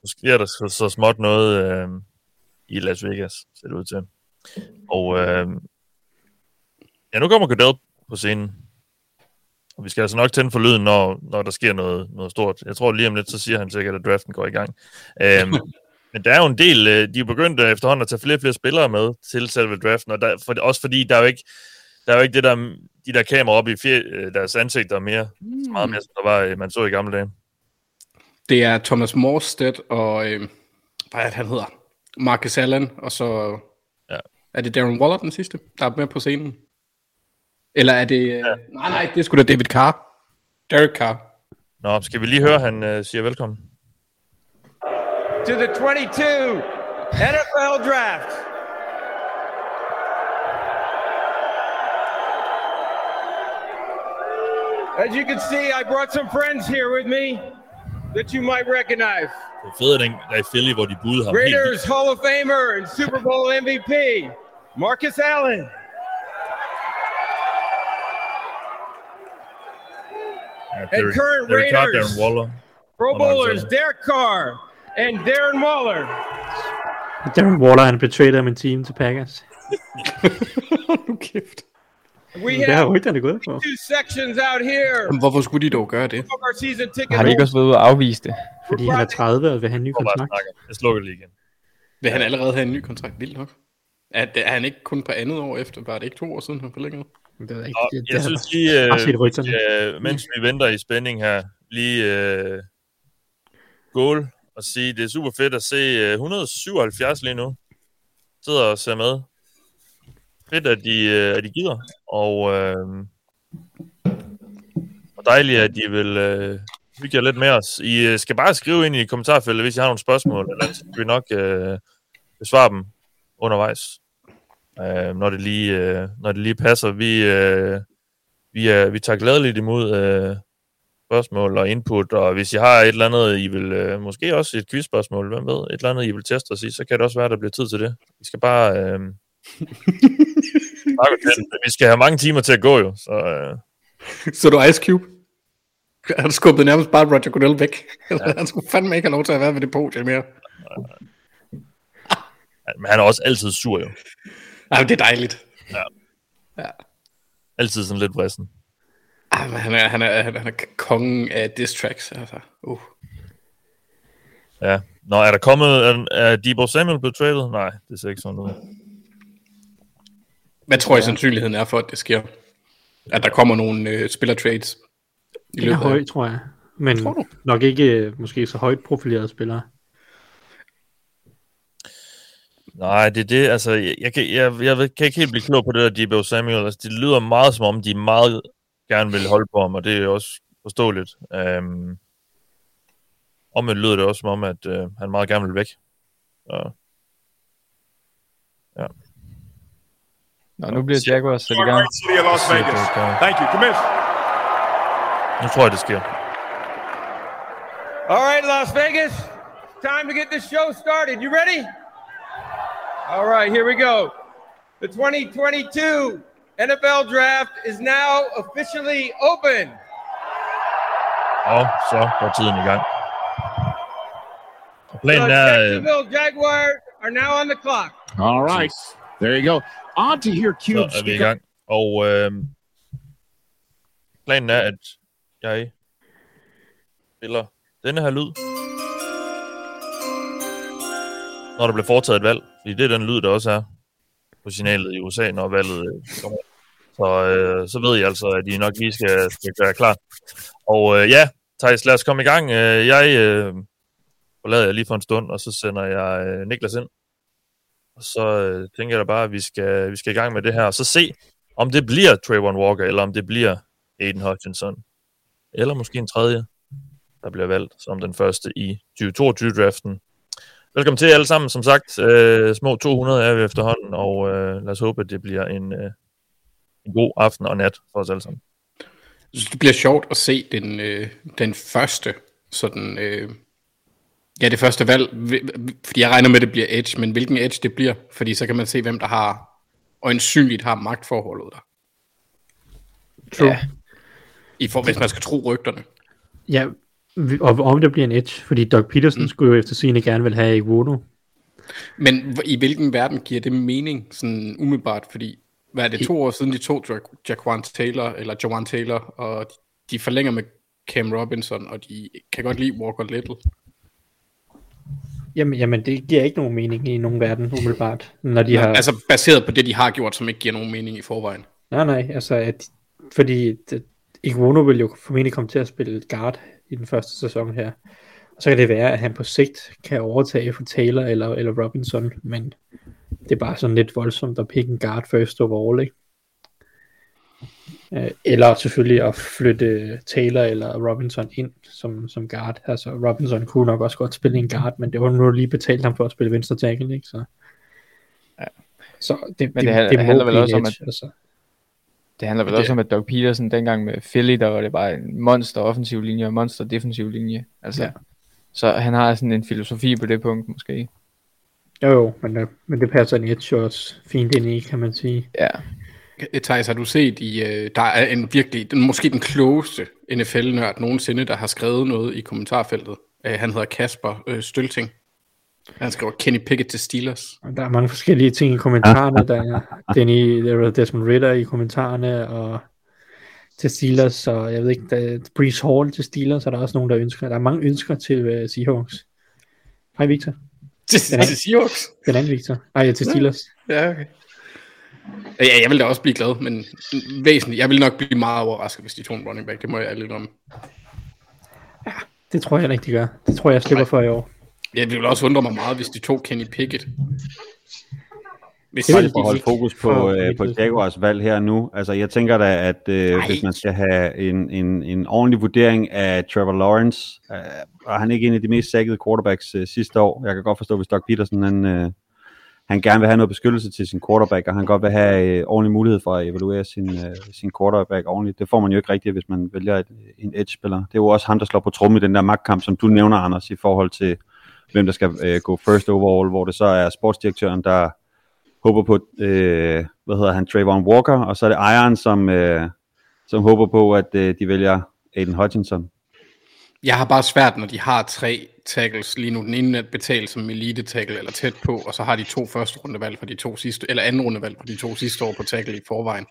sker der så småt noget i Las Vegas, ser det ud til. Og nu kommer Goodell på scenen. Og vi skal altså nok tænde for lyden, når der sker noget stort. Jeg tror lige om lidt, så siger han sikkert, at draften går i gang. Men der er jo en del, de er begyndt efterhånden at tage flere og flere spillere med til selve draften, og også fordi der er jo ikke det der, de der kameraer oppe i deres ansigter mere, så meget mere, som der var, man så i gamle dage. Det er Thomas Morstead og, hvad er det, han hedder? Marcus Allen, og så er det Darren Waller den sidste, der er med på scenen. Eller er det... Nej, det er sgu da David Carr. Derek Carr. Nå, skal vi lige høre, han siger velkommen. To the 22 NFL Draft. As you can see, I brought some friends here with me that you might recognize. Det er fedt, der er Philly, hvor de budede ham. Raiders Hall of Famer and Super Bowl MVP, Marcus Allen. And current Raiders, Pro Bowlers, Derek Carr and Darren Waller. Darren Waller, han betrayed min team til Packers. Nu kæft. Det har rygterne gået på. Two sections out here. Men hvorfor skulle de dog gøre det? Har de ikke også været ude og afvise det? Fordi han er 30 og vil have en ny kontrakt. Jeg slukker lige igen. Vil han allerede have en ny kontrakt? Vildt nok. Er han ikke kun på andet år efter? Var det ikke 2 år siden, han forlængede? Jeg synes lige, mens vi venter i spænding her, lige goal og sige, det er super fedt at se 177 lige nu. Sidder og ser med. Fedt, at de gider. Og dejligt, at de vil hygge jer lidt med os. I skal bare skrive ind i kommentarfeltet, hvis I har nogle spørgsmål, eller så kan vi nok besvare dem undervejs. Når det lige passer. Vi tager gladeligt imod spørgsmål og input, og hvis I har et eller andet, I vil måske også et quizspørgsmål, hvem ved, et eller andet, I vil teste os i, så kan det også være, der bliver tid til det. Vi skal bare vi skal have mange timer til at gå jo. Så du Ice Cube? Han skubbede nærmest bare Roger Goodell væk. Ja. Han skulle fandme ikke have lov til at være ved det podium mere. Men han er også altid sur jo. Ja, det er dejligt. Ja. Altid sådan lidt vrissen. Han er kongen af diss tracks. Altså. Ja. Nå, er der kommet... Er Deebo Samuel blevet traded? Nej, det ser ikke sådan ud. Hvad tror I sandsynligheden er for, at det sker? At der kommer nogle spiller-trades? Det er højt, tror jeg. Men nok ikke måske så højt profilerede spillere. Nej, det er det. Altså, jeg kan ikke helt blive klog på det der Deebo Samuel. Altså, det lyder meget som om, de meget gerne vil holde på ham, og det er også forståeligt. Omvendt lyder det også som om, at han meget gerne vil væk. Så, ja. Nå, nu bliver Jaguars sat i gang. Thank you, Commissioner. Nu tror jeg, det sker. All right, Las Vegas. Time to get this show started. You ready? All right, here we go. The 2022 NFL Draft is now officially open. Og så går tiden i gang. The Jacksonville Jaguars are now on the clock. All right, there you go. On to hear Cube. Så er vi i gang. Og planen er, at jeg spiller denne her lyd, når der bliver foretaget et valg. Fordi det er den lyd, der også er på signalet i USA, når valget kommer. Så ved I altså, at I nok lige skal være klar. Og ja, Thijs, lad os komme i gang. Jeg forlader jeg lige for en stund, og så sender jeg Niklas ind. Og så tænker jeg da bare, at vi skal i gang med det her, og så se, om det bliver Trayvon Walker, eller om det bliver Aiden Hutchinson. Eller måske en tredje, der bliver valgt som den første i 2022-draften. Velkommen til alle sammen, som sagt. Små 200 er vi efterhånden, og lad os håbe, at det bliver en god aften og nat for os alle sammen. Jeg synes, det bliver sjovt at se den første sådan... det første valg, fordi jeg regner med, at det bliver edge, men hvilken edge det bliver, fordi så kan man se, hvem der har, øjensynligt har magtforholdet der. True. Ja. Hvis man skal tro rygterne. Ja, Og om det bliver en edge, fordi Doug Peterson skulle jo efter sigende gerne vil have Iguono. Men i hvilken verden giver det mening, sådan umiddelbart, fordi, hvad er det, 2 år siden, de tog Jaquan Taylor, og de forlænger med Cam Robinson, og de kan godt lide Walker Little. Jamen, det giver ikke nogen mening i nogen verden umiddelbart, når de har... Altså baseret på det, de har gjort, som ikke giver nogen mening i forvejen. Nej, altså, fordi Iguono vil jo formentlig komme til at spille guard i den første sæson her. Og så kan det være, at han på sigt kan overtage for Taylor eller Robinson, men det er bare sådan lidt voldsomt at pick en guard first overall, ikke? Eller selvfølgelig at flytte Taylor eller Robinson ind som guard. Altså Robinson kunne nok også godt spille en guard, men det var nu lige betalt ham for at spille venstre tackle, ikke? Så det handler vel også om, at det handler vel også om, at Doug Peterson dengang med Philly, der var det bare en monster offensiv linje og monster defensiv linje. Altså, så han har sådan en filosofi på det punkt måske. Jo, men det passer en edge også fint ind i, kan man sige. Ja. Thijs, har du set der er en virkelig, måske den klogeste NFL-nørd nogensinde, der har skrevet noget i kommentarfeltet. Han hedder Kasper Stølting. Han skriver Kenny Pickett til Steelers. Der er mange forskellige ting i kommentarerne. Der er Desmond Ridder i kommentarerne, og til Steelers, og jeg ved ikke, der er Breece Hall til Steelers, og der er også nogen, der ønsker. Der er mange ønsker til Seahawks. Hej, Victor. Til Seahawks? Den anden Victor. Nej, til Steelers. Ja, okay. Ja, jeg vil da også blive glad, men væsentligt. Jeg vil nok blive meget overrasket, hvis de tog en running back. Det må jeg lidt om. Ja, det tror jeg rigtig gør. Det tror jeg slipper for i år. Jeg vil også undre mig meget, hvis de tog Kenny Pickett. Hvis de holde fokus på Jaguars valg her nu. Altså, jeg tænker da, at hvis man skal have en ordentlig vurdering af Trevor Lawrence, og han er ikke en af de mest sackede quarterbacks sidste år. Jeg kan godt forstå, hvis Doug Peterson han gerne vil have noget beskyttelse til sin quarterback, og han godt vil have ordentlig mulighed for at evaluere sin quarterback ordentligt. Det får man jo ikke rigtigt, hvis man vælger en edge-spiller. Det er jo også ham, der slår på trummen i den der magtkamp, som du nævner, Anders, i forhold til, hvem der skal gå first overall, hvor det så er sportsdirektøren, der håber på, Trayvon Walker, og så er det ejeren, som håber på, at de vælger Aiden Hutchinson. Jeg har bare svært, når de har 3 tackles lige nu. Den ene er betalt som elite tackle eller tæt på, og så har de 2 første rundevalg for de 2 sidste, eller anden rundevalg for de 2 sidste år på tackle i forvejen.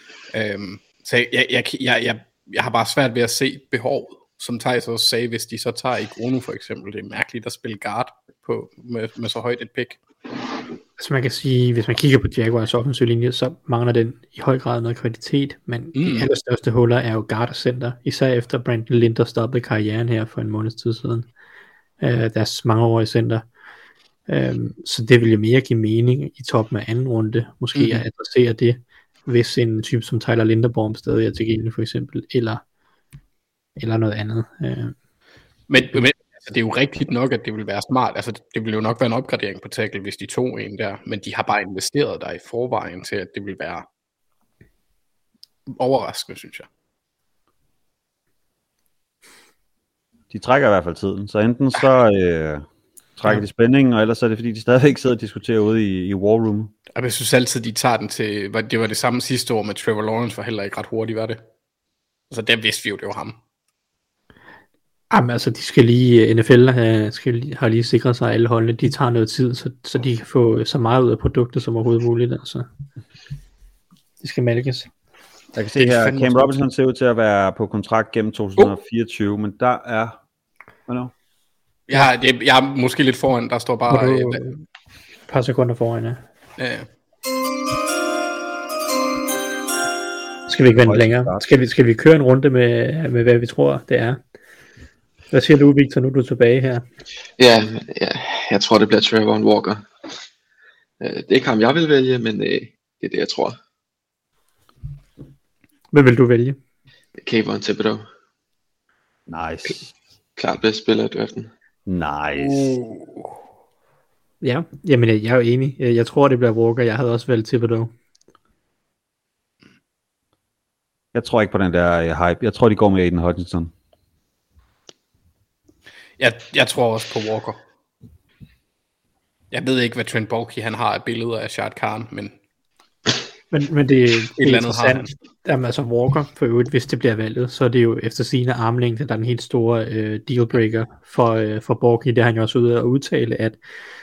Så jeg har bare svært ved at se behovet, som Thijs også sagde, hvis de så tager Iguono for eksempel. Det er mærkeligt at spille guard med så højt et pick. Altså man kan sige, hvis man kigger på Jaguars offensiv linje, så mangler den i høj grad noget kvalitet, men de allerstørste huller er jo guard og center, især efter Brandon Linder stoppede karrieren her for en måneds tid siden. Deres mangeårige center. Så det vil jo mere give mening i toppen af anden runde, måske at adressere det, hvis en type som Tyler Linderbaum stadig er tilgængelig for eksempel, eller noget andet. Men det er jo rigtigt nok, at det vil være smart. Altså, det vil jo nok være en opgradering på tackle, hvis de tog en der. Men de har bare investeret der i forvejen til, at det vil være overraskende, synes jeg. De trækker i hvert fald tiden. Så enten så trækker de spændingen, og ellers er det, fordi de stadigvæk sidder og diskuterer ude i War Room. Jeg synes altid, de tager den til... Det var det samme sidste år med Trevor Lawrence, var heller ikke ret hurtigt, var det? Altså, der vidste vi jo, det var ham. Jamen altså, de skal lige, NFL har lige sikret sig alle holdene, de tager noget tid, så de kan få så meget ud af produktet som overhovedet muligt, altså. Det skal malkes. Jeg kan se her, Cam Robinson ser ud til at være på kontrakt gennem 2024, men der er... Hvornår? Jeg er måske lidt foran, der står bare... Et par sekunder foran, ja. Ja. Skal vi ikke vente længere? Skal vi køre en runde med hvad vi tror, det er? Hvad siger du, Victor, nu er du tilbage her? Ja, jeg tror, det bliver Trayvon Walker. Det er ikke ham, jeg vil vælge, men det er det, jeg tror. Hvad vil du vælge? Kayvon Thibodeau. Nice. Klart bedst spiller i draften. Nice. Ja, jamen jeg er jo enig. Jeg tror, det bliver Walker. Jeg havde også valgt Thibodeau. Jeg tror ikke på den der hype. Jeg tror, de går med Aiden Hutchinson. Jeg tror også på Walker. Jeg ved ikke, hvad Trent Baalke han har af billeder af Shad Khan, men Men det er interessant. Jamen, altså Walker, for øvrigt, hvis det bliver valget, så er det jo efter sigende armlængde, der er den helt store dealbreaker for Borg. Det har han jo også ude at udtale, at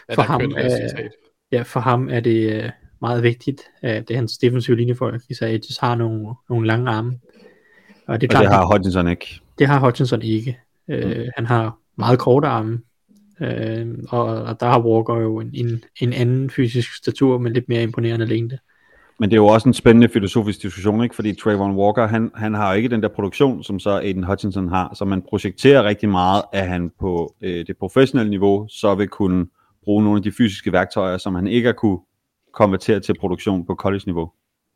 for ham er det meget vigtigt, at det er hans defensive linjefolk, især Edges, har nogle lange arme. Og det, er klart, det har Hutchinson ikke. Det har Hutchinson ikke. Han har meget korte arme, og der har Walker jo en anden fysisk statur, men lidt mere imponerende længde. Men det er jo også en spændende filosofisk diskussion, ikke? Fordi Trayvon Walker, han har jo ikke den der produktion, som så Aiden Hutchinson har, så man projekterer rigtig meget, at han på det professionelle niveau, så vil kunne bruge nogle af de fysiske værktøjer, som han ikke har kunne konvertere til produktion på college-niveau.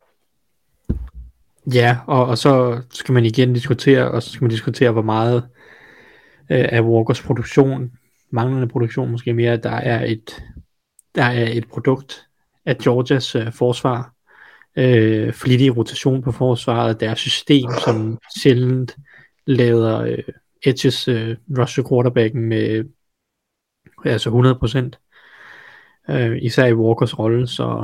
Ja, og så skal man igen diskutere, hvor meget af Walkers produktion, manglende produktion måske mere, der er et produkt af Georgias forsvar, flittig rotation på forsvaret, deres system, som sjældent lader Edges rush quarterbacken med altså 100%, især i Walkers rolle, så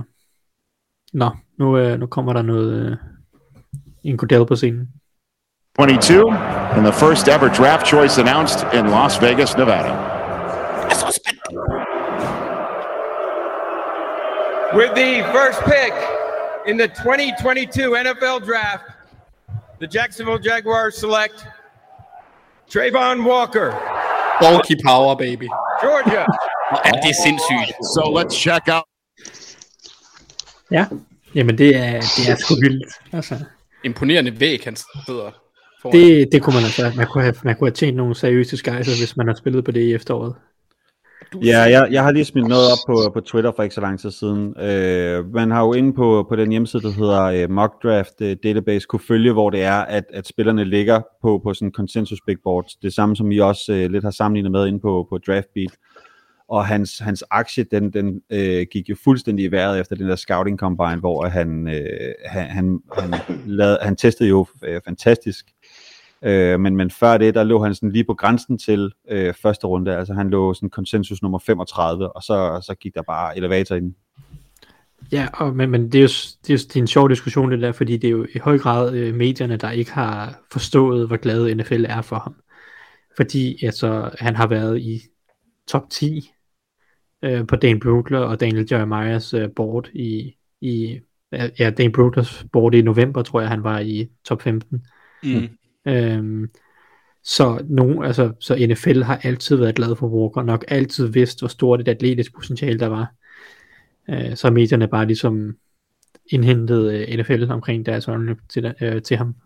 nu kommer der noget en Goodell på scenen. 22 and the first ever draft choice announced in Las Vegas, Nevada. With the first pick in the 2022 NFL Draft, the Jacksonville Jaguars select Trayvon Walker. Bulky power, baby. Georgia. Det er sindssygt. So let's check out. Ja, jamen det er sgu vildt. Altså. Imponerende væg, han sidder foran. Det kunne man altså. Man kunne have tjent nogle seriøse skejser, hvis man har spillet på det i efteråret. Ja, jeg har lige smidt noget op på Twitter for ikke så lang tid siden. Man har jo inde på den hjemmeside, der hedder Mock Draft Database, kunne følge, hvor det er, at spillerne ligger på sådan consensus big boards. Det samme, som vi også lidt har sammenlignet med inde på Draftbeat. Og hans aktie, den gik jo fuldstændig i vejret efter den der scouting combine, hvor han testede jo fantastisk. Men før det, der lå han sådan lige på grænsen til første runde, altså han lå sådan konsensus nummer 35, og så gik der bare elevator ind. Ja, men det er en sjov diskussion det der, fordi det er jo i høj grad medierne, der ikke har forstået, hvor glad NFL er for ham. Fordi altså, han har været i top 10 på Dan Brugler og Daniel Jeremiahs board Dan Bruglers board i november, tror jeg, han var i top 15. Så NFL har altid været glad for Walker, nok altid vidst, hvor stort et atletisk potentiale der var. Så medierne bare ligesom indhentede NFL omkring deres øjne til ham.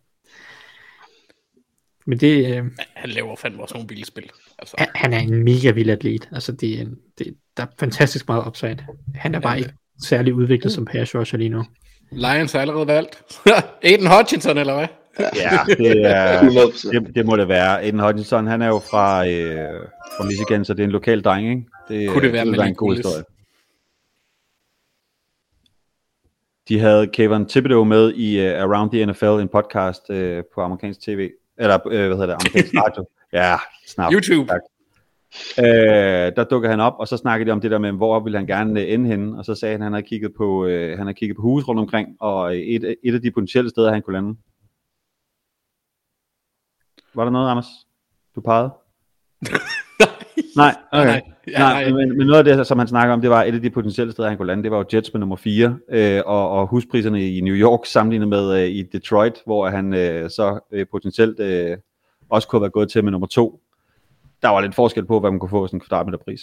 Men det... han laver fandme også nogle bilspil. Altså. Han er en mega vild atlet. Altså der er fantastisk meget upside. Han er bare ikke særlig udviklet som pass rusher lige nu. Lions er allerede valgt. Aiden Hutchinson, eller hvad? Ja, det må det være. Aiden Hutchinson, han er jo fra Michigan, så det er en lokal dreng, ikke? Kunne det være en god historie. De havde Kevin Thibodeau med i Around the NFL, en podcast på amerikansk tv. Eller, amerikansk radio. Ja, snart. YouTube. Tak. Der dukker han op, og så snakkede de om det der med, hvor ville han gerne ende henne, og så sagde han, at han havde kigget på hus rundt omkring, og et af de potentielle steder, han kunne lande. Var der noget, Anders? Du pegede? Nej, okay. Nej, men noget af det, som han snakker om, det var et af de potentielle steder, han kunne lande. Det var jo Jets med nummer 4, og huspriserne i New York sammenlignet med i Detroit, hvor han så potentielt også kunne have været gået til med nummer 2. Der var lidt forskel på, hvad man kunne få sådan en kvadratmeterpris.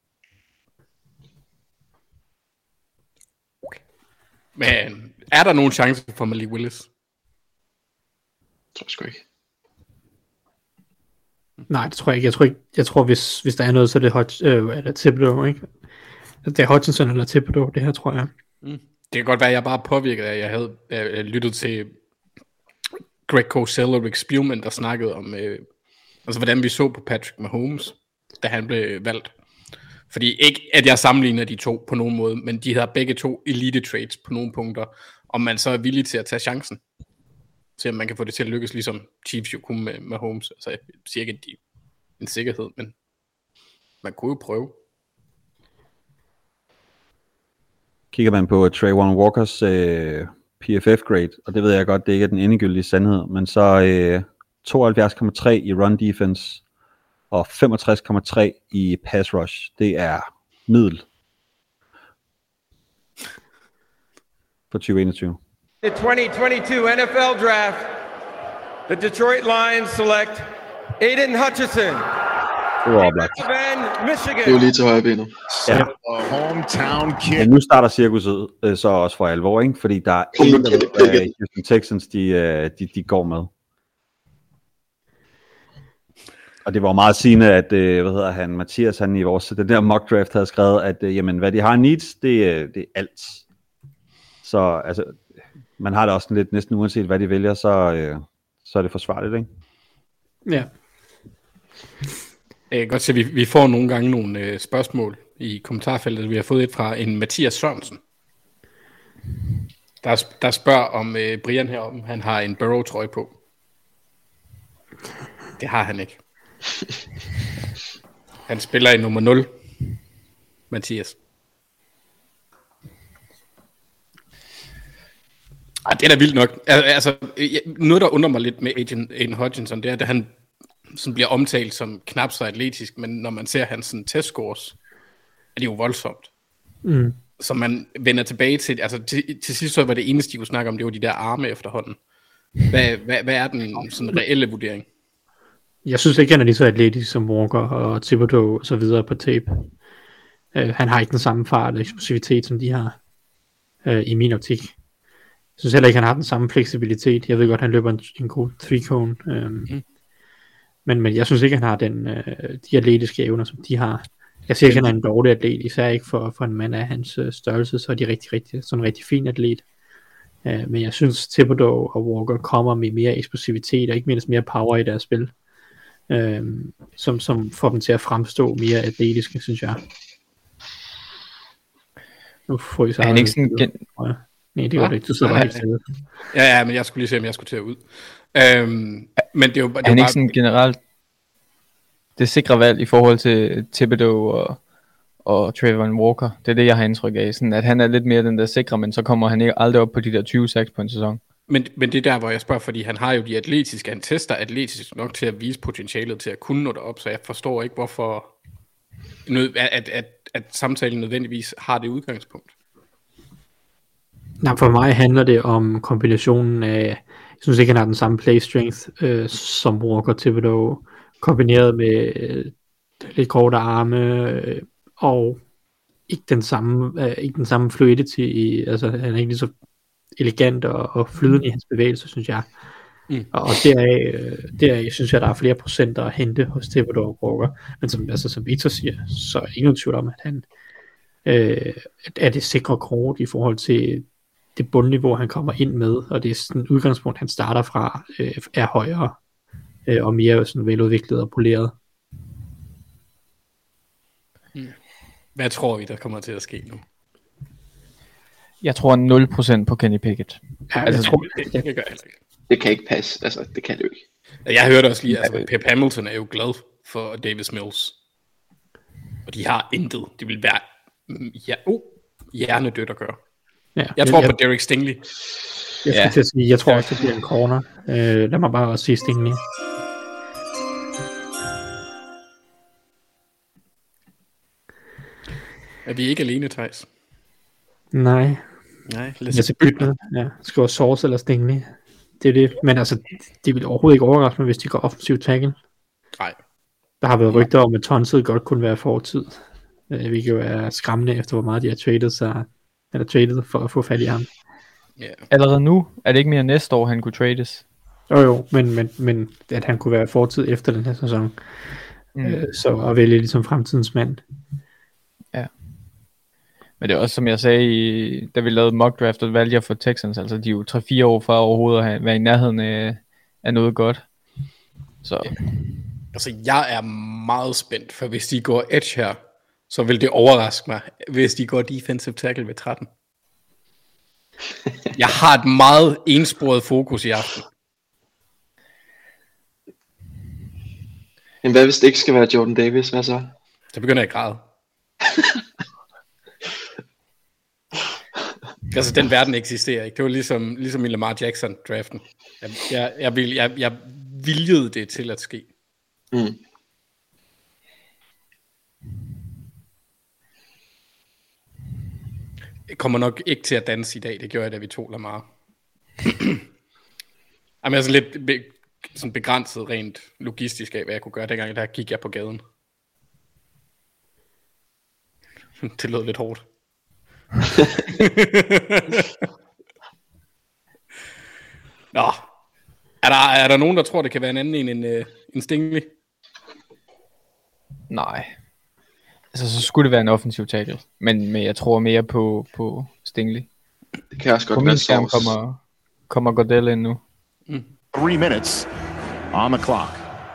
Men er der nogen chance for Malik Willis? Jeg tror sgu ikke. Nej, det tror jeg ikke. Jeg tror hvis der er noget, så er det Thibodeau, ikke? Det er Hutchinson eller Thibodeau, det her, tror jeg. Det kan godt være, at jeg bare påvirket af, at jeg havde lyttet til Greg Cosell og Rick Spielman, der snakkede om, altså hvordan vi så på Patrick Mahomes, da han blev valgt. Fordi ikke, at jeg sammenligner de to på nogen måde, men de har begge to elite traits på nogle punkter, om man så er villig til at tage chancen, til at man kan få det til at lykkes, ligesom Chiefs jo kunne med Mahomes. Altså jeg siger ikke, at de er en sikkerhed, men man kunne jo prøve. kigger man på Trayvon Walkers PFF-grade, og det ved jeg godt, det ikke er den endegyldige sandhed, men så 72,3 i run defense og 65,3 i pass rush. Det er middel for 2021. The 2022 NFL Draft, the Detroit Lions select Aiden Hutchinson. Michigan. Det er jo lige til højre benet. Ja. Men nu starter cirkuset så også for alvor, ikke? Fordi der er en af Houston Texans, de går med. Og det var meget sigende, at Mathias, han i vores den der mock draft havde skrevet, at jamen, hvad de har needs, det er alt. Så altså, man har det også lidt næsten uanset hvad de vælger, så er det forsvarligt, ikke? Ja. Jeg kan godt se, at vi får nogle gange nogle spørgsmål i kommentarfeltet. Vi har fået et fra en Mathias Sørensen, der spørger om Brian herom, han har en Burrow-trøje på. Det har han ikke. Han spiller i nummer 0, Mathias. Det er da vildt nok. Altså, noget, der undrer mig lidt med Aiden Hutchinson, det er, at han sådan bliver omtalt som knap så atletisk, men når man ser hans testscores, er det jo voldsomt. Mm. Så man vender tilbage til, altså til sidst så var det eneste, de kunne snakke om, det var de der arme efterhånden. Hvad er den sådan reelle vurdering? Jeg synes ikke, han er lige så atletisk som Walker og Thibodeau og så videre på tape. Han har ikke den samme fart og eksplosivitet, som de har i min optik. Jeg synes heller ikke, han har den samme fleksibilitet. Jeg ved godt, han løber en god 3-cone. Men jeg synes ikke, han har de atletiske evner, som de har. Jeg siger ikke, han er en dårlig atlet, især ikke for en mand af hans størrelse, så er de rigtig fin atlet. Men jeg synes, Thibodeau og Walker kommer med mere eksplosivitet, og ikke mindst mere power i deres spil, som får dem til at fremstå mere atletiske, synes jeg. Nu får I så han ikke sådan nej, det var det ikke. Du sidder bare helt stille. Ja, men jeg skulle lige se, om jeg skulle til at ud. Men det er jo han er ikke sådan generelt det sikre valg i forhold til Thibodeau og Trayvon Walker. Det er det, jeg har indtryk af. Sådan, at han er lidt mere den der sikre, men så kommer han ikke aldrig op på de der 20 sacks på en sæson. Men det er der, hvor jeg spørger, fordi han har jo de atletiske, han tester atletisk nok til at vise potentialet til at kunne nå derop, så jeg forstår ikke, hvorfor at samtalen nødvendigvis har det udgangspunkt. Nej, for mig handler det om kombinationen af, jeg synes ikke, han har den samme play strength som Walker Thibodeau, kombineret med lidt korte arme og ikke den samme fluidity altså han er ikke lige så elegant og flydende i hans bevægelser, synes jeg. Og deraf synes jeg, der er flere procenter at hente hos Thibodeau og Walker. Men som Victor siger, så er ingen tvivl om, at han er det sikre kort i forhold til det bundniveau, han kommer ind med, og det er sådan et udgangspunkt, han starter fra, er højere og mere sådan veludviklet og poleret. Hvad tror vi, der kommer til at ske nu? Jeg tror 0% på Kenny Pickett. Ja, altså, det gør jeg ikke. Det kan ikke passe, altså det kan det jo ikke. Jeg hørte også lige, altså Pep Hamilton er jo glad for Davis Mills. Og de har intet. Det vil være hjernedødt at gøre. Ja, jeg tror på Derek Stingley. Jeg tror også, det bliver en corner. Lad mig bare sige Stingley. Er vi ikke alene, Thijs? Nej, lad os bytte noget. Ja, skriver Source eller Stingley. Det er det. Men altså, det vil overhovedet ikke overraske mig, hvis de går offensiv tackle. Nej. Der har været rygter om, at Tunsil godt kunne være fortid. Vi kan jo være skræmmende efter, hvor meget de har traded for at få fat i ham. Yeah. Allerede nu er det ikke mere næste år, han kunne trades. Jo, men at han kunne være fortid efter den her sæson. Så at vælge ligesom fremtidens mand. Ja. Men det er også, som jeg sagde, da vi lavede mock draft, og valgte jeg for Texans, altså de er jo 3-4 år fra overhovedet at være i nærheden af noget godt. Så. Ja. Altså, jeg er meget spændt, for hvis de går edge her, så vil det overraske mig, hvis de går defensive tackle ved 13. Jeg har et meget ensporet fokus i aften. Men hvad hvis det ikke skal være Jordan Davis? Hvad så? Så begynder jeg at græde. Altså, den verden eksisterer ikke. Det var ligesom i Lamar Jackson-draften. Jeg viljede det til at ske. Mm. Jeg kommer nok ikke til at danse i dag. Det gjorde jeg, da vi tog Lamar. Jamen, jeg er sådan lidt sådan begrænset rent logistisk af, hvad jeg kunne gøre. Dengang der gik jeg på gaden. Det lød lidt hårdt. Nå. Er der nogen, der tror, det kan være en anden end Stingley? Nej. Altså, så skulle det være en offensiv tackle. Men jeg tror mere på Stingley. Det kan også godt på være min skærm kommer Godell ind nu. 3 minutes on the clock.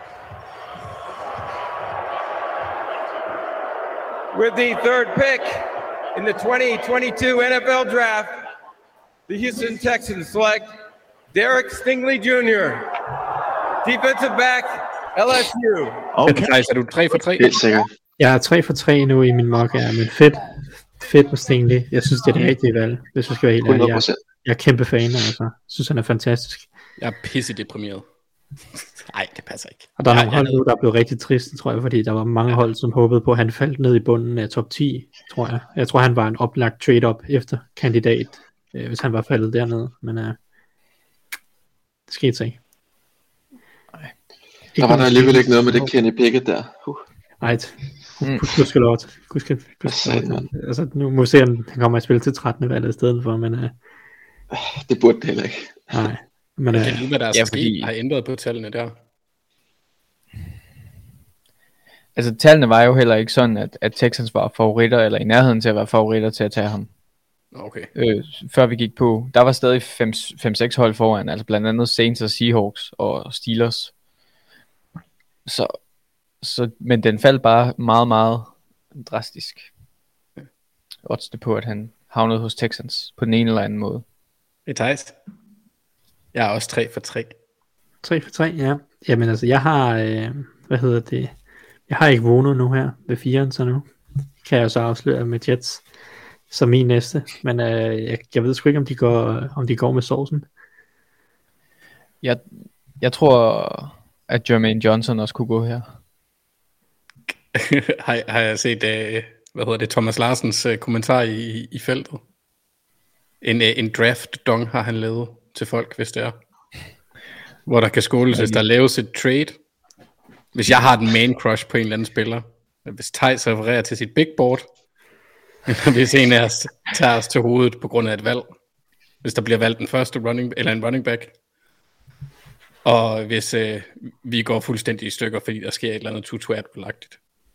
With the third pick in the 2022 NFL Draft, the Houston Texans select Derek Stingley Jr., defensive back, LSU. Okay. Er du 3 for 3? Helt sikkert. Jeg er 3 for 3 nu i min mock, men fedt på Stingley. Jeg synes, det er det rigtige valg, hvis jeg skal være helt ærlig. Jeg er kæmpe fan, altså. Jeg synes, han er fantastisk. Jeg er pisse deprimeret. Nej, det passer ikke. Og der er nogle hold nu, der er blevet rigtig trist, tror jeg, fordi der var mange hold, som håbede på, at han faldt ned i bunden af top 10, tror jeg. Jeg tror, han var en oplagt trade-up efter kandidat, hvis han var faldet dernede, men det skete så ikke. Der var der alligevel ikke noget med det Kenny Pickett der. Nej, gudskelov. Altså, nu må vi se, om han kommer at spille til 13. valget i stedet for, men det burde det heller ikke. Nej. Men kan du, hvad der er sket, har ændret på tallene der? Altså, tallene var jo heller ikke sådan, at Texans var favoritter, eller i nærheden til at være favoritter til at tage ham. Okay. Før vi gik på, der var stadig 5-6 hold foran, altså blandt andet Saints og Seahawks og Steelers. Men den faldt bare meget, meget drastisk. Odds det på, at han havnede hos Texans på den ene eller anden måde. Det er tejst. Jeg er også 3 for 3. 3 for 3, ja. Jamen altså, jeg har, jeg har ikke Vono nu her ved 4'eren, så nu kan jeg jo så afsløre med Jets som min næste. Men jeg ved sgu ikke, om de går med sovsen. Jeg tror, at Jermaine Johnson også kunne gå her. har jeg set, Thomas Larsens kommentar i feltet? En draft dong har han lavet til folk, hvis det er. Hvor der kan skåles, hvis der laves et trade. Hvis jeg har den main crush på en eller anden spiller. Hvis Theis refererer til sit big board. Hvis en af os tager os til hovedet på grund af et valg. Hvis der bliver valgt den første en running back. Og hvis vi går fuldstændig i stykker, fordi der sker et eller andet Tutu Atwell-agtigt.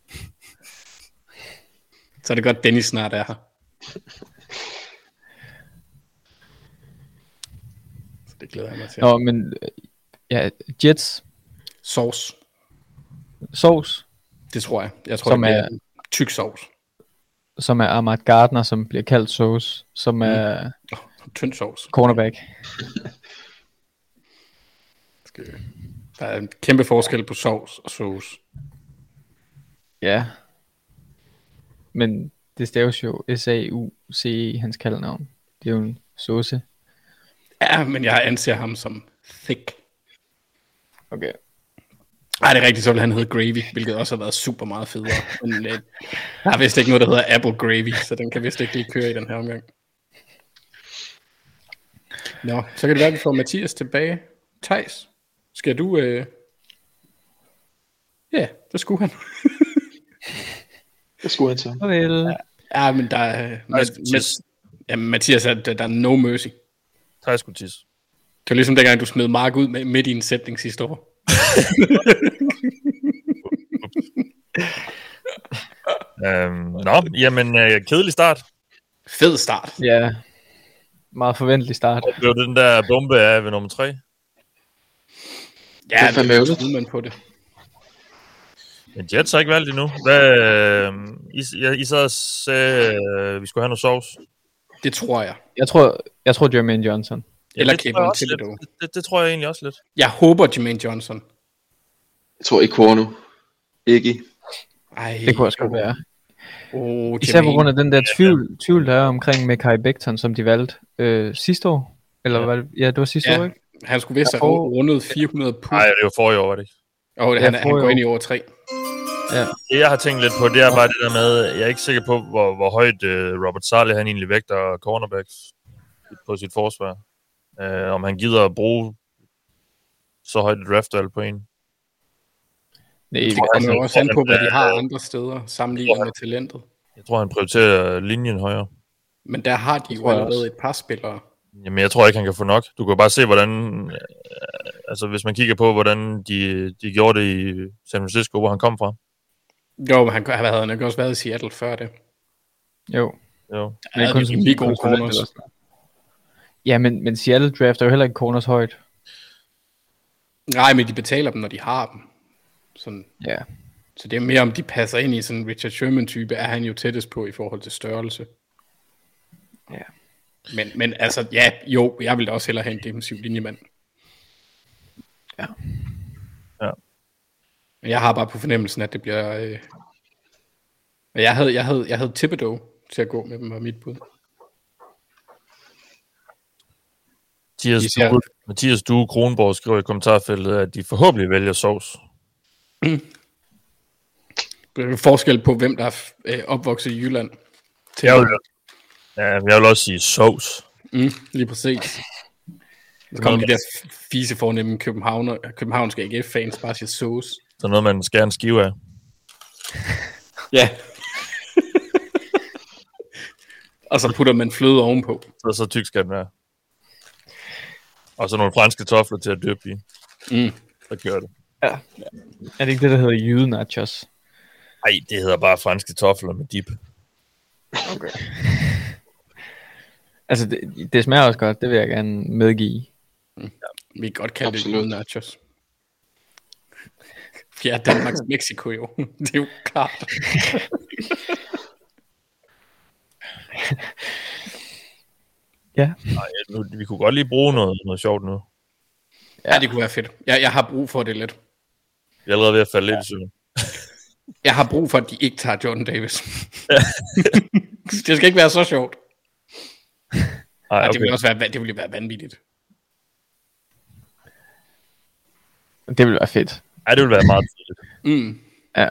Så er det godt, Dennis snart er her. Så det glæder jeg mig til. Nå, men ja, Jets. Sauce. Det tror jeg. Jeg tror, som det er tyk sauce. Som er Ahmad Gardner, som bliver kaldt sauce. Som er tynd sauce. Cornerback. Der er en kæmpe forskel på sauce og sauce. Ja. Men det staves jo S-A-U-C-E, hans kaldnavn. Det er jo en sauce. Ja, men jeg anser ham som thick. Okay. Ej, det er rigtigt, så vil han hedde Gravy, hvilket også har været super meget federe. Men der er vist ikke noget, der hedder Apple Gravy, så den kan vist ikke lige køre i den her omgang. Nå, så kan det være, at vi får Mathias tilbage. Theis, skal du... Ja, det skulle han. Det skulle han så. Ja, men der er... Mathias, der er no mercy. Theis skulle tisse. Det var ligesom dengang, du smed Mark ud midt i en sætning sidste år. Kedelig start. Fed start. Ja, meget forventelig start. Det blev den der bombe af ved nummer 3. Ja, det er man på det. Men Jets har ikke valgt endnu. I sad og sagde, vi skulle have noget sovs. Det tror jeg. Jeg tror Jermaine Johnson. Eller Kevin Thibodeau. Det tror jeg egentlig også lidt. Jeg håber Jermaine Johnson. Jeg tror Ekwonu. Ikke. Det kunne også godt være. Især på grund af den der tvivl der er omkring Mekhi Becton, som de valgte sidste år. Eller ja. Det var sidste år, ikke? Han skulle vist have rundet 400 pund. Nej, det var forrige år, var det ikke? Han går ind i over 3. Ja. Det jeg har tænkt lidt på, det er bare det der med, jeg er ikke sikker på, hvor højt Robert Saleh han egentlig vægter cornerbacks på sit forsvar. Om han gider at bruge så højt et draftvalg på en. Det kommer jo også an på, hvad de har andre steder, sammenlignet med talentet. Jeg tror, han prioriterer linjen højere. Men der har de jo allerede et par spillere. Jamen, jeg tror ikke, han kan få nok. Du kan bare se, hvordan... altså, hvis man kigger på, hvordan de gjorde det i San Francisco, hvor han kom fra. Jo, men han havde nok også været i Seattle før det. Jo. Der er kun en lige god corners. Ja, men Seattle drafter jo heller ikke corners højt. Nej, men de betaler dem, når de har dem. Sådan. Ja. Så det er mere, om de passer ind i sådan en Richard Sherman-type, er han jo tættest på i forhold til størrelse. Ja. Men altså, ja, jo, jeg ville også hellere have en defensiv linjemand. Ja. Men jeg har bare på fornemmelsen, at det bliver... Jeg havde Thibodeau til at gå med dem, var mit bud. Mathias Due Kronborg skriver i kommentarfeltet, at de forhåbentlig vælger Sovs. Det er forskel på, hvem der er opvokset i Jylland. Jeg vil også sige Sovs. Lige præcis. Så kommer de der fise fornemme københavnske AGF-fans bare siger sauce. Så noget, man skærer en skive af. Ja. Og så putter man fløde ovenpå. Så tyk skal den være. Og så nogle franske tofler til at døbe i. Så gør det. Ja. Er det ikke det, der hedder jydenachos? Nej, det hedder bare franske tofler med dip. Okay. Altså, det smager også godt. Det vil jeg gerne medgive. Ja, vi kan godt kalde det jydenachos. Ja, Danmarks Mexico jo. Det er jo klart. Ja. Nej, vi kunne godt lige bruge noget sjovt nu. Ja, det kunne være fedt. Jeg har brug for det lidt. Jeg er allerede ved at falde lidt i søvn. Jeg har brug for, at de ikke tager Jordan Davis. Det skal ikke være så sjovt. Okay. Det vil også være, det vil være vanvittigt. Det vil være fedt. Ja, det vil være meget fedt. Ja.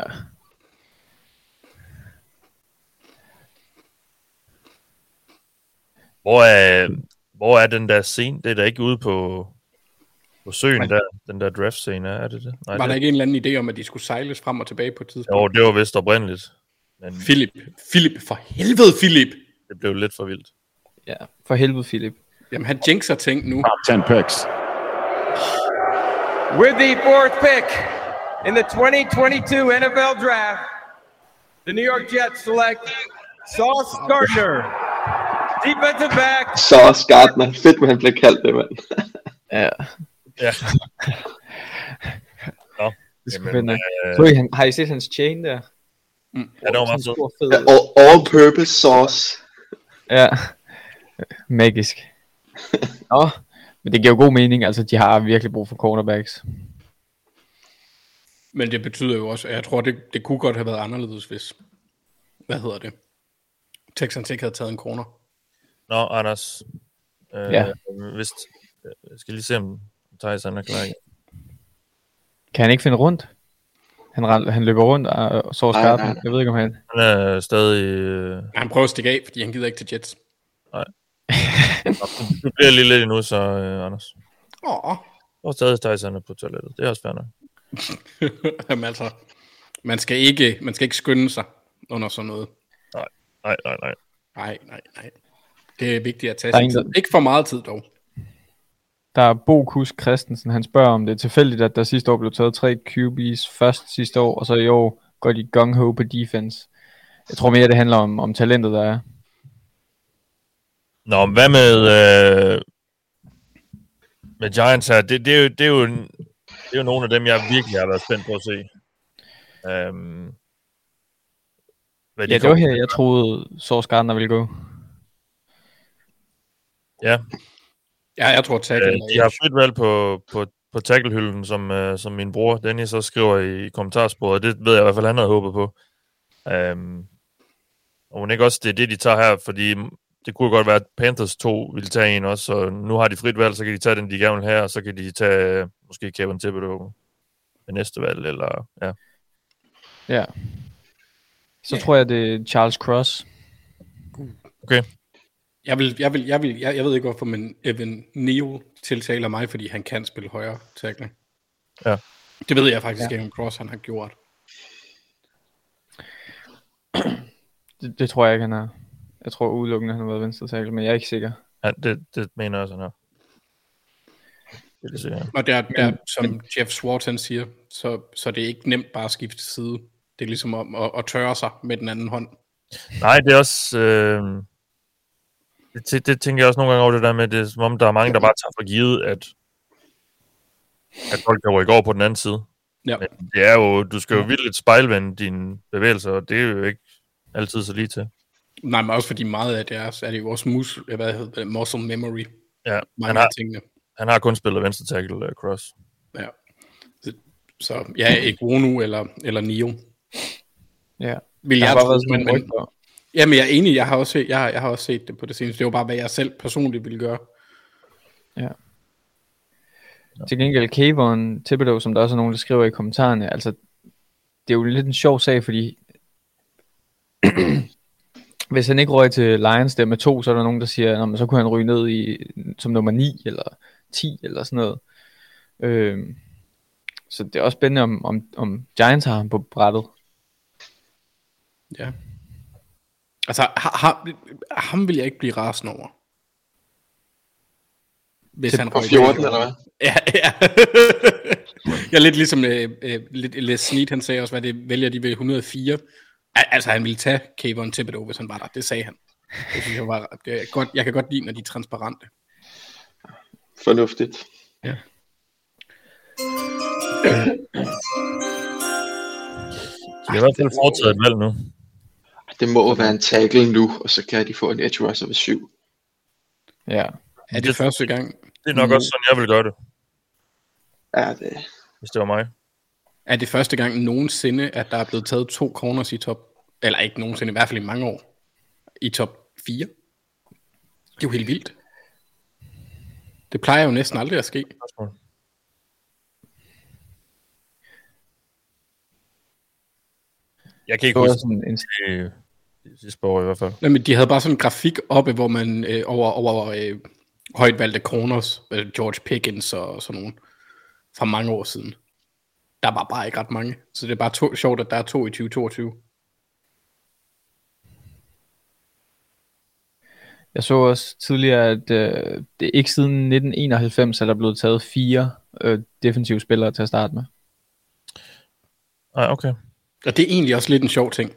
Hvor er den der scene? Det er der ikke ude på søen der, den der draft scene, er det det? Nej, var der ikke en eller anden idé om, at de skulle sejles frem og tilbage på et tidspunkt? Jo, det var vist oprindeligt. Men... Philip, for helvede Philip! Det blev lidt for vildt. Ja, for helvede Philip. Jamen han jinxer ting nu. Top 10 picks. With the fourth pick in the 2022 NFL Draft, the New York Jets select Sauce Gardner, defensive back. Sauce Gardner, fedt, hvad han blev kaldt det, mand. Ja. Nå. Har I set hans chain der? Ja, det var meget sød. All-purpose sauce. Ja. Magisk. Nå, men det giver jo god mening, altså de har virkelig brug for cornerbacks. Men det betyder jo også, at jeg tror, det kunne godt have været anderledes, hvis, Texans ikke havde taget en corner. Nå, Anders. Ja. Vist, jeg skal lige se, om Tyson er klar igen. Kan han ikke finde rundt? Han løber rundt og så skarpen. Jeg ved ikke, om han er stadig... Han prøver at stikke af, fordi han gider ikke til Jets. Nej. Du bliver lige lidt endnu, så Anders. Og stadig Tyson er på toilettet. Det er også fair nok. Jamen altså, man skal ikke skynde sig under sådan noget. Nej. Det er vigtigt at tage sin tid. Ikke for meget tid dog. Der er Bo Kusk Christensen, han spørger, om det er tilfældigt, at der sidste år blev taget 3 QB's først sidste år, og så i år går de gung-ho på defense. Jeg tror mere, det handler om talentet, der er. Nå, hvad med Giants her? Det er jo nogle af dem, jeg virkelig har været spændt på at se. Det var her, jeg troede, Sauce Gardner ville gå. Ja. Ja, jeg tror tackle. De har frit valg på tacklehylden, som min bror Dennis så skriver i kommentarsporet. Det ved jeg i hvert fald, han havde håbet på. Og ikke også, det er det, de tager her, fordi det kunne godt være, at Panthers 2 ville tage en også, så nu har de frit valg, så kan de tage den, de gerne vil have, og så kan de tage måske Kevin Thibodeau med næste valg, eller ja. Ja. Så tror jeg, det er Charles Cross. Okay. Jeg ved ikke, hvorfor, men Evan Neal tiltaler mig, fordi han kan spille højre tackle. Ja. Det ved jeg faktisk ikke, om Cross han har gjort. Det tror jeg ikke, han har. Jeg tror udelukkende, han har været venstre tackle, men jeg er ikke sikker. Ja, det mener jeg også, han har. Og der, som Jeff Swartz han siger, så det er ikke nemt bare at skifte side. Det er ligesom at tørre sig med den anden hånd. Nej, det er også... Det tænker jeg også nogle gange over det der med, det, som om der er mange, der bare tager for givet, at folk kan rykke over på den anden side. Ja. Men det er jo, du skal jo vildt spejlvende dine bevægelser, og det er jo ikke altid så lige til. Nej, men også fordi meget af det er det jo også muscle memory. Ja, han har kun spillet venstre tackle Cross. Ja. Så ja, Egonu eller Neo. Ja. Vil jeg tro, men jeg er enig, jeg har også set det på det seneste. Det var bare, hvad jeg selv personligt ville gøre. Ja. Til gengæld Kayvon Thibodeau, som der også er nogen, der skriver i kommentarerne, altså, det er jo lidt en sjov sag, fordi hvis han ikke røg til Lions der med 2, så er der nogen, der siger, at så kunne han ryge ned som nummer 9 eller 10 eller sådan noget. Så det er også spændende, om Giants har ham på brættet. Ja. Altså, ham vil jeg ikke blive rasende over. Hvis han på 14, eller hvad? Ja. Jeg er lidt ligesom Les Snead, han sagde også, hvad det vælger de ved 104. Altså, han ville tage Kayvon Thibodeau, hvis han var der. Det sagde han. Det synes jeg var godt. Jeg kan godt lide, når de er transparente. Fornuftigt. Ja. De har i hvert fald foretaget et valg nu. Det må være en tackle nu, og så kan de få en edge rusher ved 7. Ja. Er det første gang? Det er nok også sådan, jeg vil gøre det. Ja, det... Hvis det var mig. Er det første gang nogensinde, at der er blevet taget 2 corners i top... Eller ikke nogensinde, i hvert fald i mange år. I top 4? Det er jo helt vildt. Det plejer jo næsten aldrig at ske. Jeg kan ikke huske det sidste år i hvert fald. Jamen, de havde bare sådan en grafik oppe, hvor man over højt valgte corners, George Pickens og sådan nogen, fra mange år siden. Der var bare ikke ret mange. Så det er bare sjovt, at der er 2 i 2022. Jeg så også tidligere, at det er ikke siden 1991, at der er blevet taget 4 defensive spillere til at starte med. Ah, okay. Og det er egentlig også lidt en sjov ting.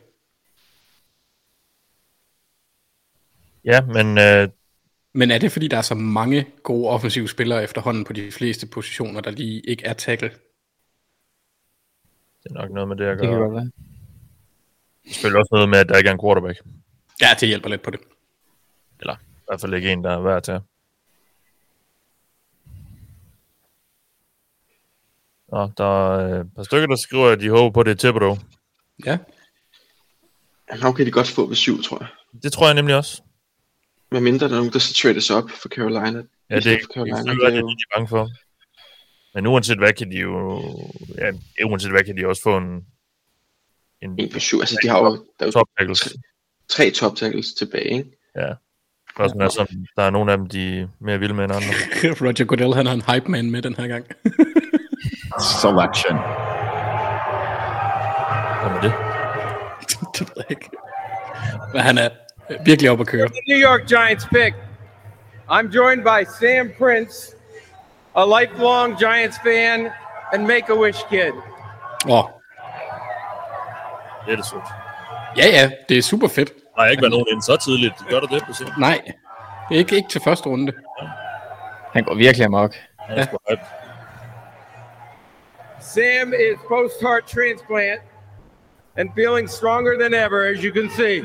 Ja, men... Men er det fordi, der er så mange gode offensive spillere efterhånden på de fleste positioner, der lige ikke er tackle? Det er nok noget med det at gøre. Det kan godt være. Det spiller også noget med, at der ikke er en quarterback. Ja, det hjælper lidt på det. Eller i hvert fald ikke en, der er værd til. Nå, der er et par stykker, der skriver, at de håber på, det er Thibodeau. Ja. Ham kan de godt få ved 7, tror jeg. Det tror jeg nemlig også. Med mindre der er nogen, der så trades op for Carolina. Ja, det er de er bange for. Men uanset hvad kan de jo... Ja, uanset hvad kan de også få en på 7. Altså, de har jo... Der er top tackles. 3 top tackles tilbage, ikke? Ja. Spørgsmålet er sådan, der er nogle af dem, de er mere vilde med end andre. Roger Goodell, han har en hype man med den her gang. Selection. Hvad med det? Det ved jeg ikke. Men han er virkelig oppe at køre. The New York Giants pick. I'm joined by Sam Prince, a lifelong Giants fan and Make-A-Wish kid. Det er det sødt. Ja, det er super fedt. Der har ikke været nogen inden så tidligt. Gør du det på scenen? Nej, ikke til første runde. Ja. Han går virkelig amok. Han er sgu hype. Sam is post-heart transplant and feeling stronger than ever, as you can see.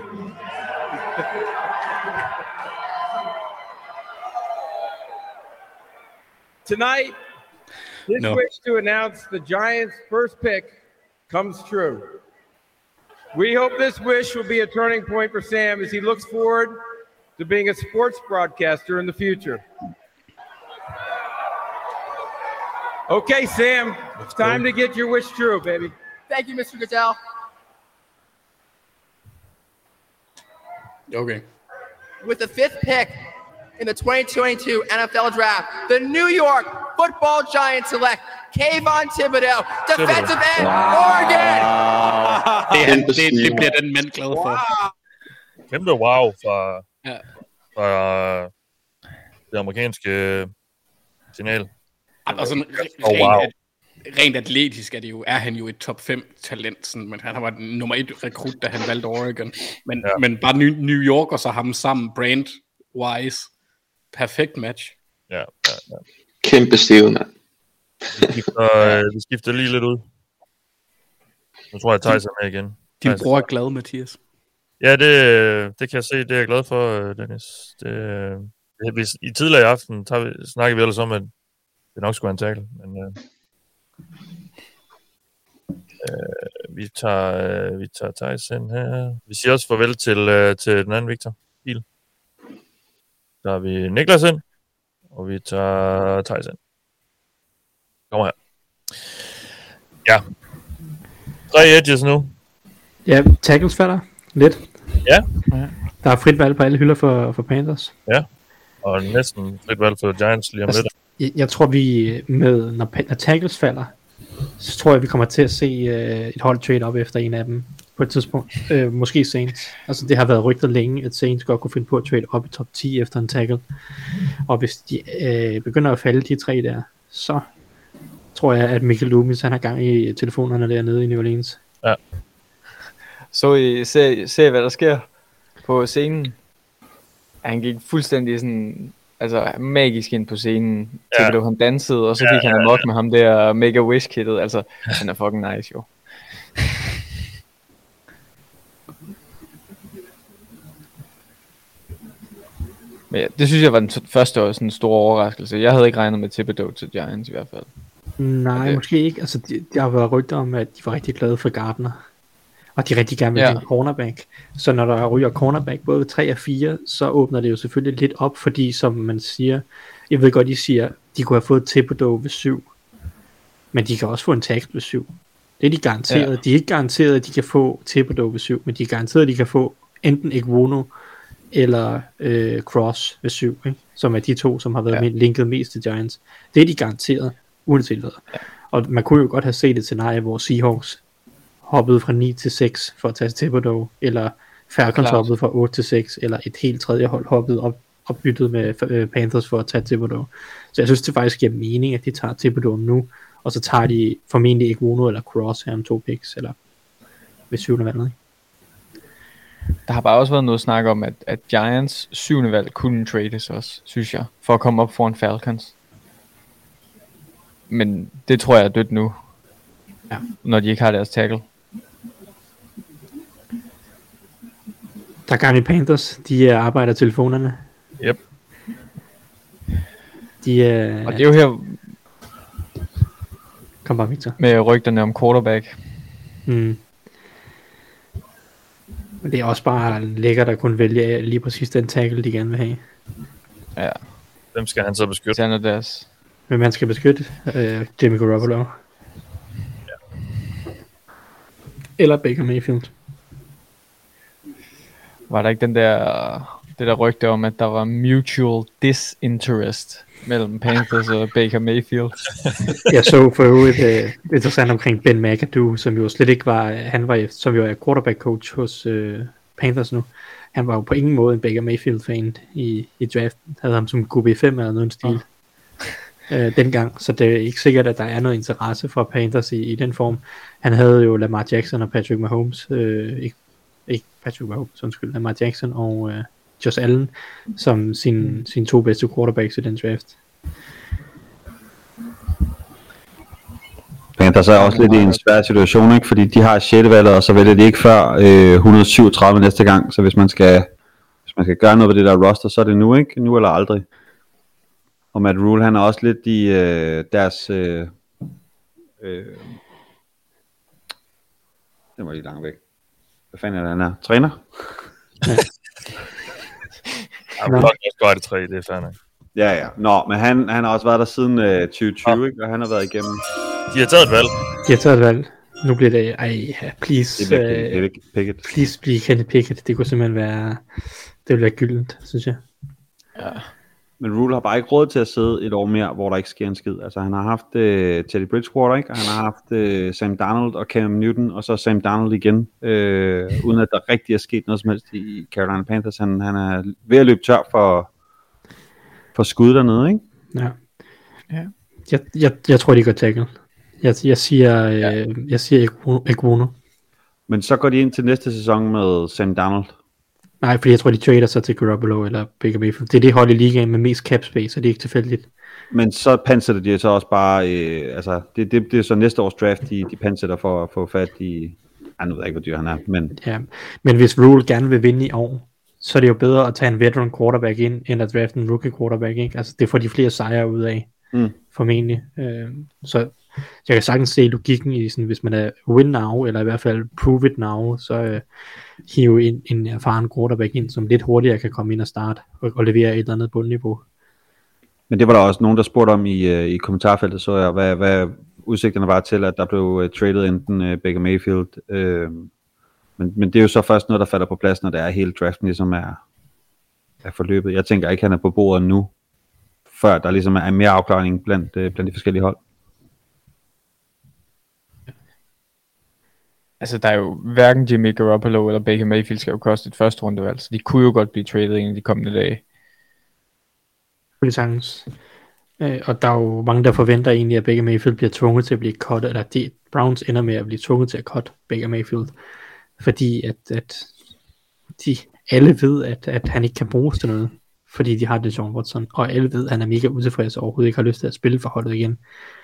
Tonight, his wish to announce the Giants' first pick comes true. We hope this wish will be a turning point for Sam as he looks forward to being a sports broadcaster in the future. Okay, Sam, it's time to get your wish true, baby. Thank you, Mr. Goodell. Okay. With the 5th pick in the 2022 NFL Draft, the New York Football Giants select Kayvon Thibodeau, defensive end, Oregon. Det bliver den mand glad for. Kæmpe wow fra det amerikanske signal. Altså, rent atletisk er han jo et top 5 talent, sådan, men han har været nummer 1 rekrut, da han valgte Oregon. Men bare New York og så ham sammen, brand-wise, perfekt match. Ja. Kæmpe stiv, mand. Vi skifter lige lidt ud. Nu tror jeg, Thijs er med igen. Din bror er glad, Mathias. Ja, det kan jeg se. Det er jeg glad for, Dennis. I tidligere i aften snakkede vi ellers om, at det nok skulle være en tackle. Men vi tager Thijs ind her. Vi siger også farvel til den anden Victor Biel. Der har vi Niklas ind, og vi tager Thijs ind. Kom her. Ja. 3 edges nu. Ja, tackles falder lidt. Ja. Der er frit valg på alle hylder for Panthers. Ja, og næsten frit valg for Giants lige om lidt. Jeg tror, når tackles falder, så tror jeg, vi kommer til at se et hold trade op efter en af dem på et tidspunkt. Måske Saints. Altså, det har været rygtet længe, at Saints godt kunne finde på at trade op i top 10 efter en tackle. Og hvis de begynder at falde de 3 der, så tror jeg, at Michael Loomis, han har gang i telefonerne dernede i New Orleans. Ja. Så I se hvad der sker på scenen. Han gik fuldstændig sådan, altså magisk ind på scenen. Ja. Til han dansede, og så gik han amok med ham der Make a Wish kittet. Altså, han er fucking nice, jo. Men ja, det synes jeg var den første sådan store overraskelse. Jeg havde ikke regnet med Thibodeau til Giants i hvert fald. Nej, måske ikke. Altså, der har været rygter om, at de var rigtig glade for Gardner. Og de rigtig gerne vil have en cornerback. Så når der ryger cornerback både ved 3 og 4, så åbner det jo selvfølgelig lidt op, fordi som man siger, jeg ved godt, I siger, de kunne have fået Thibodeau ved 7, men de kan også få en tackle ved 7. Det er de garanteret. Ja. De er ikke garanteret, at de kan få Thibodeau ved 7, men de er garanteret, at de kan få enten Ekwono eller Cross ved 7, ikke? Som er de 2, som har været linket mest til Giants. Det er de garanteret, uanset hvad. Ja. Og man kunne jo godt have set et scenarie, hvor Seahawks hoppede fra 9 til 6 for at tage Thibodeau, eller Falcons hoppede fra 8 til 6, eller et helt tredje hold hoppede opbyttet med Panthers for at tage Thibodeau. Så jeg synes, det faktisk giver mening, at de tager Thibodeau nu, og så tager de formentlig ikke Ekwono eller Cross her om 2 picks, eller ved 7. valget. Der har bare også været noget snak om, at Giants 7. valg kunne trades også, synes jeg, for at komme op foran Falcons. Men det tror jeg er dødt nu, når de ikke har deres tackle. Der er gang i Panthers. De arbejder telefonerne. Yep. Og det er jo her... Kom bare, Victor. Med rygterne om quarterback. Men det er også bare lækkert at kunne vælge lige præcis den tackle, de gerne vil have. Ja. Hvem skal han så beskytte? Han er deres. Men man skal beskytte Jimmy Garoppolo. Ja. Eller Baker Mayfield. Var der ikke det der rygte om, at der var mutual disinterest mellem Panthers og Baker Mayfield? Jeg så for øvrigt interessant omkring Ben McAdoo, som jo slet ikke var, som jo er quarterback coach hos Panthers nu. Han var jo på ingen måde en Baker Mayfield-fan i draften. Havde ham som QB5 eller noget stil dengang, så det er ikke sikkert, at der er noget interesse fra Panthers i den form. Han havde jo Lamar Jackson og Patrick Mahomes, ikke Patrick Mahomes, undskyld, Lamar Jackson og Josh Allen som sine 2 bedste quarterbacks i den draft. Panthers er også lidt i en svær situation, ikke? Fordi de har 6. valget, og så vælger de ikke før 137 næste gang, så hvis man skal gøre noget ved det der roster, så er det nu, ikke? Nu eller aldrig. Og Matt Rule, han er også lidt i deres... den var lige langt væk. Hvad fanden er det, han er? Træner? Ja, nok også godt det 3, det er fandme. Ja. Nå, men han har også været der siden 2020, ikke? Og han har været igennem. De har taget et valg. Nu bliver det, please. Det er Pickett. Please blive Kenny Pickett. Det kunne simpelthen være, det ville være gyldent, synes jeg. Ja. Men Rule har bare ikke råd til at sidde et år mere, hvor der ikke sker en skid. Altså han har haft Teddy Bridgewater, ikke? Og han har haft Sam Darnold og Cam Newton, og så Sam Darnold igen, uden at der rigtig er sket noget som helst i Carolina Panthers. Han er ved at løbe tør for skud dernede, ikke? Ja. Jeg tror, de går tackle. Jeg siger Iguono. Men så går de ind til næste sæson med Sam Darnold. Nej, fordi jeg tror, de trader sig til Garoppolo eller Baker Mayfield. Det er det hold i ligaen med mest cap space, og det er ikke tilfældigt. Men så pansætter de så også bare, det er så næste års draft, de pansætter for at få fat i, nu ved jeg ikke, hvor dyr han er, men... Ja, men hvis Rule gerne vil vinde i år, så er det jo bedre at tage en veteran quarterback ind, end at drafte en rookie quarterback, ikke? Altså, det får de flere sejre ud af, formentlig. Så jeg kan sagtens se logikken i sådan, hvis man er win now, eller i hvert fald prove it now, så hive en erfaren quarterback ind, som lidt hurtigere kan komme ind og starte, og levere et eller andet bundniveau. Men det var der også nogen, der spurgte om i kommentarfeltet, så jeg, hvad udsigterne var til, at der blev tradet enten Baker Mayfield, men det er jo så først noget, der falder på plads, når det er hele draften ligesom er forløbet. Jeg tænker ikke, han er på bordet nu, før der ligesom er mere afklaring blandt de forskellige hold. Altså, der er jo hverken Jimmy Garoppolo eller Baker Mayfield skal jo koste et første rundevalg, så de kunne jo godt blive traded inden de kommende dage. Og der er jo mange, der forventer egentlig, at Baker Mayfield bliver tvunget til at blive cut, eller de Browns ender med at blive tvunget til at cut Baker Mayfield, fordi at de alle ved, at han ikke kan bruges til noget, fordi de har Deshaun Watson, og alle ved, at han er mega utilfreds og overhovedet ikke har lyst til at spille for holdet igen.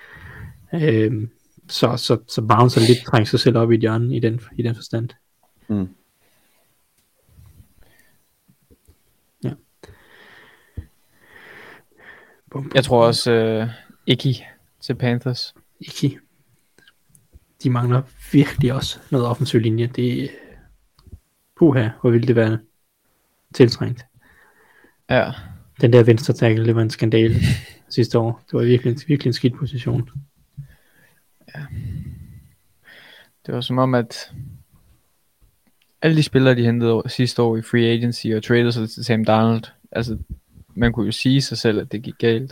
Så Browns er lidt trængt sig selv op i et hjørne i den forstand. Ja. Jeg tror også Icky til Panthers. Icky. De mangler virkelig også noget offensiv linje. Det puha, hvor ville det være tiltrængt. Ja. Den der venstre tackle, det var en skandale sidste år. Det var virkelig en skidt position. Ja. Det var som om, at alle de spillere, de hentede sidste år i free agency og traded sig til Sam Darnold, altså man kunne jo sige sig selv, at det gik galt.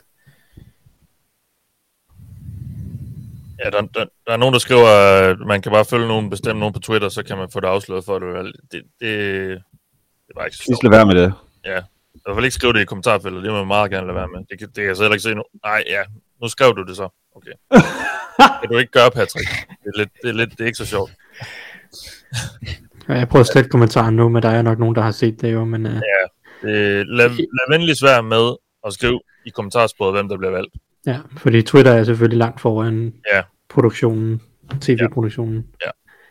Ja, der er nogen, der skriver, at man kan bare følge nogen, bestemme nogen på Twitter, så kan man få det afsløret for det. Det var ikke så sjovt. Lad være med det. Ja, i hvert fald ikke skrive det i kommentarfeltet, det må man meget gerne lade være med. Det kan jeg så heller ikke se nu. Nej, ja, nu skrev du det så. Okay. Det kan du ikke gøre, Patrick. Det er ikke så sjovt. Ja, jeg prøver at slette kommentaren nu, men der er nok nogen, der har set det jo. Men, ja, lad venligst være med at skrive i kommentarsporet, hvem der bliver valgt. Ja, fordi Twitter er selvfølgelig langt foran produktionen, tv-produktionen. Ja.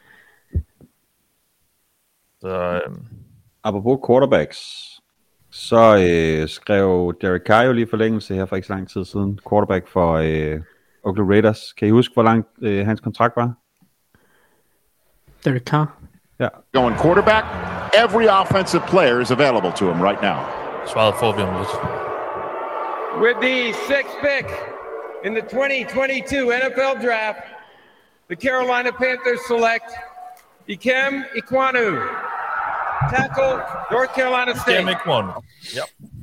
Så, apropos quarterbacks, så skrev Derek Carr jo lige forlængelse her for ikke så lang tid siden. Quarterback for Oakland Raiders. Kan I huske, hvor lang hans kontrakt var? Derek Carr? Ja. Going quarterback. Every offensive player is available to him right now. Svaret får vi om lidt. With the sixth pick in the 2022 NFL Draft, the Carolina Panthers select Ikem Ekwonu, tackle, North Carolina State. Ikem Ekwonu, ja.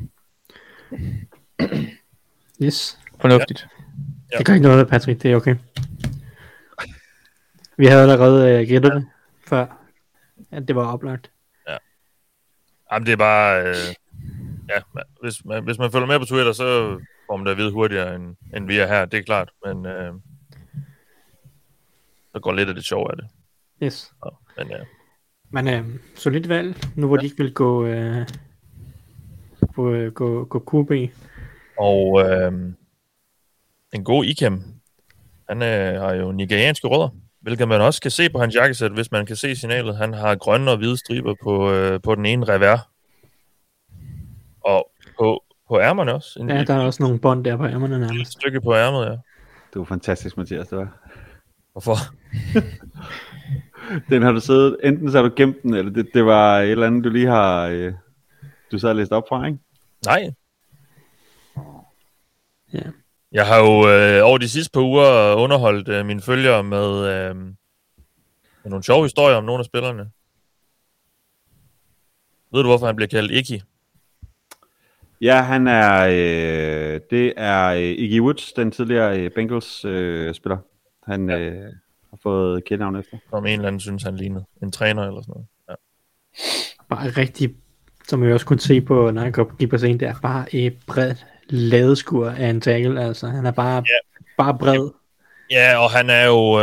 Yes. Fornuftigt. Ja. Det gør ikke noget, Patrick, det er okay. Vi havde allerede gættet det før, at det var oplagt. Ja. Jamen, det er bare... hvis man følger med på Twitter, så får man det at vide hurtigere, end vi er her. Det er klart, men så går lidt af det sjov af det. Yes. Ja, men solidt valg, nu hvor de ikke vil gå QB. Og en god Ikem. Han har jo nigerianske rødder, hvilket man også kan se på hans jakkesæt, hvis man kan se signalet. Han har grønne og hvide striber på den ene revers. Og på ærmerne også. Ja, der er også nogle bånd der på ærmerne nærmest. Et stykke på ærmet, ja. Det var fantastisk, Mathias, det var. Hvorfor? Den har du siddet, enten så har du gemt den, eller det var et eller andet, du lige har, du så har læst op fra, ikke? Nej. Ja. Jeg har jo over de sidste par uger underholdt mine følgere med nogle sjove historier om nogle af spillerne. Ved du, hvorfor han bliver kaldt Icky? Ja, han er, det er Iggy Woods, den tidligere Bengals spiller. Han har fået kældnavn efter. Som en eller anden synes, han lignede. En træner eller sådan noget. Ja. Bare rigtig, som jeg også kunne se på, når han gik på scenen, det er bare et bredt ladeskur af en tackle. Altså, han er bare bred. Ja, og han er jo...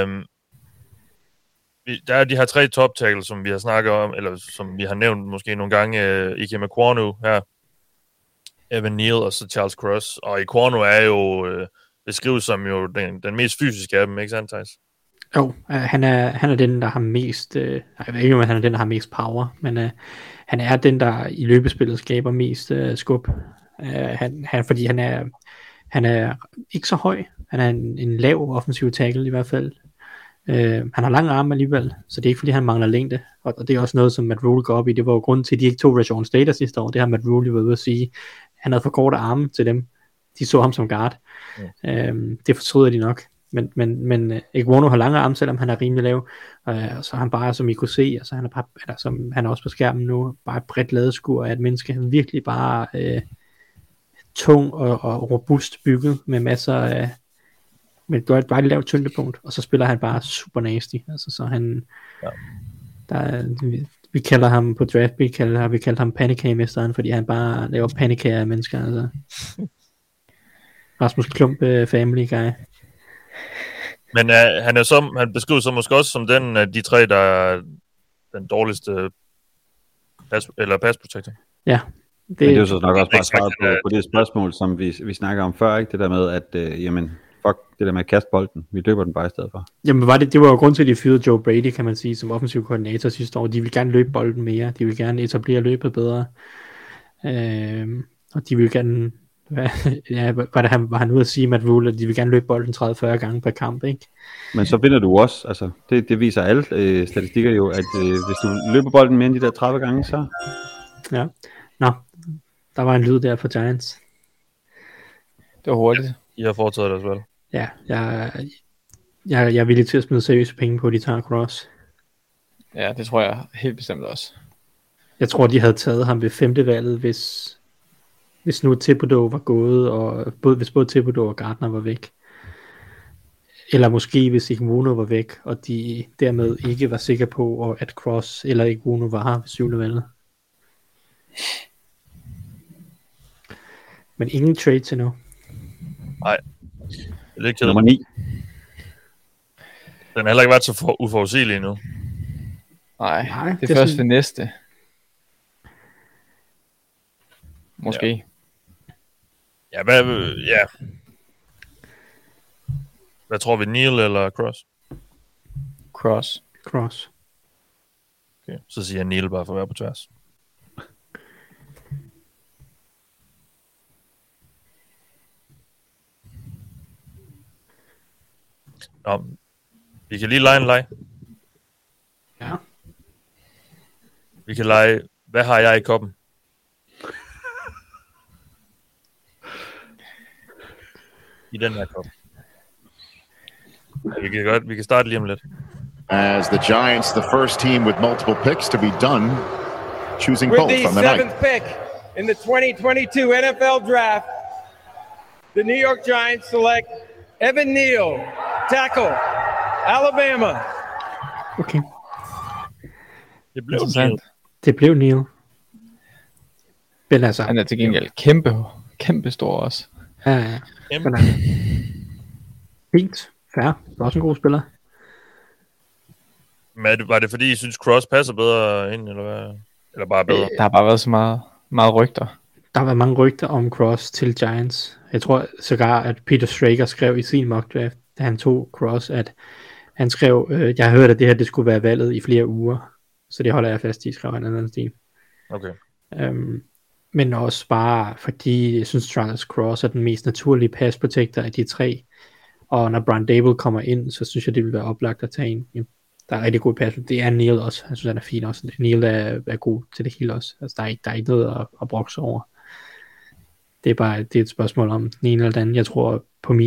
der er de her 3 top tackles, som vi har snakket om, eller som vi har nævnt måske nogle gange. Ike Ekwonu her, Evan Neal og så Charles Cross. Og Ekwonu er jo beskrives som jo den mest fysiske af dem, ikke sandt, Thijs? Jo, han er den, der har mest... jeg ved ikke, om han er den, der har mest power, men han er den, der i løbespillet skaber mest skub. Fordi han er ikke så høj. Han er en lav offensiv tackle i hvert fald. Han har lange arme alligevel, så det er ikke fordi han mangler længde, og det er også noget som Matt Rule går op i. Det var jo grunden til at de ikke tog Rashawn Slater sidste år. Det har Matt Rule været ude at sige, han havde for korte arme til dem. De så ham som guard. Det fortryder de nok, men Ekwonu har lange arme, selvom han er rimelig lav, så han bare, som I kunne se, altså han er bare, eller som han er også på skærmen nu, bare et bredt ladeskur af et menneske. Han er virkelig bare tung og robust bygget med masser af, men det er bare et lavt tyngdepunkt, og så spiller han bare super nasty. Altså, så han... Ja. Vi kalder ham på draft, vi kalder ham panikage-mesteren, fordi han bare laver panikager af mennesker. Altså. Rasmus Klump family guy. Men han beskriver sig måske også som den af de 3, der er den dårligste pass protector. Ja. Men det er jo så nok også bare svaret på det spørgsmål, som vi snakker om før, ikke? Det der med, at jamen, fuck det der med at kaste bolden. Vi løber den bare i stedet for. Jamen det var jo grund til, at de fyrede Joe Brady, kan man sige, som offensiv koordinator sidste år. De vil gerne løbe bolden mere. De vil gerne etablere løbet bedre. Og de vil gerne... var han ude at sige, Matt Rule, at de vil gerne løbe bolden 30-40 gange per kamp, ikke? Men så vinder du også. Altså, det viser alle statistikker jo, at hvis du løber bolden mere end de der 30 gange, så... Ja. Nå, der var en lyd der for Giants. Det var hurtigt. I har foretaget det også vel. Ja, jeg er villig til at smide seriøse penge på, at de tager Cross. Ja, det tror jeg helt bestemt også. Jeg tror, de havde taget ham ved 5. valget, hvis nu Thibodeau var gået, og hvis både Thibodeau og Gardner var væk. Eller måske hvis Ekwonu var væk, og de dermed ikke var sikre på, at Cross eller Ekwonu var her ved 7. valget. Men ingen trades endnu. Nej. Det er lidt kedeligt. Nummer 9. Den har heller ikke været så uforudsigelig endnu. Nej, det er først sådan... ved næste. Måske. Ja, hvad tror vi, Neal eller Cross? Cross. Okay, så siger jeg Neal bare for at være på tværs. Nå, vi kan lige lege en leg. Ja. Vi kan lege, hvad har jeg i koppen? I den her kop. Vi kan starte lige om lidt. As the Giants, the first team with multiple picks to be done, choosing both on the night. With the 7th pick in the 2022 NFL Draft, the New York Giants select Evan Neal, tackle, Alabama. Okay. Det blev Neal. Men altså, han er til gengæld kæmpe stor også. Ja. Fint. Fair. Det er også en god spiller. Men var det fordi, I synes Cross passer bedre ind, eller hvad? Eller bare bedre? Der har bare været så meget rygter. Der har været mange rygter om Cross til Giants. Jeg tror sågar, at Peter Schrager skrev i sin mock draft, da han tog Cross, at han skrev, jeg har hørt, at det her det skulle være valget i flere uger. Så det holder jeg fast i, skrev han en anden stil. Okay. Men også bare fordi jeg synes Charles Cross er den mest naturlige pass protector af de 3, og når Brian Dable kommer ind, så synes jeg det vil være oplagt at tage en der er rigtig god pass. Det er Neal også. Jeg synes, han er fin også. Neal er god til det hele også. Altså, der er ikke noget at brokse over. Det er et spørgsmål om den ene eller den anden. Jeg tror,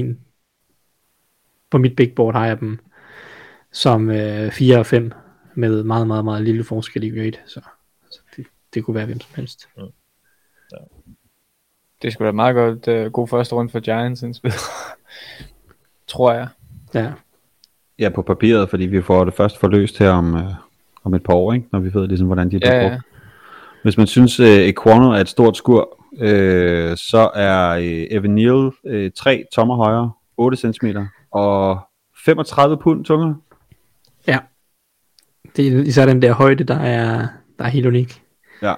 på mit big board har jeg dem som 4 og 5 med meget, meget, meget lille forskel i grade. Så det kunne være hvem som helst. Ja. Det skulle da meget godt god første runde for Giants indspil. Tror jeg. Ja. Ja, på papiret, fordi vi får det først forløst her om et par år, ikke? Når vi ved ligesom, hvordan de bliver brugt. Hvis man synes, Ekwonu er et stort skur, så er Evan Neal 3 tommer højere, 8 cm og 35 pund tungere. Ja. Det er især den der højde, der er helt unik. Ja.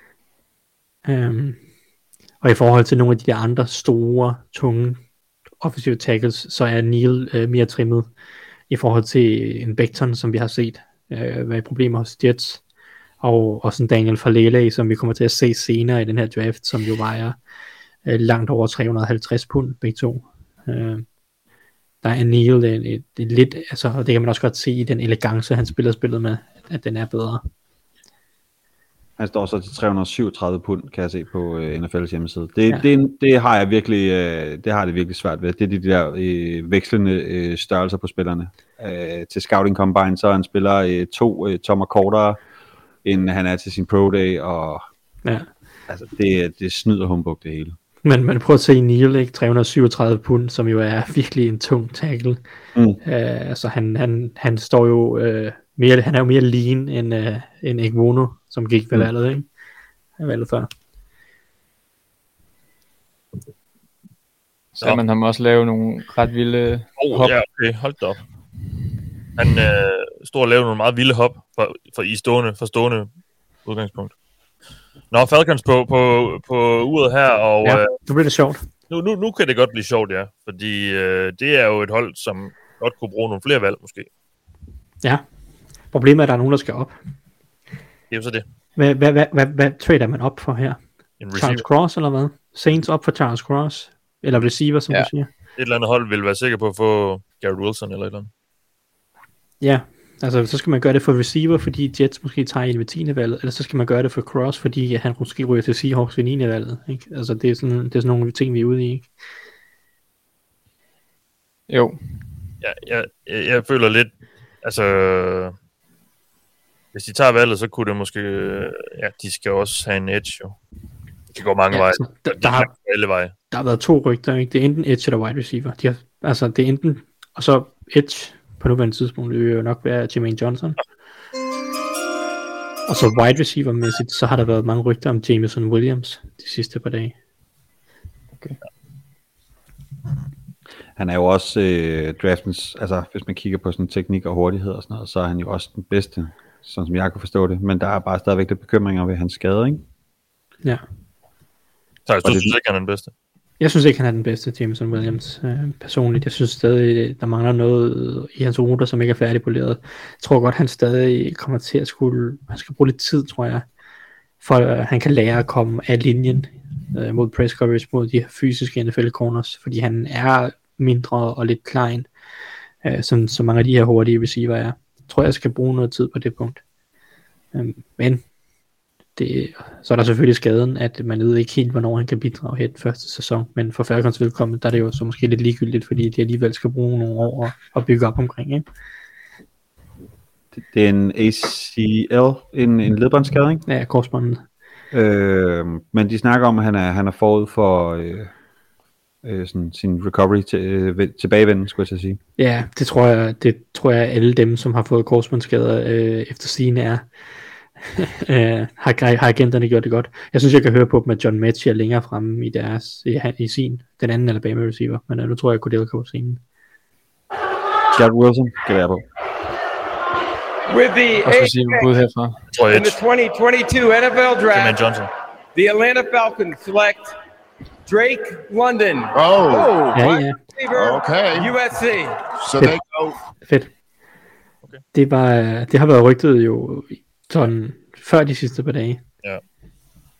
Og i forhold til nogle af de der andre store, tunge offensive tackles, så er Neal mere trimmet i forhold til en Becton, som vi har set være problemer hos Jets, og også en Daniel Falele, som vi kommer til at se senere i den her draft, som jo vejer langt over 350 pund, begge to. Der er Neal et lidt, altså, og det kan man også godt se i den elegance, han spillet med, at den er bedre. Han står så til 337 pund, kan jeg se på NFL's hjemmeside. Det har jeg virkelig, det har det virkelig svært ved. Det er de der vekslende størrelser på spillerne. Til Scouting Combine, så er han spiller 2 tommer kortere, end han er til sin Pro Day, og altså, det snyder humbug det hele. Men man prøver at se Neal, ikke? 337 pund, som jo er virkelig en tung tackle. Altså han står jo han er jo mere lean end Ekwonu, som gik ved valget, ikke? Valget før. Så man har også lavet nogle ret vilde hop. Ja, okay, hold da op. Han stod og lavede nogle meget vilde hop fra stående udgangspunkt. Nå, Falcons på uret her, og ja, nu bliver det sjovt. Nu kan det godt blive sjovt, ja. Fordi det er jo et hold, som godt kunne bruge nogle flere valg, måske. Ja. Problemet er, at der er nogen, der skal op. Det er jo så det. Hvad trader man op for her? Charles Cross, eller hvad? Saints op for Charles Cross? Eller receiver, som du siger? Et eller andet hold vil være sikker på at få Garrett Wilson eller et eller andet. Ja, altså så skal man gøre det for receiver, fordi Jets måske tager en ved 10. valget, eller så skal man gøre det for Cross, fordi han måske ryger til Seahawks ved 9. valget. Ikke? Altså det er sådan nogle ting, vi er ude i, ikke? Jo. Ja, jeg føler lidt, altså hvis de tager valget, så kunne det måske, de skal også have en edge, jo. Det går mange veje. Der har alle veje. Der har været 2 rygter, ikke? Det er enten edge eller wide receiver. Det er enten, og så edge på nuværende tidspunkt, det vil jo nok være Jermaine Johnson. Og så wide receiver-mæssigt, så har der været mange rygter om Jameson Williams de sidste par dage. Okay. Han er jo også draftens, altså hvis man kigger på sådan teknik og hurtighed og sådan noget, så er han jo også den bedste, sådan som jeg kan forstå det. Men der er bare stadigvæk lidt bekymringer ved hans skade, ikke? Ja. Så du synes ikke, han er den bedste? Jeg synes ikke, han er den bedste, Jameson Williams, personligt. Jeg synes stadig, der mangler noget i hans ruter, som ikke er færdigpoleret. Jeg tror godt, han stadig kommer til at han skal bruge lidt tid, tror jeg, for at han kan lære at komme af linjen mod press coverage, mod de her fysiske NFL corners, fordi han er mindre og lidt klein, som så mange af de her hurtige receiver er. Jeg tror, jeg skal bruge noget tid på det punkt. Men så er der selvfølgelig skaden, at man ved ikke helt, hvornår han kan bidrage her den første sæson, men for Falcons vedkommende, der er det jo så måske lidt ligegyldigt, fordi de alligevel skal bruge nogle år at bygge op omkring, ikke? Det er en ACL, en ledbåndsskade, ikke? Ja, korsbåndet. Men de snakker om, at han er forud for sådan sin recovery tilbagevenden, skulle jeg sige. Ja, det tror jeg alle dem, som har fået korsbåndsskader efter sigende er. Har agenterne gjort det godt. Jeg synes, jeg kan høre på dem, at John Metchie er længere fremme i den anden Alabama receiver, men nu tror jeg, at Cordell kommer scenen. Garrett Wilson kan være på. With the in the 2022 NFL Draft, the Atlanta Falcons select Drake London. Ja. Okay. USC. So they go. Fedt. Okay. Det har været rygtet jo sådan før de sidste par dage. Ja.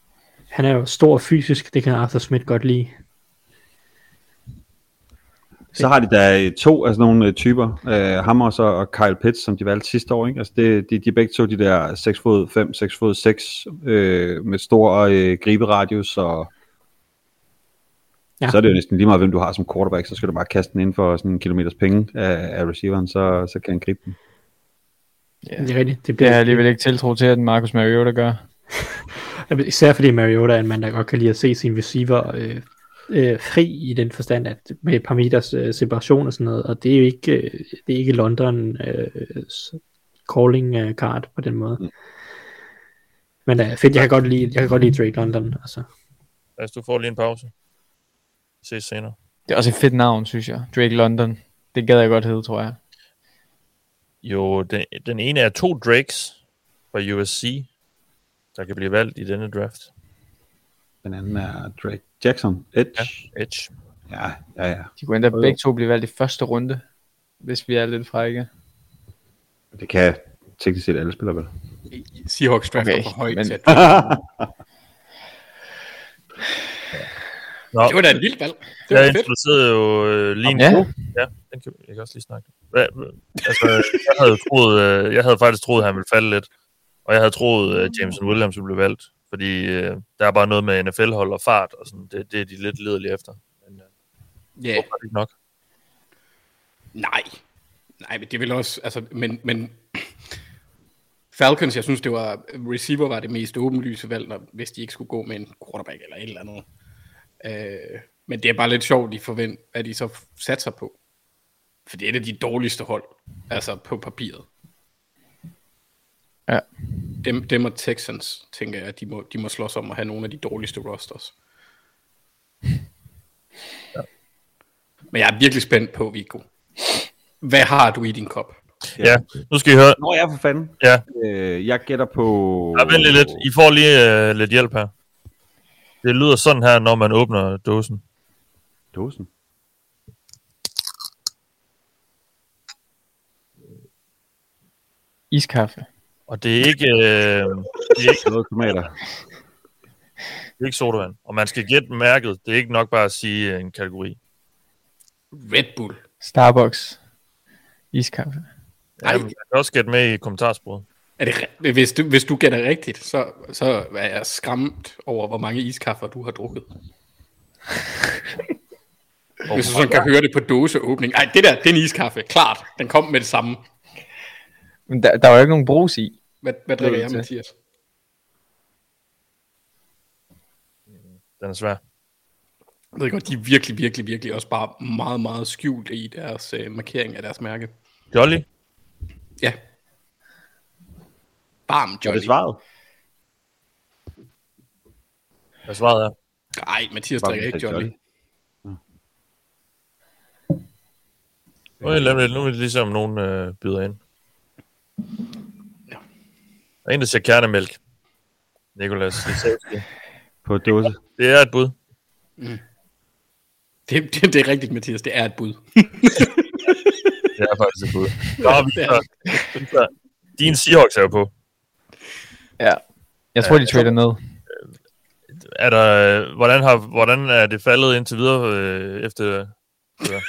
Han er jo stor fysisk, det kan Arthur Smith godt lide. Så har de da 2 af sådan nogle typer, ham og Kyle Pitts, som de valgte sidste år, ikke? Altså de er begge to de der 6 fod 5, 6 fod 6, med stor griberadius, og så er det jo næsten lige meget, hvem du har som quarterback, så skal du bare kaste den ind for sådan en kilometers penge af receiveren, så kan han gribe den. Ja, det er rigtigt. Det er alligevel ikke tiltro til, at Marcus Mariota gør. Især fordi Mariota er en mand, der godt kan lide at se sin receiver fri i den forstand, at med et par meters separation og sådan noget, og det er jo ikke London calling card på den måde. Men fedt, jeg kan godt lide Drake London. Altså. Altså, du får lige en pause. Ses senere. Det er også et fedt navn, synes jeg. Drake London. Det gad jeg godt hedde, tror jeg. Jo, den ene er 2 Drakes fra USC, der kan blive valgt i denne draft. Den anden er Drake Jackson. Edge. Ja, Edge. Ja. De kunne endda begge to blive valgt i første runde, hvis vi er lidt frække. Det kan teknisk set alle spillere vel. Seahawks drafter for højt til. Nå. Det var da et vildt valg. Det jeg introducerede jo lige en ja, den kan jeg også lige snakke. Altså, jeg havde faktisk troet, at han ville falde lidt. Og jeg havde troet, at Jameson Williams ville blive valgt. Fordi der er bare noget med NFL-hold og fart, og sådan, det er de lidt liderlige efter. Men yeah. Det er ikke nok. Nej, men det vil også, altså, men Falcons, jeg synes, det var, receiver var det mest åbenlyse valg, hvis de ikke skulle gå med en quarterback eller et eller andet. Men det er bare lidt sjovt, de forventer, at de så satser på. For det er et af de dårligste hold, altså på papiret. Ja. Dem og Texans, tænker jeg, at de må slås om at have nogle af de dårligste rosters. Ja. Men jeg er virkelig spændt på, Viggo. Hvad har du i din kop? Ja, nu skal I høre. Nå, jeg for fanden. Ja. Jeg gætter på... Ja, vent lidt. I får lige lidt hjælp her. Det lyder sådan her, når man åbner dåsen. Dåsen? Iskaffe. Og det er ikke... det er ikke noget tomater. Det er ikke sodavand. Og man skal gætte mærket. Det er ikke nok bare at sige en kategori. Red Bull. Starbucks. Iskaffe. Ja, man kan også gætte med i kommentarsporet. Er det, hvis du gætter rigtigt, så er jeg skræmt over, hvor mange iskaffer du har drukket. Hvis du sådan kan høre det på dåseåbning. Ej, det er en iskaffe. Klart, den kom med det samme. Men der var jo ikke nogen brus i. Hvad drikker jeg, Mathias? Den er svær. Jeg ved godt, de er virkelig også bare meget, meget skjult i deres markering af deres mærke. Jolly? Ja. Varm Jolly. Er det svaret? Hvad svaret er? Nej, Mathias drikker ikke Jolly. Nu er det ligesom nogen byder ind. Ja. Der er en, der siger kernemælk. Nicolas. På dåse. Det er et bud. Mm. Det er rigtigt, Mathias. Det er et bud. Det er faktisk et bud. Så, din Seahawks er jo på. Ja. Jeg tror, de trader ned. Er der, hvordan er det faldet indtil videre efter... Ja.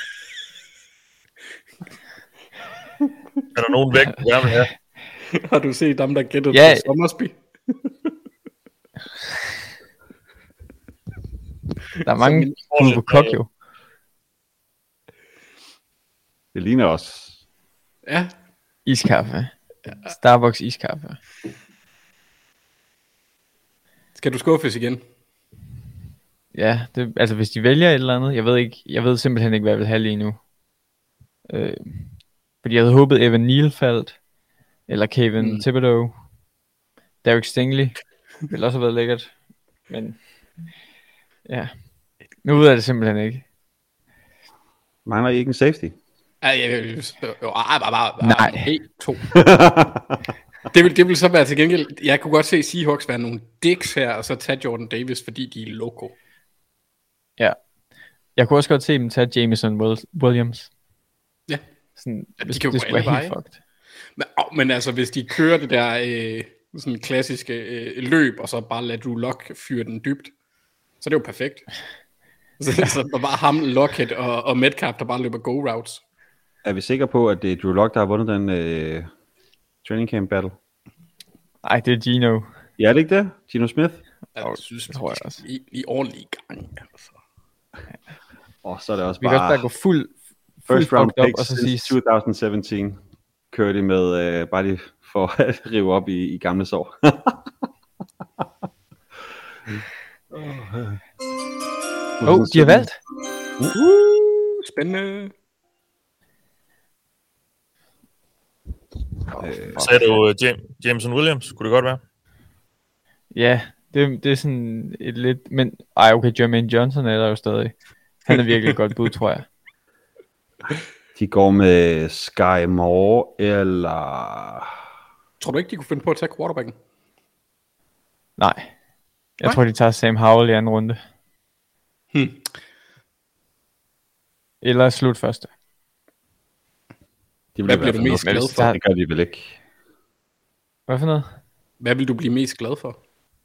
Er der nogen væk, du gerne vil have? Har du set dem, der gættede på Sommersby? Der er mange ude på kok, jo. Det ligner også. Ja. Iskaffe. Starbucks iskaffe. Skal du skuffes igen? Ja, altså hvis de vælger et eller andet, jeg ved simpelthen ikke, hvad jeg vil have lige nu. Fordi jeg havde håbet Evan Neal faldt, eller Kevin Thibodeau. Derek Stingley ville også have været lækkert. Men ja, nu ved jeg det simpelthen ikke. Mangler I ikke en safety? Nej. To. Det vil så være til gengæld. Jeg kunne godt se Seahawks være nogle dicks her, og så tage Jordan Davis, fordi de er loco. Ja. Jeg kunne også godt se dem tage Jameson Williams. Ja. Sådan, de kan jo gå alle veje. Men altså, hvis de kører det der sådan klassiske løb, og så bare lade Drew Lock fyre den dybt, så er det jo perfekt. Så der bare ham, Lockett og Metcalf, der bare løber go-routes. Er vi sikre på, at det er Drew Lock, der har vundet den training camp battle? Nej, det er Gino. Ja, er det ikke det? Gino Smith? Jeg synes, tror jeg også. I ordentlig gang. Altså. Og så er det også vi bare... Vi kan også bare gå fuld first round up, picks og så sige... 2017. Kører de med, bare lige for at rive op i gamle sår. De har valgt. Spændende. Sagde du Jameson Williams? Kunne det godt være? Ja, det er sådan et lidt... Men okay, Jermaine Johnson er der jo stadig. Han er virkelig et godt bud, tror jeg. De går med Sky Moore, eller... Tror du ikke, de kunne finde på at tage quarterbacken? Nej. Jeg tror, de tager Sam Howell i anden runde. Eller slut første. Hvad bliver du mest glad for? Det gør de vel ikke. Hvad for noget? Hvad vil du blive mest glad for?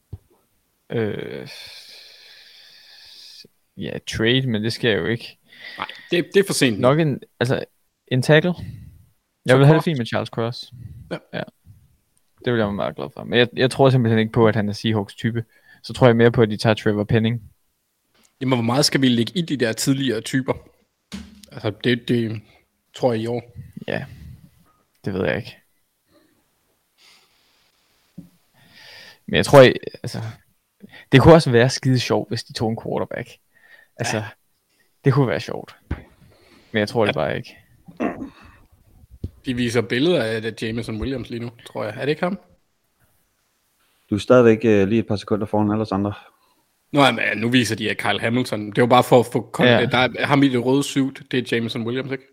Ja, trade, men det skal jeg jo ikke. Nej, det er for sent. Nok en tackle. Jeg vil have det fint med Charles Cross. Ja. Det vil jeg være meget glad for. Men jeg tror simpelthen ikke på, at han er Seahawks type. Så tror jeg mere på, at de tager Trevor Penning. Jamen, hvor meget skal vi lægge i de der tidligere typer? Altså, det tror jeg i år. Ja, det ved jeg ikke. Men jeg tror, det kunne også være skide sjovt, hvis de tog en quarterback. Altså, det kunne være sjovt. Men jeg tror det bare ikke. De viser billeder af det Jameson Williams lige nu, tror jeg. Er det ikke ham? Du er stadigvæk lige et par sekunder foran alle os andre. Nå, men nu viser de af Kyle Hamilton. Det var bare for at få... Der er ham i det røde suit. Det er Jameson Williams, ikke?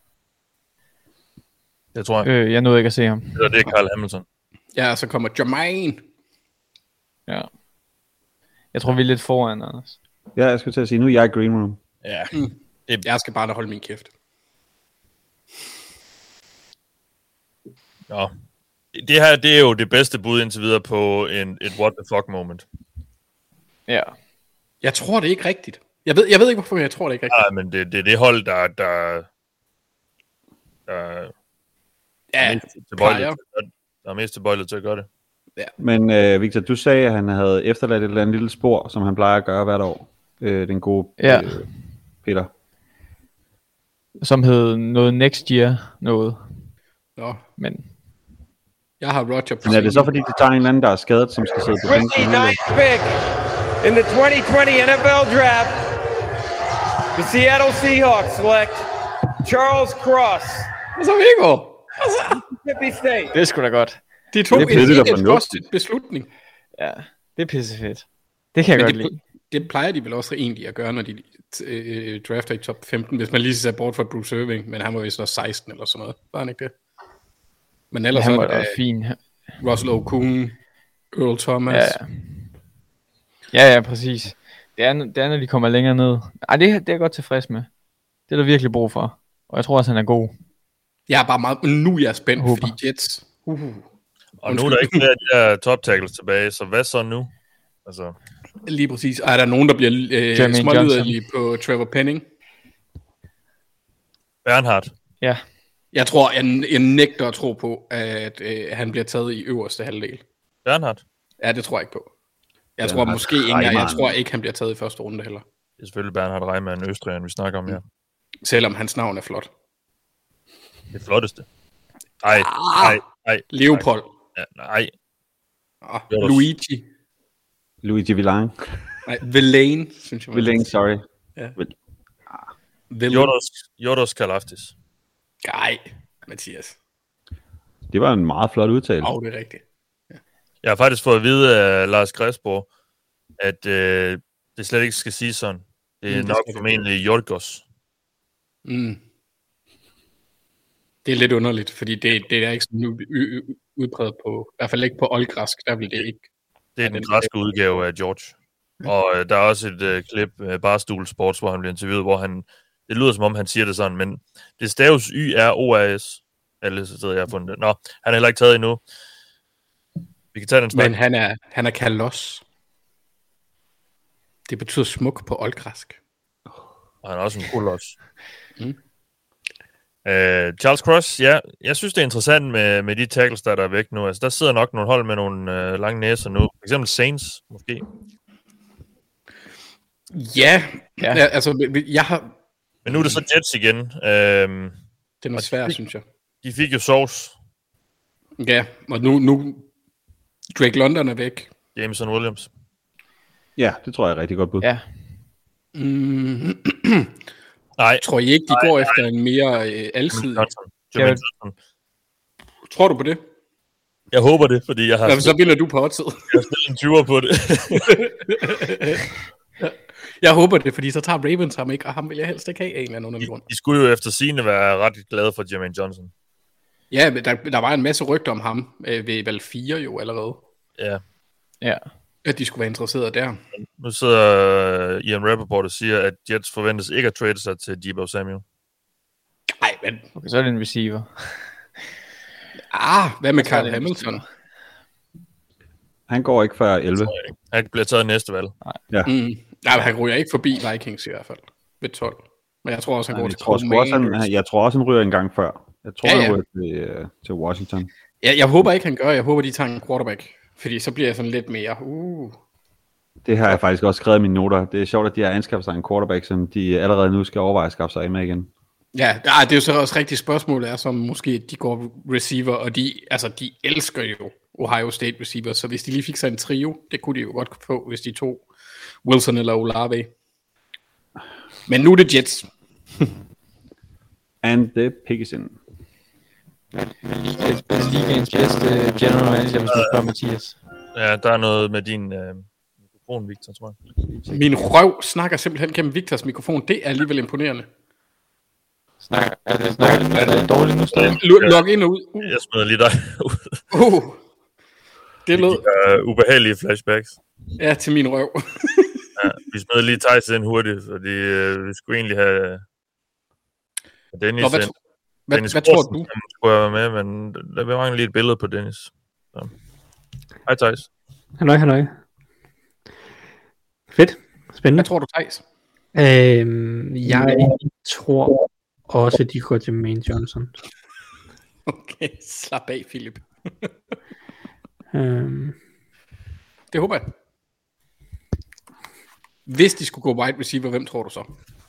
Det tror jeg. Jeg nåede ikke at se ham. Det er Kyle Hamilton. Ja, og så kommer Jermaine. Ja. Jeg tror, vi er lidt foran, Anders. Ja, jeg skulle til at sige, nu er jeg i green room. Ja. Jeg skal bare holde min kæft. Ja. Det her, det er jo det bedste bud indtil videre på et what the fuck moment. Ja. Jeg tror det ikke rigtigt. Jeg ved ikke, hvorfor jeg tror det ikke rigtigt. Nej, men det er det hold, der er mest tilbøjeligt til at gøre det. Ja. Men Victor, du sagde, at han havde efterladt et eller andet lille spor, som han plejer at gøre hvert år. Den gode Peter. Som hed noget next year noget. Nå. Men jeg har Roger på. Men er det så fordi, de tager en eller anden, der er skadet, som skal sidde på bænken? 29th pick in the 2020 NFL Draft. The Seattle Seahawks select Charles Cross. Hvad så, Viggo? Mississippi State. Det er sgu da godt. De tog en beslutning. Ja, det er pissefedt. Det kan jeg godt lide. Det plejer de vel også egentlig at gøre, når de drafter i top 15, hvis man lige ser bort fra Bruce Irving, men han var vist også 16 eller sådan noget. Var han ikke det? Men ellers han var da fin. Russell Okung, Earl Thomas. Ja, præcis. Det er, når de kommer længere ned. Ej, det er jeg godt tilfreds med. Det er der virkelig brug for. Og jeg tror også, han er god. Jeg er bare meget... Nu er jeg spændt, fordi Jets... Og nu er der ikke flere af de her top tackles tilbage, så hvad så nu? Altså... Lige præcis. Er der nogen, der bliver smålyderlige på Trevor Penning? Bernhardt. Ja. Jeg tror, jeg nægter at tro på, at han bliver taget i øverste halvdel. Bernhardt? Ja, det tror jeg ikke på. Jeg tror måske ikke, jeg tror ikke, han bliver taget i første runde heller. Det er selvfølgelig Bernhardt Reimann, Østrigeren, vi snakker om her. Selvom hans navn er flot. Det flotteste. Ej. Leopold. Ja, nej. Luigi Villain. Nej, Villain, synes jeg. Villain, sorry. Ja. Jordos Kalaftis. Nej, Mathias. Det var en meget flot udtale. Det er rigtigt. Ja. Jeg har faktisk fået at vide af Lars Græsborg, at det slet ikke skal sige sådan. Det er nok formentlig Jorgos. Det er lidt underligt, fordi det er ikke sådan udbredt på, i hvert fald ikke på oldgræsk, der vil det ikke. Det er den græske udgave af George. Og der er også et klip, Barstool Sports, hvor han bliver interviewet, hvor det lyder som om han siger det sådan, men det staves Y-R-O-A-S. Alle steder, jeg har fundet det. Nå, han er heller ikke taget endnu. Vi kan tage den snak. Men han er kalos. Det betyder smuk på oldgræsk. Og han er også en kolos. Charles Cross, ja, jeg synes, det er interessant med de tackles, der er væk nu. Altså, der sidder nok nogle hold med nogle lange næser nu. For eksempel Saints, måske. Ja, altså, jeg har... Men nu er det så Jets igen. Det er svært, synes jeg. De fik jo Sauce. Ja, og nu Drake London er væk. Jameson Williams. Ja, det tror jeg er rigtig godt bud. Ja. Nej. Tror I ikke, de går efter en mere alsidig? Tror du på det? Jeg håber det, fordi jeg har... Jamen, så vinder du på oddset. Jeg har stillet en 20'er på det. Jeg håber det, fordi så tager Ravens ham ikke, og ham vil jeg helst ikke have en eller anden grund. De skulle jo efter sigende være ret glade for Jermaine Johnson. Ja, der var en masse rygter om ham ved valg 4 jo allerede. Ja. At de skulle være interesserede der. Nu sidder Ian Rappaport og siger, at Jets forventes ikke at trade sig til Deebo Samuel. Nej, men... Okay, så er det en receiver. Hvad med Kyle Hamilton? Han går ikke før 11. Han bliver taget næste valg. Ja. Nej, han ryger ikke forbi Vikings i hvert fald. Ved 12. Men jeg tror også, han går til jeg tror også, han ryger en gang før. Jeg tror, han ryger til Washington. Ja, jeg håber ikke, han gør. Jeg håber, de tager en quarterback. Fordi så bliver jeg sådan lidt mere... Det har jeg faktisk også skrevet i mine noter. Det er sjovt, at de har anskaffet sig en quarterback, som de allerede nu skal overveje at skaffe sig af med igen. Ja, det er jo så også rigtigt spørgsmål, er som måske de går receiver, og de elsker jo Ohio State receiver, så hvis de lige fik sig en trio, det kunne de jo godt få, hvis de tog Wilson eller Olave. Men nu er det Jets. And the pick is in. Ligaens bedste general manager, hvis du spørger Mathias. Ja, der er noget med din mikrofon, Victor, tror jeg. Min røv snakker simpelthen gennem Victors mikrofon. Det er alligevel imponerende. Er det dårligt nu stadig? Log ind og ud. Jeg smider lige dig ud. Det lød... ubehagelige flashbacks. Ja, til min røv. Ja, vi smider lige Thijs ind hurtigt, fordi vi skulle egentlig have Dennis ind. Hvad tror du? Han skulle være med, men der vil mangle lige et billede på Dennis. Så. Hej Thijs. Halløj. Fedt. Spændende. Hvad tror du, Thijs? Jeg tror også, de går til Jermaine Johnson. Okay, slap af, Philip. Det håber jeg. Hvis de skulle gå wide receiver, hvem tror du så?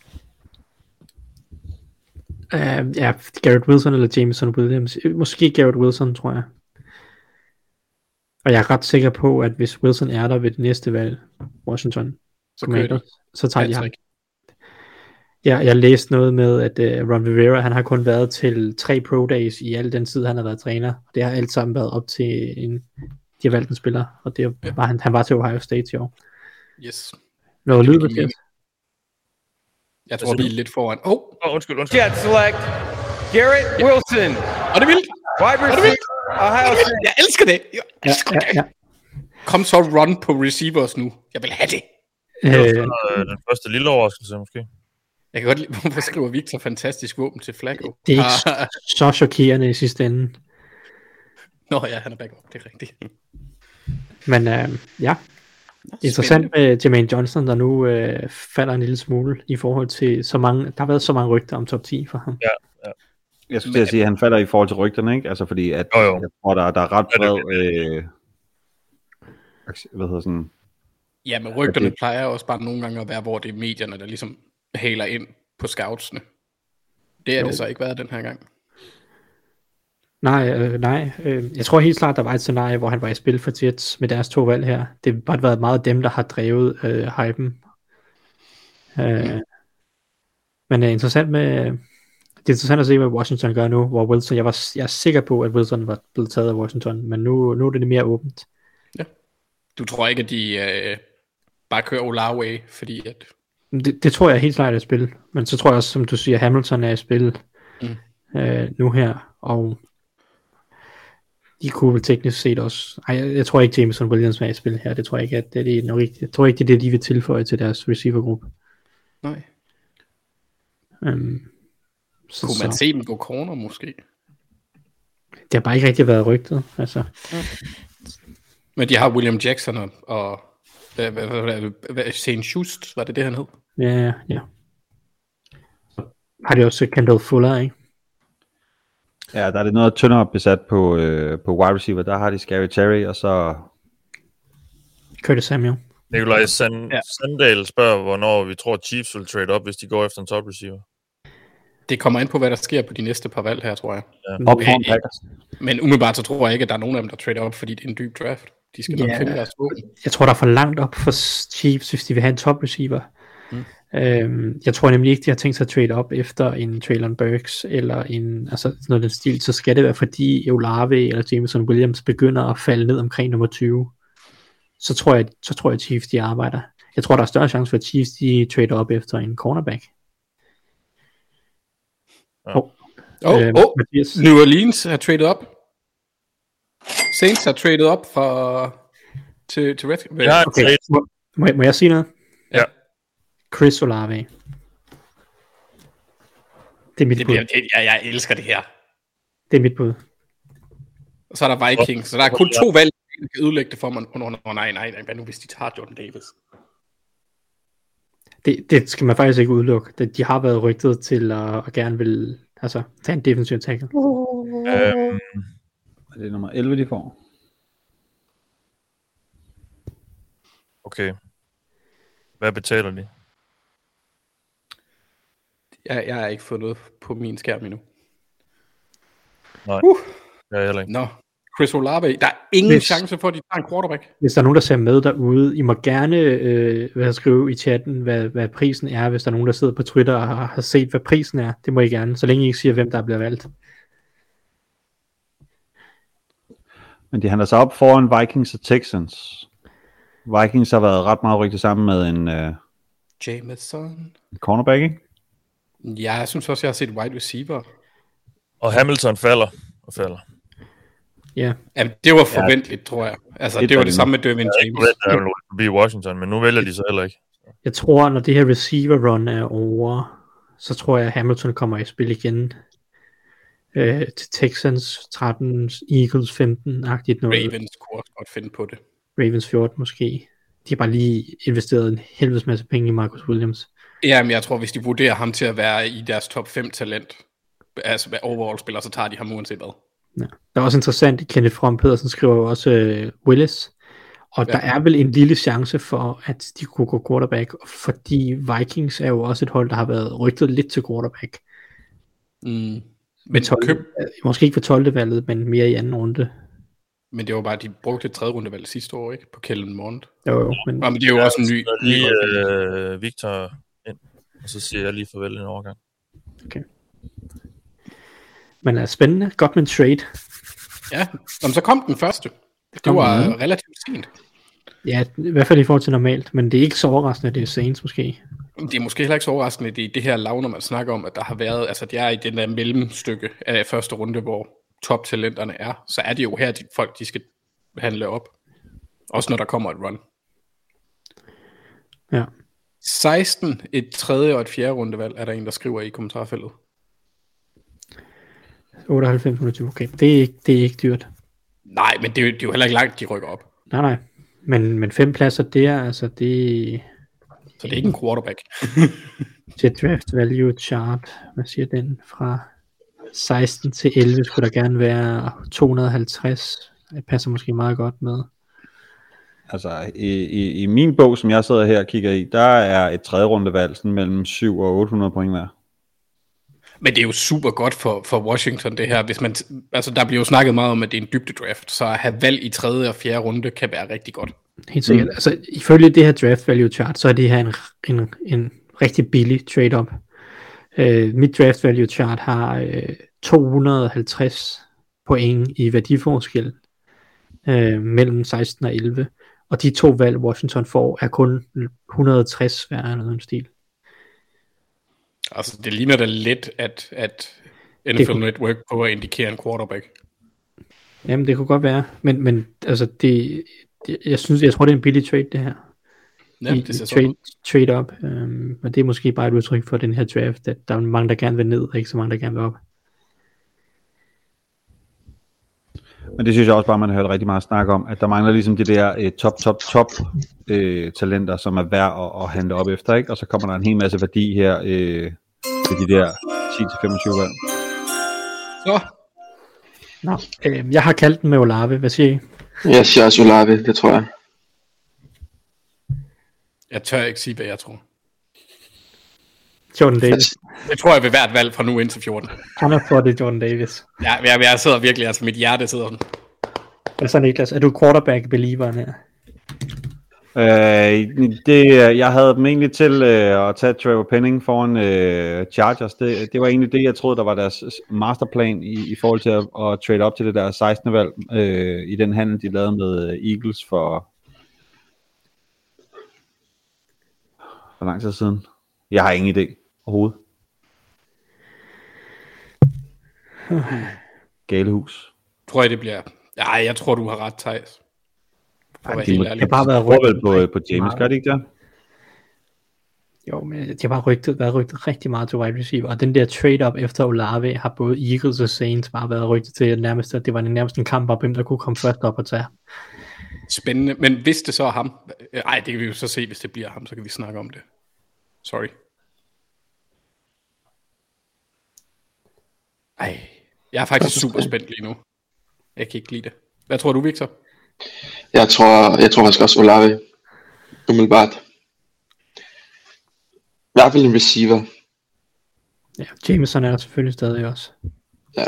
Ja, Garrett Wilson eller Jameson Williams. Måske Garrett Wilson, tror jeg. Og jeg er ret sikker på, at hvis Wilson er der ved det næste valg, Washington, så tager de ham. Ja, jeg læste noget med, at Ron Rivera, han har kun været til 3 pro days i al den tid, han har været træner. Det har alt sammen været op til de har valgt en spiller, og det var han var til Ohio State i år. Yes. Noget lyd, Mathias? Jeg tror, vi er lidt foran. Undskyld. Jet select Garrett Wilson. Og det vildt. Wide receiver, Ohio State. Jeg elsker det. Ja. Kom så run på receivers nu. Jeg vil have det. Den første lille overraskelse, måske. Jeg kan godt lide, hvorfor skriver Victor fantastisk våben til Flacco. Det er ikke så chokerende i sidste ende. Nå ja, han er backup, det er rigtigt. Men ja, interessant med Jermaine Johnson, der nu falder en lille smule i forhold til så mange, der har været så mange rygter om top 10 for ham. Ja. Jeg skulle til at sige, at han falder i forhold til rygterne, ikke? Altså fordi, at jeg tror, der er ret bred, hvad hedder sådan... Ja, men rygterne plejer også bare nogle gange at være, hvor det er medierne, der ligesom haler ind på scoutsene. Det er det så ikke været den her gang. Nej. Jeg tror helt klart, der var et scenarie, hvor han var i spil for Jets med deres 2 valg her. Det har bare været meget dem, der har drevet hypen. Men det er interessant at se, hvad Washington gør nu, hvor Wilson, jeg er sikker på, at Wilson var blevet taget af Washington, men nu er det mere åbent. Ja. Du tror ikke, at de bare kører Olave, fordi at... Det tror jeg helt klart er et spil, men så tror jeg også, som du siger, Hamilton er i spil nu her, og de kunne vel teknisk set også, jeg tror ikke Jameson Williams er i spil her, det tror jeg ikke, at det er noget rigtigt. Jeg tror ikke, det er det, de vil tilføje til deres receivergruppe. Nej. Kunne man se dem gå corner måske? Det har bare ikke rigtig været rygtet, altså. Men de har William Jackson og Shane Schust, var det han hed? Ja. Har de også Kendall Fuller, ikke? Ja, der er det noget tyndere besat på wide receiver. Der har de Scary Terry, og så... Curtis Samuel. Nikolaj Sandal spørger, hvornår vi tror, Chiefs vil trade op, hvis de går efter en top receiver. Det kommer ind på, hvad der sker på de næste par valg her, tror jeg. Ja. Men umiddelbart så tror jeg ikke, at der er nogen af dem, der trader op, fordi det er en dyb draft. De skal nok finde deres våben. Jeg tror, der er for langt op for Chiefs, hvis de vil have en top receiver. Jeg tror nemlig ikke, de har tænkt sig at trade op efter en Traylon Burks eller en, altså noget den stil, så skal det være fordi Olave eller Jameson Williams begynder at falde ned omkring nummer 20. Så tror jeg Chiefs de arbejder. Jeg tror der er større chance for at Chiefs de trader op efter en cornerback. New Orleans har traded op. Saints har traded op til Redskins. Ja, okay. Må jeg sige noget? Ja. Chris Olave. Det er mit bud. Jeg elsker det her. Det er mit bud. Og så er der Vikings, så der er kun 2 valg, der kan ødelægge det for mig. Nej, hvad nu hvis de tager Jordan Davis? Det skal man faktisk ikke udelukke. De har været rygtet til at gerne vil tage en defensive tackle. Det er nummer 11, de får. Okay. Hvad betaler de? Jeg har ikke fået noget på min skærm endnu. Nej, jeg heller ikke. Nå, Chris Olave. Der er ingen chance for, at de tager en quarterback. Hvis der er nogen, der ser med derude, I må gerne skrive i chatten, hvad prisen er, hvis der er nogen, der sidder på Twitter og har set, hvad prisen er. Det må I gerne, så længe I ikke siger, hvem der bliver valgt. Men de handler sig op foran Vikings og Texans. Vikings har været ret meget rygtet sammen med en Jameson. Cornerback, ikke? Ja, jeg synes også, jeg har set wide receiver. Og Hamilton falder. Ja. Jamen, det var forventeligt, tror jeg. Altså, det var det samme med Derwin James. Jeg vil forbi Washington, men nu vælger de så heller ikke. Jeg tror, når det her receiver run er over, så tror jeg, at Hamilton kommer i spil igen. Til Texans 13, Eagles 15-agtigt noget. Ravens kunne også godt finde på det. Ravens 14 måske. De har bare lige investeret en helvedes masse penge i Marcus Williams. Ja, men jeg tror, hvis de vurderer ham til at være i deres top 5 talent, altså overall-spiller, så tager de ham uanset hvad. Ja. Der er også interessant, Kenneth Fromm Pedersen skriver jo også Willis, og der er vel en lille chance for, at de kunne gå quarterback, fordi Vikings er jo også et hold, der har været rygtet lidt til quarterback. Men 12, måske ikke for 12. valget, men mere i anden runde. Men det var bare, de brugte et 3. rundevalg sidste år, ikke? På Kellen Mond. Jo, men det er jo også en ny. Lige Victor ind, og så siger jeg lige farvel en overgang. Okay. Men er spændende. Godt med en trade. Ja, så kom den første. Det var relativt sent. Ja, i hvert fald i forhold til normalt, men det er ikke så overraskende, at det er Saints måske. Det er måske heller ikke så overraskende, at det er det her lav, når man snakker om, at der har været, altså det er i den der mellemstykke af første runde, hvor toptalenterne er, så er det jo her, folk de skal handle op. Også når der kommer et run. Ja. 16, et 3. og et 4. rundevalg, er der en, der skriver i kommentarfeltet. 98-120, okay. Det er ikke dyrt. Nej, men det er jo heller ikke langt, de rykker op. Nej. Men 5 pladser, det er altså det... Så det er ikke en quarterback. Til draft value chart, hvad siger den? Fra 16 til 11 skulle der gerne være 250. Det passer måske meget godt med. Altså i min bog, som jeg sidder her og kigger i, der er et 3. rundevalg sådan mellem 7 og 800 point hver. Men det er jo super godt for Washington det her, hvis man, altså der bliver jo snakket meget om, at det er en dybdedraft, så at have valg i 3. og 4. runde kan være rigtig godt. Helt sikkert. Altså ifølge det her draft value chart, så er det her en rigtig billig trade-up. Mit draft value chart har 250 point i værdiforskel mellem 16 og 11, og de 2 valg Washington får er kun 160 hver eller noget stil. Altså, det ligner da lidt, at NFL Network prøver at indikere en quarterback. Jamen, det kunne godt være. Men altså, jeg tror, det er en billig trade, det her. Ja, det ser sådan ud. Trade up. Men det er måske bare et udtryk for den her draft, at der er mange, der gerne vil ned, og ikke så mange, der gerne vil op. Men det synes jeg også bare, man har hørt rigtig meget snak om, at der mangler ligesom de der top talenter, som er værd at handle op efter, ikke? Og så kommer der en hel masse værdi her til de der 10-25 valg. Så. Nå, jeg har kaldt den med Olave. Hvad siger I? Jeg siger også Olave, det tror jeg. Jeg tør ikke sige, hvad jeg tror. Jordan Davis. Det tror jeg ved hvert valg fra nu ind til 14. Han er for det, Jordan Davis. Ja, jeg sidder virkelig, altså mit hjerte sidder sådan. Hvad så, Niklas? Er du quarterback-believeren her? Jeg havde dem egentlig til at tage Trevor Penning foran Chargers. Det var egentlig det, jeg troede, der var deres masterplan i forhold til at trade op til det der 16. valg i den handel, de lavede med Eagles for lang tid siden. Jeg har ingen idé overhovedet. Galehus. Tror jeg, det bliver... Ja, jeg tror, du har ret, Thijs. Det har bare været rygtet på James, gør det ikke det? Jo, men det har bare været rygtet rigtig meget til wide receiver, og den der trade-up efter Olave har både Eagles og Saints bare været rygtet til, at det var nærmest en kamp om, hvem der kunne komme først op og tage. Spændende, men hvis det så er ham... Ej, det kan vi jo så se, hvis det bliver ham, så kan vi snakke om det. Sorry. Ej, jeg er faktisk super spændt lige nu. Jeg kan ikke lide det. Hvad tror du, Victor? Jeg tror faktisk også Olave. Umiddelbart. I hvert fald en receiver. Ja, Jameson er der selvfølgelig stadig også. Ja.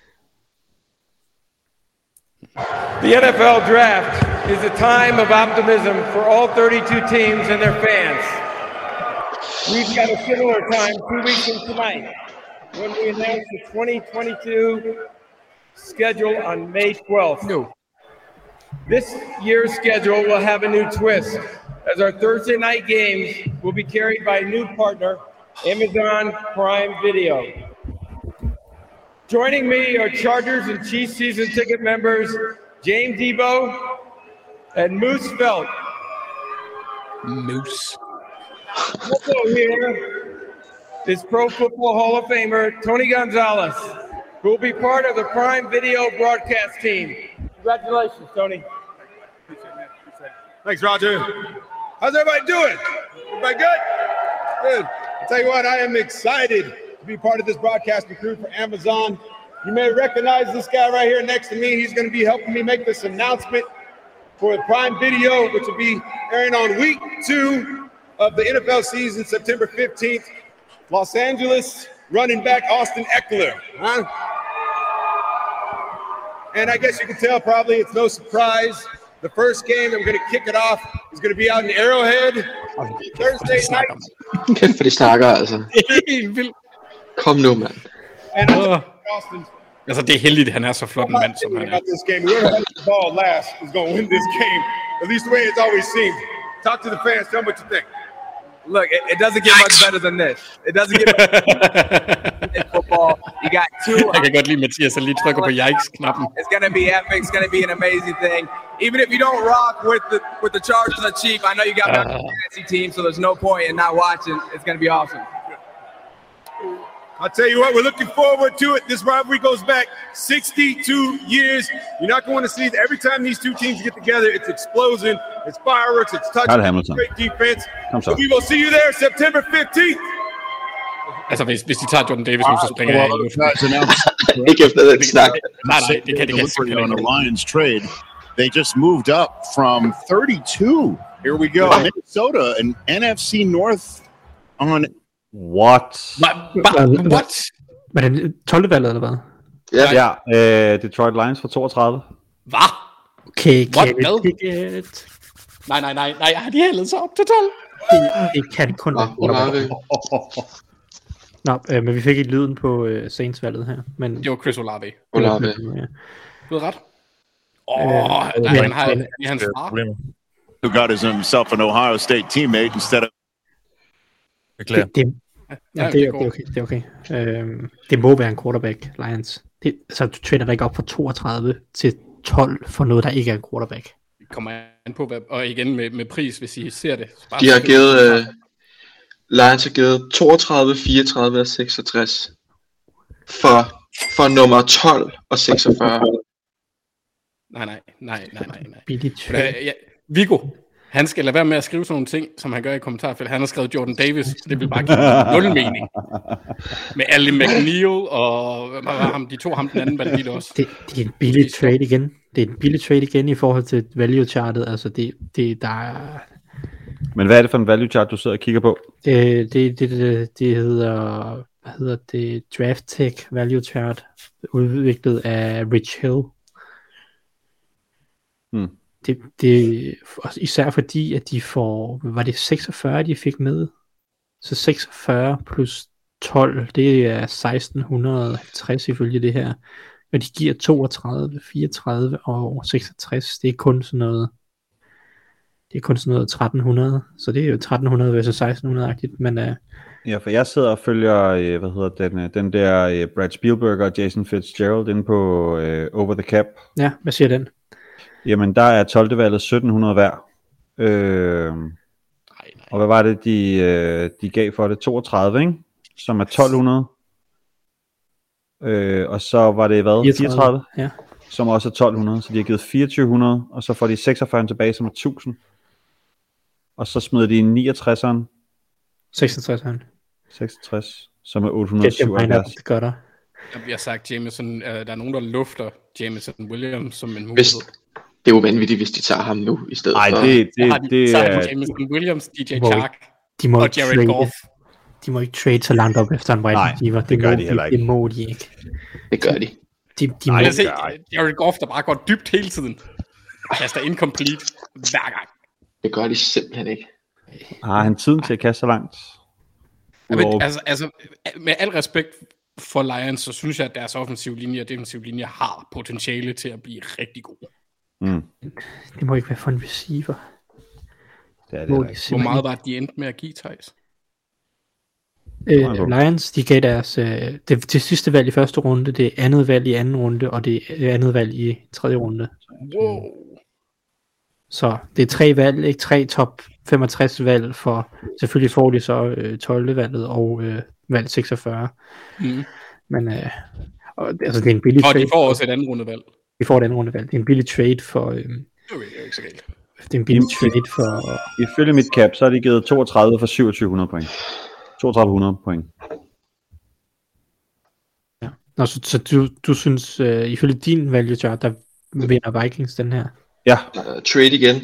The NFL Draft is a time of optimism for all 32 teams and their fans. We've got a similar time 2 weeks from tonight when we announce the 2022 schedule on May 12th. No. This year's schedule will have a new twist, as our Thursday night games will be carried by a new partner, Amazon Prime Video. Joining me are Chargers and Chiefs season ticket members James Debo and Moose Felt. Moose. Also here is Pro Football Hall of Famer Tony Gonzalez, who will be part of the Prime Video broadcast team. Congratulations, Tony. Thanks, Roger. How's everybody doing? Everybody good? Good. I'll tell you what, I am excited to be part of this broadcasting crew for Amazon. You may recognize this guy right here next to me. He's going to be helping me make this announcement for Prime Video, which will be airing on week 2 of the NFL season, September 15th. Los Angeles running back Austin Eckler. Huh? And I guess you can tell probably it's no surprise. The first game that we're going to kick it off is going to be out in Arrowhead Thursday night. Kæft for de snakker, altså. Kom nu, mand. And Austin. Altså, det er heldigt, at han er så flot en mand, som han er. This game, whoever has the ball last is going to win this game. At least the way it's always seemed. Talk to the fans. Tell them what you think. Look, it doesn't get much better than this. It doesn't get much better than football. You got two. Jeg kan godt lide, Mathias, at lige trykker på yikes-knappen. It's going to be epic. It's going to be an amazing thing. Even if you don't rock with the Chargers or Chiefs, I know you got a fantasy team, so there's no point in not watching. It's going to be awesome. I'll tell you what, we're looking forward to it. This rivalry goes back 62 years. You're not going to see it. Every time these two teams get together, it's explosion, it's fireworks, it's touchdowns, great defense. So we will see you there September 15th. Altså, hvis de tager Jordan Davis nu, så springer jeg i. Ikke efter den snak. Nej, det kan on the Lions trade. They just moved up from 32. Here we go. Minnesota and NFC North on... What? What? Var det 12. valget, eller hvad? Ja, Detroit Lions for 32. Hvad? Okay, Nej, har de hældet sig op til 12? Det kan kun Nå, men vi fik ikke lyden på Saints-valget her. Men... Det var Chris Olave. Olave. Du har ret. Han har hans far. Who got himself an Ohio State teammate instead of... Det er okay. Det må være en quarterback, Lions. Så du trader ikke op fra 32 til 12 for noget, der ikke er en quarterback. Det kommer an på, og igen med pris, hvis I ser det. De har givet... Lions har givet 32, 34 og 66 for nummer 12 og 46. Nej. Billigt. Viggo, Han skal lade være med at skrive sådan nogle ting, som han gør i kommentarfeltet. Han har skrevet Jordan Davis, det vil bare give nul mening. Med Ali McNeil og ham den anden valgte også. Det er en billig trade igen. Det er en billig trade igen i forhold til value chartet. Altså der er... Men hvad er det for en value chart, du sidder og kigger på? Det hedder, hvad hedder det, Draft Tech Value Chart, udviklet af Rich Hill. Det især fordi, at de får, var det 46, de fik med? Så 46 plus 12, det er 1650 ifølge det her. Og de giver 32, 34 og 66, det er kun sådan noget 1300, så det er jo 1300 versus 1600-agtigt, men... Ja, for jeg sidder og følger, den der Brad Spielberg og Jason Fitzgerald inde på Over the Cap. Ja, hvad siger den? Jamen, der er 12. valget 1700 hver. Og hvad var det, de gav for det? 32, ikke? Som er 1200. Og så var det hvad? 34? Ja. Som også er 1200, så de har givet 2400, og så får de 46 tilbage, som er 1000. Og så smider de 69'eren. 66, som er 877. Det gør der. Der bliver sagt, Jameson, der er nogen, der lufter Jameson Williams som en mulighed. Det er jo vanvittigt, hvis de tager ham nu i stedet for. Det er Jameson Williams, DJ Chark og Jared Goff. De må ikke trade så langt op efter en wide receiver. Det gør de heller ikke. Det må de ikke. Det gør de. Jeg se Jared Goff, der bare går dybt hele tiden. Kaster incomplete hver gang. Det gør de simpelthen ikke. Har han tiden til at kaste så langt? Altså, med al respekt for Lions, så synes jeg, at deres offensive linje og defensive linje har potentiale til at blive rigtig gode. Det må ikke være for en receiver. Hvor meget var de endte med at give, Thijs? Lions, de gav deres det sidste valg i første runde, det andet valg i anden runde, og det andet valg i tredje runde. Wow. Så det er 3 valg, ikke 3 top 65 valg, for selvfølgelig får de så 12. valget og valg 46. Men altså det er en billig trade. Og de får også et andet rundevalg. De får et andet rundevalg. Det er en billig trade for... det er ikke så galt. Det er en billig trade for... Ifølge mit cap, så har de givet 32 for 2700 point. 3200 point. Ja. Nå, så du synes, ifølge din value chart, der vinder Vikings den her? Ja. Trade igen.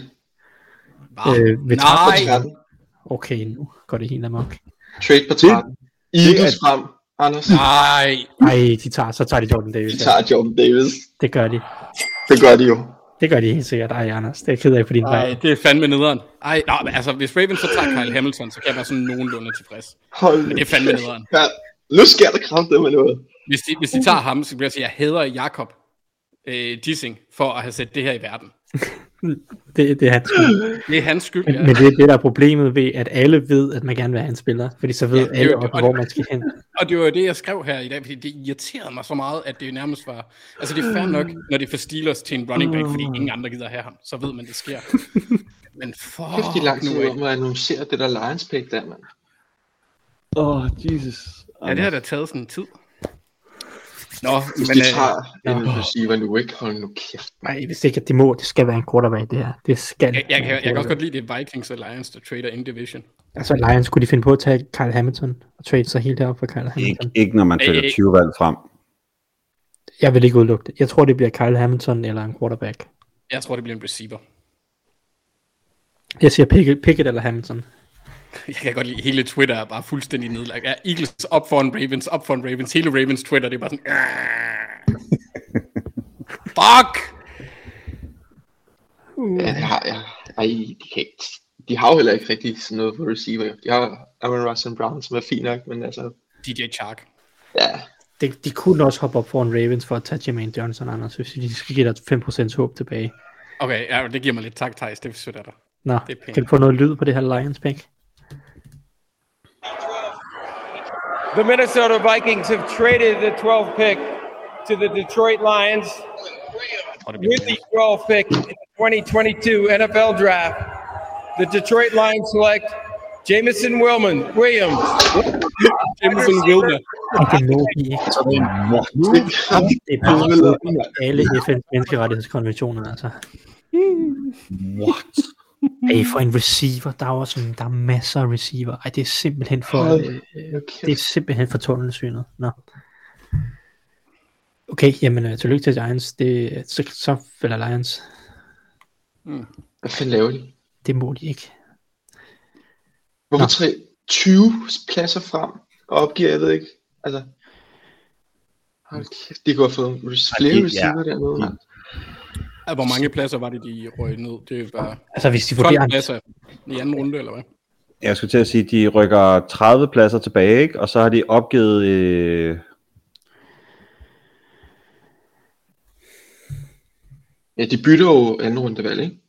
Nej! Okay, nu går det helt amok. Trade på 13. Eagles frem, Anders. Nej, så tager de Jordan Davis. De tager Jordan Davis. Det gør de. Det gør de jo. Det gør de helt sikkert. Ej, Anders, det er jeg ked af på din vej. Nej, det er fandme nederen. Altså, hvis Ravens så tager Kyle Hamilton, så kan jeg være sådan nogenlunde tilfreds. Men det er fandme nederen. Ja, nu sker der kraftedeme med noget. Hvis de tager ham, så bliver jeg sige, at jeg hader Jakob Dissing for at have sat det her i verden. Det er hans skyld. Det er hans skyld, ja. Men det der er problemet ved, at alle ved, at man gerne vil have en spiller, fordi så ved alle også, hvor man skal hen. Og det var jo det, jeg skrev her i dag, fordi det irriterede mig så meget, at det nærmest var... Altså, det er fair nok, når det får Steelers til en running back, fordi ingen andre gider have ham. Så ved man, det sker. Men fuck de lang tid om at annoncere det der Lions pick der, mand. Jesus. Ja, det har da taget sådan en tid. Nå, hvis de tager en receiver nu, ikke? Hold nu kæft. Nej, hvis ikke, at det skal være en quarterback, det her. Det skal. Jeg kan også godt lide det Vikings og Lions, der trader in division. Altså, Lions skulle de finde på at tage Kyle Hamilton og trade sig helt herop for Kyle Hamilton. Ikke når man tæller 20 valg frem. Jeg vil ikke udelukke det. Jeg tror, det bliver Kyle Hamilton eller en quarterback. Jeg tror, det bliver en receiver. Jeg siger Pickett eller Hamilton. Jeg kan godt lide, hele Twitter er bare fuldstændig nedlagt. Ja, Eagles op for en Ravens, hele Ravens Twitter, det er bare sådan... Fuck! Ja, de har jo heller ikke rigtig sådan noget for receiver. De har Aaron Russell Brown, som er fint nok, men altså... DJ Chark. Ja. De kunne også hoppe op for en Ravens for at tage Jermaine Johnson, Anders, hvis de skal give dig 5% håb tilbage. Okay, ja, det giver mig lidt tak, Thijs, det er sødt af dig. Nå, kan du få noget lyd på det her Lions pick? The Minnesota Vikings have traded the 12th pick to the Detroit Lions. With the 12th pick in the 2022 NFL Draft, the Detroit Lions select Jameson Williams. Jameson Williams. Det er bare alle FN's menneskerettighedskonventioner, altså. What? Ej, for en receiver, der er masser af receiver. Ej, det er simpelthen for tunnelsynet. Nå. Okay, jamen tillykke til Giants. Så falder Lions. Hvad fanden laver de? Det må de ikke. Hvorfor 20 pladser frem og opgiver, jeg ved ikke. Altså, hold kæft, de kunne have fået flere receiver dernede. Hvor mange pladser var det, de røg ned? Det var altså, hvis de 12 pladser i anden runde, eller hvad? Jeg skulle til at sige, de rykker 30 pladser tilbage, ikke? Og så har de opgivet... Ja, de bytter jo anden rundevalg, ikke?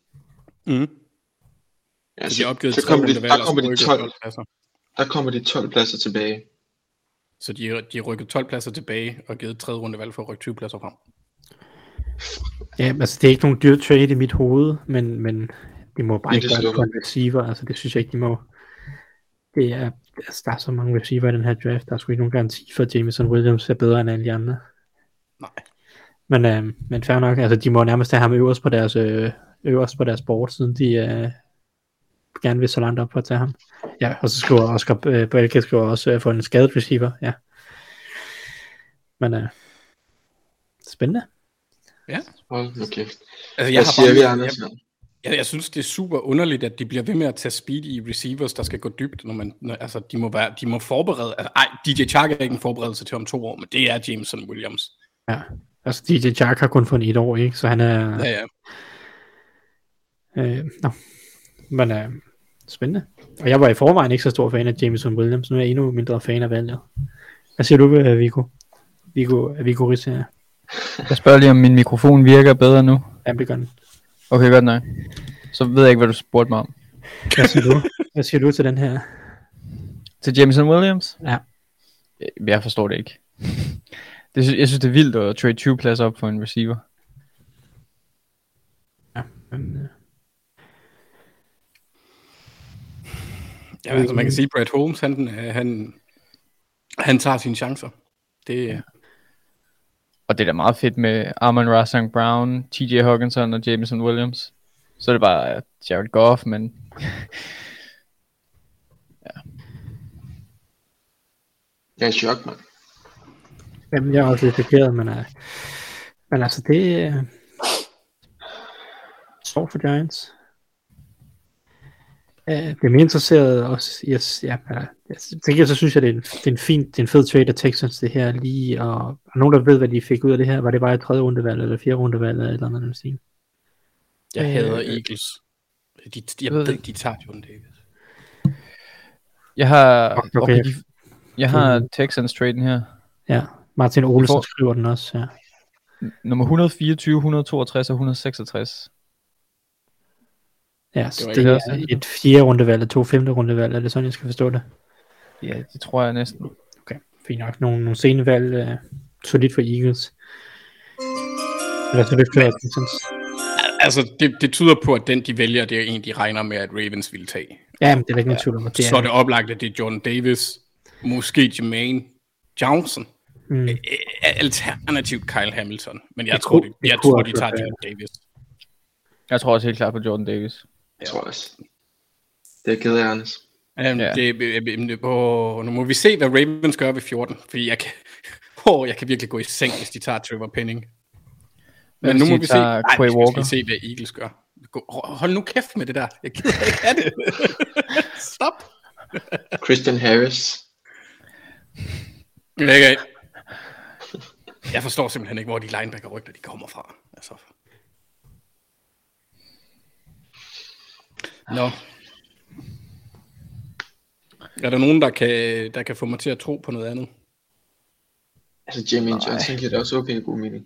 Ja, så de har opgivet så kommer der kommer de 12 pladser tilbage. Så de rykket 12 pladser tilbage og givet tredje rundevalg for at rykke 20 pladser frem. Ja, altså det er ikke nogen dyr trade i mit hoved, men de må bare ikke gøre det på en receiver, altså det synes jeg ikke, de må. Det er, altså, der er så mange receiver i den her draft, der er sgu ikke nogen garanti for, at Jameson Williams er bedre end alle de andre. Nej. Men fair nok, altså de må nærmest have ham øverst på deres board, siden de gerne vil så langt op for at tage ham. Ja, og så skriver Oscar Belke også for en skadet receiver, ja. Men spændende. Ja. Okay. Altså, jeg synes, det er super underligt, at de bliver ved med at tage speed i receivers, der skal gå dybt, altså de må forberede, altså DJ Chark er ikke en forberedelse til om 2 år, men det er Jameson Williams. Ja, altså DJ Chark har kun fundet 1 år, ikke? Så han er... Ja. Men spændende. Og jeg var i forvejen ikke så stor fan af Jameson Williams, nu er jeg endnu mindre fan af valget. Hvad siger du, Viggo? Viggo Rizia? Jeg spørger lige, om min mikrofon virker bedre nu. Ja, det gør den. Okay, godt nok. Så ved jeg ikke, hvad du spurgte mig om. Hvad siger du til den her? Til Jameson Williams? Ja. Jeg forstår det ikke. Jeg synes, det er vildt at trade 20 pladser op for en receiver. Ja, men... Ja, altså man kan sige, Brad Holmes, han tager sine chancer. Det... Og det er da meget fedt med Amon-Ra St. Brown, TJ Hawkinson og Jameson Williams. Så er det bare Jared Goff, men... ja. Jeg er i chok, mand. Jamen, jeg er også lidt chokeret, men altså det... står for Giants. Det er mere interesseret også. Så synes jeg, det er en fed trade af Texans, det her lige, og nogen, der ved, hvad de fik ud af det her. Var det bare et 3. rundevalg, eller 4. rundevalg, eller et eller andet, sige. Jeg hader Eagles. Jeg ved, de tager Jordan Davis. Jeg har Texans traden her. Ja, Martin Olsen skriver den også, ja. Nummer 124, 162 og 166. Ja, så det er et 4. rundevalg og 2 5. rundevalg, er det sådan, jeg skal forstå det? Ja, det tror jeg næsten. Okay, fint nok. Nogle sene valg, solidt for Eagles. Eller så det for Texans. Altså, det tyder på, at den de vælger, det er en, de regner med, at Ravens vil tage. Ja, men det er ikke nogen tvivl om, at det er. Så er det oplagt, at det er Jordan Davis, måske Jermaine Johnson, alternativt Kyle Hamilton. Men jeg tror, de tager Jordan Davis. Jeg tror også helt klart på Jordan Davis. Jeg tror også. Det er ked af, Anders. Nu må vi se, hvad Ravens gør ved 14. Fordi jeg kan virkelig gå i seng, hvis de tager Trevor Penning. Men nu må vi se. Vi se, hvad Eagles gør. Hold nu kæft med det der. Jeg gider ikke have det. Stop. Christian Harris. Okay. Jeg forstår simpelthen ikke, hvor de linebacker-rygter de kommer fra. Altså. Nå. Er der nogen, der kan få mig til at tro på noget andet? Altså, Jermaine Johnson giver det også okay god mening.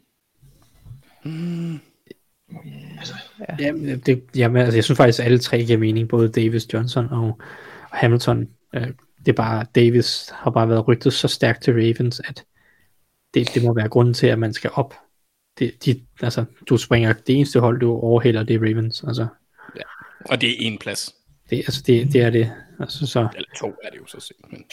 Altså, altså, jeg synes faktisk, at alle 3 giver mening. Både Davis, Johnson og Hamilton. Det er bare, Davis har bare været rygtet så stærkt til Ravens, at det må være grunden til, at man skal op. Altså, du springer det eneste hold, du overhælder, det er Ravens. Altså. Ja. Og det er 1 plads. Det er det. Altså, så, eller 2 er det jo så set, men...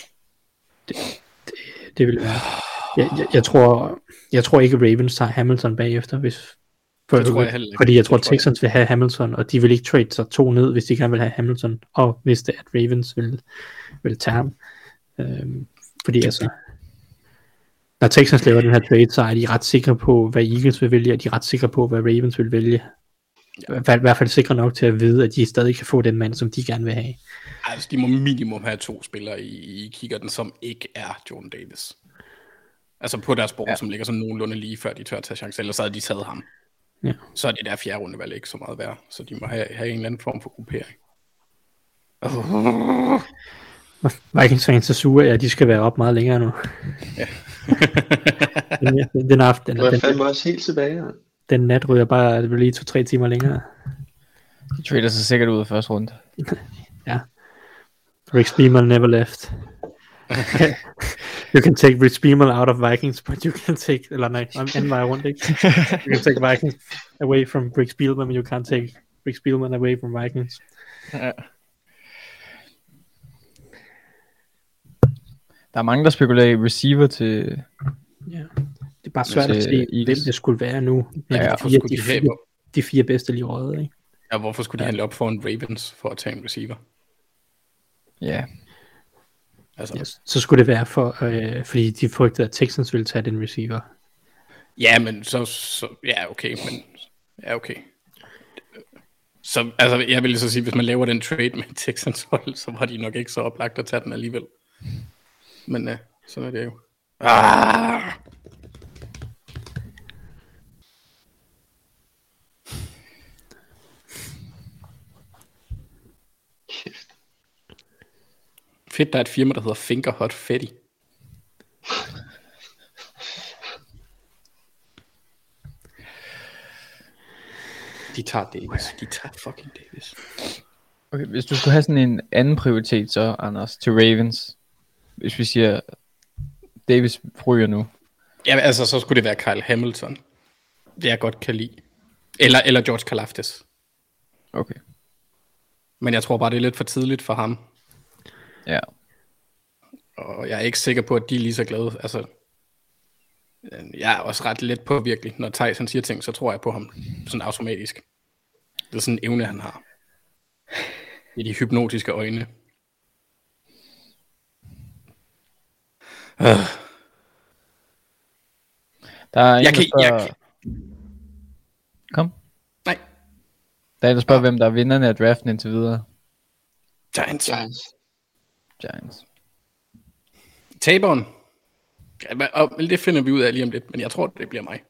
Det vil være... Jeg tror ikke, Ravens tager Hamilton bagefter, Fordi jeg tror, Texans vil have Hamilton, og de vil ikke trade sig 2 ned, hvis de gerne vil have Hamilton, og hvis det er, at Ravens vil tage ham. Fordi altså, når Texans laver den her trade, så er de ret sikre på, hvad Eagles vil vælge, og de er ret sikre på, hvad Ravens vil vælge. I hvert fald sikre nok til at vide, at de stadig kan få den mand, som de gerne vil have. Altså, de må minimum have 2 spillere i kikkerten, som ikke er Jordan Davis. Altså på deres bord, som ligger sådan nogenlunde lige før de tør at tage chance, ellers havde de taget ham. Ja. Så er det der 4. rundevalg ikke så meget værd, så de må have en eller anden form for gruppering. Vikings fans er sure, ja, de skal være op meget længere nu. Ja. den aften. Du er fandme også helt tilbage. Den nat ryger bare lige 2-3 timer længere. De trader sig sikkert ud af første runde. Ja. Rick Spielman never left. You can take Rich Spielman out of Vikings, but you can take, eller nej, anden vej rundt, ikke? You can take Vikings away from Rick Spielman, but you can't take Rick Spielman away from Vikings. Ja. Der er mange, der spekulerer i receiver til... Ja, det er bare svært at se, hvem det skulle være nu. Ja, de 4 bedste lige røde, ikke? Ja, hvorfor skulle de handle op for en Ravens for at tage en receiver? Ja. Altså. Ja, så skulle det være for, fordi de frygtede, at Texans ville tage den receiver. Ja, men så ja, okay, men ja, okay. Så altså, jeg vil så sige, hvis man laver den trade med Texans hold, så var de nok ikke så oplagt at tage den alligevel. Men sådan er det jo. Fedt, der er et firma, der hedder Fingerhut Fetty. De tager Davis. De tager fucking Davis. Okay, hvis du skulle have sådan en anden prioritet så, Anders, til Ravens. Hvis vi siger, Davis ryger nu. Ja, altså så skulle det være Kyle Hamilton. Det jeg godt kan lide. Eller George Karlaftis. Okay. Men jeg tror bare, det er lidt for tidligt for ham. Ja. Og jeg er ikke sikker på, at de er lige så glade. Altså, jeg er også ret let på virkelig. Når Tyson siger ting, så tror jeg på ham. Sådan automatisk. Det er sådan en evne, han har. I de hypnotiske øjne. Der er en, der spørger... Kom. Nej. Der er en, der spørger, hvem der er vinderne af draften indtil videre. Giants. Taberen. Ja, det finder vi ud af lige om lidt, men jeg tror, det bliver mig.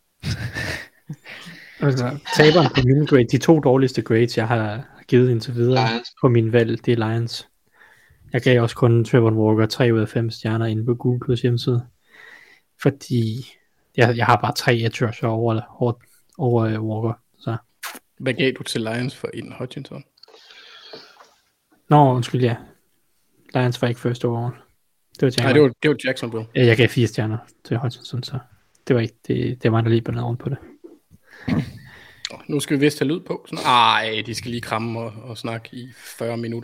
Altså, taberen på min grade, de 2 dårligste grades, jeg har givet indtil videre på min valg, det er Lions. Jeg gav også kun Trevor Walker 3 ud af 5 stjerner inde på Google Plus hjemmeside. Fordi jeg har bare 3 edge rusher over Walker. Så. Hvad gav du til Lions for Aiden Hutchinson? Nå, undskyld, ja. Lions var ikke first overall. Det var Jacksonville. Jeg gav 4 stjerner til Hutchinson, så det var ikke det var der lige på på det. Nu skal vi vist have lyd på. Ej, de skal lige kramme og snakke i 40 minutter.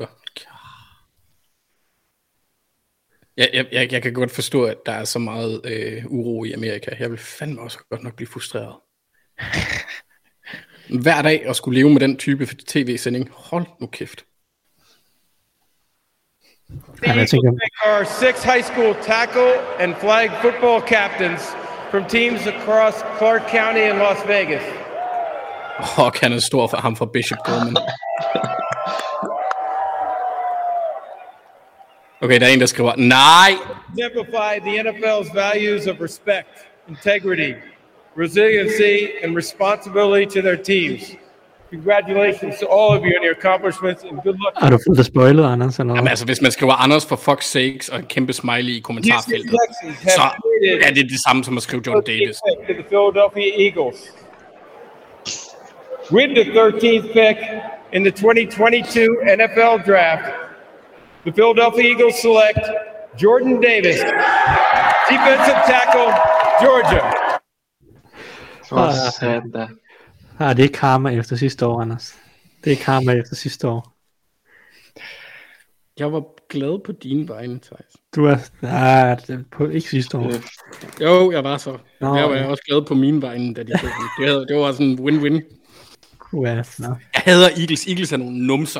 Jeg kan godt forstå, at der er så meget uro i Amerika. Jeg vil fandme også godt nok blive frustreret. Hver dag at skulle leve med den type tv-sending. Hold nu kæft. The Eagles pick our 6 high school tackle and flag football captains from teams across Clark County and Las Vegas. Han er stor for ham fra Bishop Gorman. Okay, der er en, der skriver, nej! Exemplify the NFL's values of respect, integrity, resiliency, and responsibility to their teams. Congratulations to all of you on your accomplishments, and good luck. Har du fået det spoilet, Anders? Eller? Jamen altså, hvis man skriver Anders for fuck's sakes og en kæmpe smiley i kommentarfeltet, så er det det samme som at skrive John Davis. To the Philadelphia Eagles. With the 13th pick in the 2022 NFL Draft, the Philadelphia Eagles select Jordan Davis, defensive tackle, Georgia. Det er karma efter sidste år, Anders. Det er karma efter sidste år. Jeg var glad på dine vegne, Thijs. Du var ikke sidste år. Jo, jeg var så. Jeg var også glad på mine vegne, da de tog den. Det var sådan en win-win. Jeg hader Eagles. Eagles er nogle numser.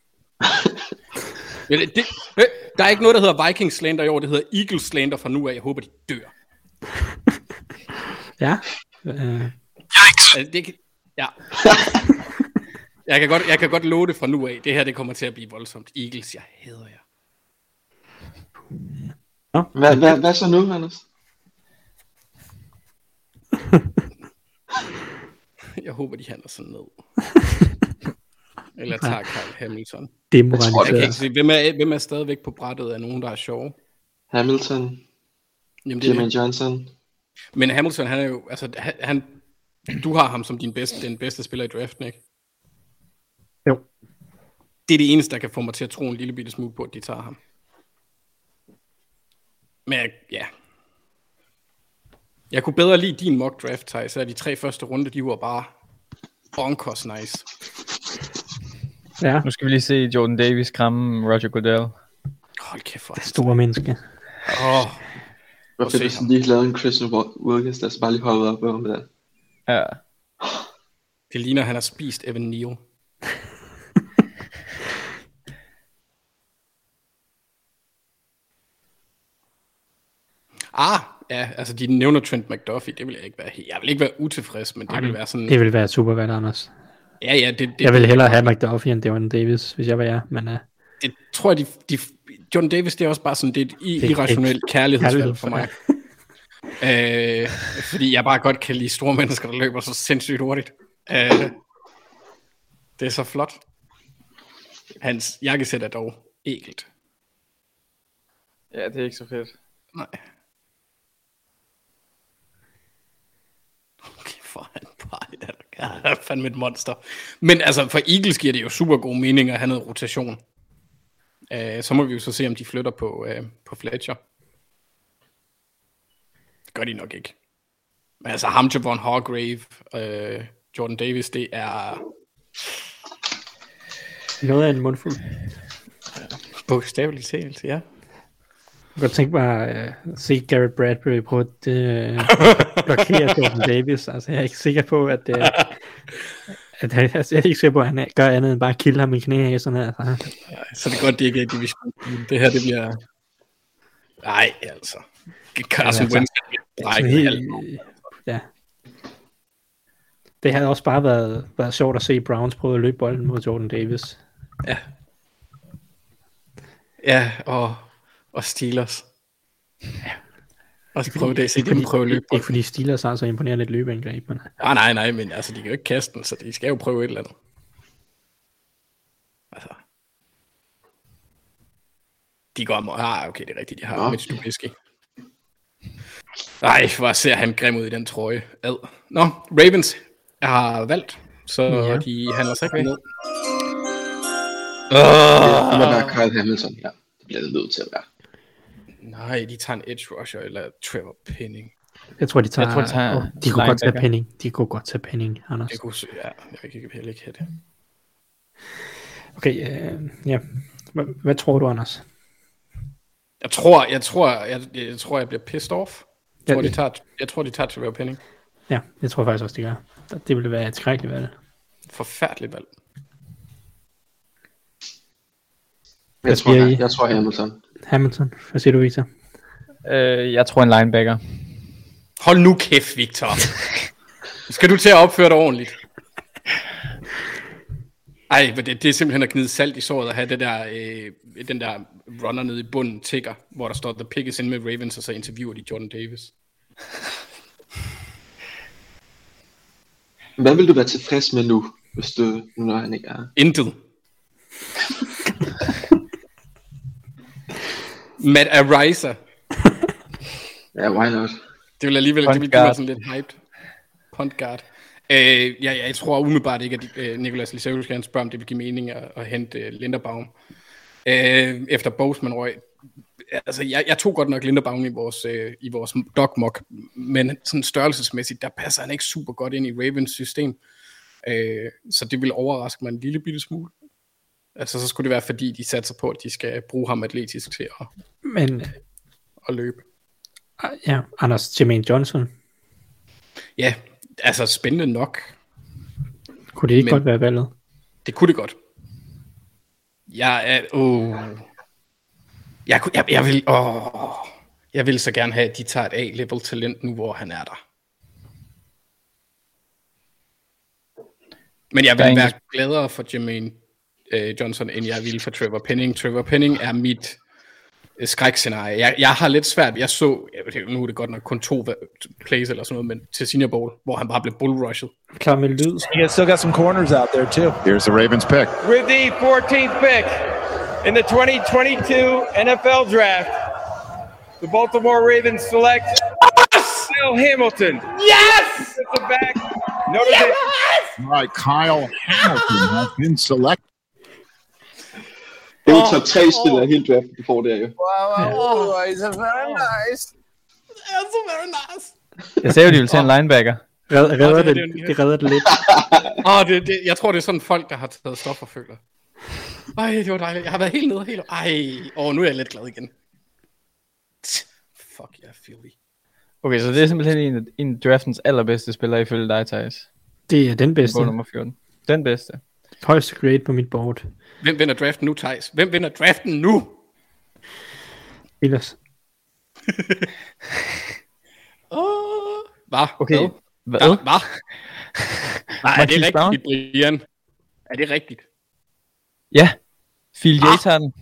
Der er ikke noget, der hedder Vikings slander i år. Det hedder Eagles slander fra nu af. Jeg håber, de dør. Ja. Ja. Jeg kan godt love det fra nu af. Det her, det kommer til at blive voldsomt. Eagles, jeg hader jer. Hvad så nu, Anders? Jeg håber, de handler sådan ned. Eller tager Kyle Hamilton. Jeg kan ikke se, hvem er stadigvæk på brættet af nogen, der er sjove? Hamilton. Jimmy Johnson. Men Hamilton, han er jo, altså, du har ham som den bedste spiller i draften, ikke? Jo. Det er det eneste, der kan få mig til at tro en lille bitte smule på, at de tager ham. Men ja. Jeg kunne bedre lide din mock draft, Thijs, så de 3 første runde, de var bare bonkers nice. Ja. Nu skal vi lige se Jordan Davis skræmme Roger Goodell. Hold kæft for det store menneske. Hvorfor er det sådan lige lavet en Christian Wilkins, der så bare lige hoppet op med det? Ja. Det ligner, han har spist Evan Neal. Ja, altså de nævner Trent McDuffie, det vil jeg ikke være. Jeg vil ikke være utilfreds, men det vil være sådan. Det vil være super godt, Anders. Ja, jeg vil hellere have McDuffie end Jordan Davis, hvis jeg var jer, men det tror jeg, Jordan Davis, det er også bare sådan, det er et irrationelt kærlighedsvalg for mig. Fordi jeg bare godt kan lide store mennesker, der løber så sindssygt hurtigt. Det er så flot. Hans jakkesæt er dog ægelt. Ja, det er ikke så fedt. Nej. Okay, for han bare er fandme et monster. Men altså, for Eagles giver det jo super god mening at have noget rotation. Så må vi jo så se, om de flytter på Fletcher. Det gør de nok ikke. Men altså, ham, Javon Hargrave, Jordan Davis, det er noget af en mundfuld. Bogstaveligt talt, ja. Jeg kan godt tænke mig at se Garrett Bradbury på at blokere Jordan Davis. Altså, jeg er ikke sikker på, at jeg er ikke sikker på, at han gør andet end bare at kilde ham i knæ af sådan her. Så det er godt, det ikke er division. Det her, det bliver. Nej, altså. Carson Wentz ja. Det havde også bare været sjovt at se Browns prøve at løbe bolden mod Jordan Davis. Ja. Ja, og Steelers. Ja. Og så prøve det at se dem prøve at løbe. Ikke fordi Steelers har så imponerende et løbeangreb. Men nej, men altså, de kan jo ikke kaste den, så de skal jo prøve et eller andet. Altså. De går okay, det er rigtigt, de har Mitch Trubisky. Nej, hvor ser han grim ud i den trøje. Nå, Ravens har valgt, så de handler sig ikke ned. Det må være Kyle Hamilton, ja. Det bliver det nødt til at være. Nej, de tager en edge rusher eller Trevor Penning. Jeg tror, de kunne godt tage Penning. De kunne godt tage Penning, Anders. Det kunne, ja, jeg kan heller ikke have det. Okay, ja. Hvad tror du, Anders? Jeg tror, jeg bliver pissed off. Jeg tror, de tager Trevor Penning. Ja, jeg tror faktisk også, de gør. Det ville være et skrækkeligt valg. Forfærdeligt valg. Jeg tror Hamilton. Hamilton. Hvad siger du, Victor? Jeg tror en linebacker. Hold nu kæft, Victor. Skal du til at opføre dig ordentligt? Ej, det er simpelthen at gnide salt i såret at have det der, den der runner nede i bunden tigger, hvor der står, the pick is in med Ravens, og så interviewer de Jordan Davis. Hvad vil du være tilfreds med nu, hvis du, når han ikke er? Intet. Matt Araiza. Ja, why not? Det vil alligevel være sådan lidt hyped. Punt guard. Jeg tror umiddelbart ikke, at Nicolas Liseu skal spørge, om det vil give mening at hente Linderbaum. Efter Boseman røg. Altså, jeg tog godt nok Linderbaum i vores dogmock, men sådan størrelsesmæssigt, der passer han ikke super godt ind i Ravens system. Så det vil overraske mig en lille bitte smule. Altså, så skulle det være, fordi de satser på, at de skal bruge ham atletisk til at løbe. Ja, Anders, Jermaine Johnson. Ja, altså spændende nok. Kunne det ikke godt være valget? Det kunne det godt. Jeg vil så gerne have, at de tager et A-level talent nu, hvor han er der. Men jeg vil være gladere for Jermaine Johnson, end jeg ville for Trevor Penning. Trevor Penning er mit skrækscenarie. Jeg har lidt svært. Nu er det godt nok kun 2 plays eller sådan noget, men til Senior Bowl, hvor han bare blev bullrushed. Klar med lyd. You still got some corners out there too. Here's the Ravens pick. With the 14th pick in the 2022 NFL Draft, the Baltimore Ravens select Kyle Hamilton. Yes! Back. Yes! All right, Kyle Hamilton has been selected. Det er jo top 3-spiller helt draften, du får der jo. Wow, it's very nice. It's very nice. Jeg sagde jo, de ville tage en linebacker. Det redder det lidt. Jeg tror, det er sådan folk, der har taget stoffer, føler. Ej, det var dejligt. Jeg har været helt nede. Nu er jeg lidt glad igen. Fuck, jeg er Philly. Okay, så det er simpelthen en af draftens allerbedste spillere ifølge dig, Thijs. Det er den bedste. Nummer 14. Den bedste. Højeste grade på mit board. Hvem vinder draften nu, Thijs? Hvem vinder draften nu? Ellers. Hvad? Okay. Hvad? Nej, er det rigtigt, Brian? Er det rigtigt? Ja. Phil Yates har den.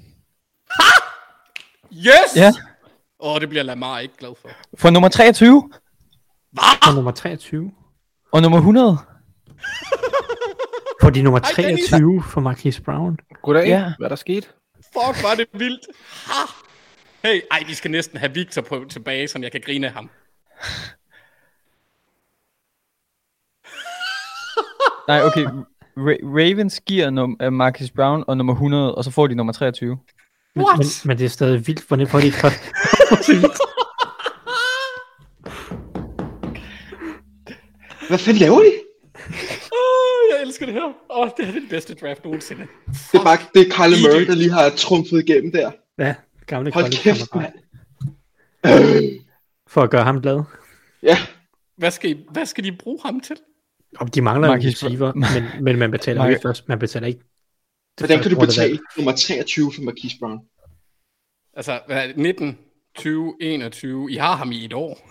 Yes! Ja. Det bliver Lamar ikke glad for. For nummer 23. Hvad? For nummer 23. Og nummer 100. For de nummer 23 for Marquise Brown. Goddag. Ja. Hvad der skete? Fuck, var det vildt. Hey, vi skal næsten have Victor tilbage, så jeg kan grine af ham. Nej, okay. Ravens giver Marquise Brown og nummer 100, og så får de nummer 23. Men det er stadig vildt, hvordan får de ikke først. Hvad fanden laver de? Jeg elsker det her. Det er det bedste draft nogensinde. Det er Kyler Murray, der lige har trumfet igennem der. Ja, gamle hold kæft, mand. For at gøre ham glad. Ja. Hvad skal de bruge ham til? De mangler en receiver, men man betaler ikke først. Man betaler ikke. Hvordan kan du betale nummer 23 for Marquise Brown? Altså, 19, 20, 21. I har ham i et år.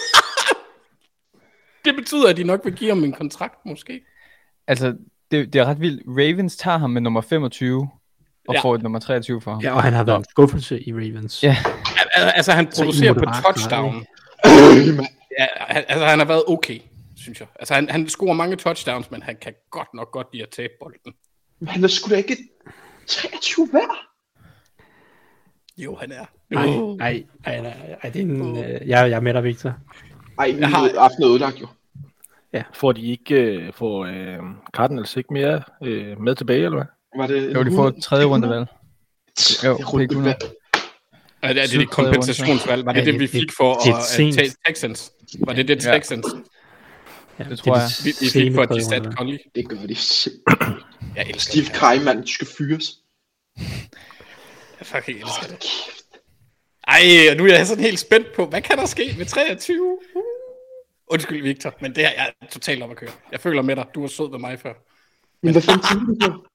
Det betyder, at de nok vil give ham en kontrakt, måske. Altså, det er ret vildt. Ravens tager ham med nummer 25, og får et nummer 23 for ham. Ja, og han har været en skuffelse i Ravens. Ja. Altså, han producerer på touchdown. Altså, han har været okay, synes jeg. Altså, han scorer mange touchdowns, men han kan godt lide at tabe bolden. Men han er sgu da ikke 23 værd. Jo, han er. Nej, det er en... Jeg er med dig, Victor. Jeg har haft noget ødelagt, jo. Ja. Får de ikke Cardinals ikke mere med tilbage, eller hvad? Var det jo, de får et 3. rundevalg. Jo, er det kompensationsvalg? Var det vi fik for at tage Texans? Var det Texans? Ja, det tror jeg. Vi fik for, at de satte Conley. Det gør de simpelthen. Jeg elsker Steve Keiman, du skal fyres. Jeg fucking elsker det. Ej, nu er jeg sådan helt spændt på, hvad kan der ske med 23? Undskyld, Victor, men det her jeg er totalt op at køre. Jeg føler med dig, du var sød ved mig før. Men hvad fanden tænker du på?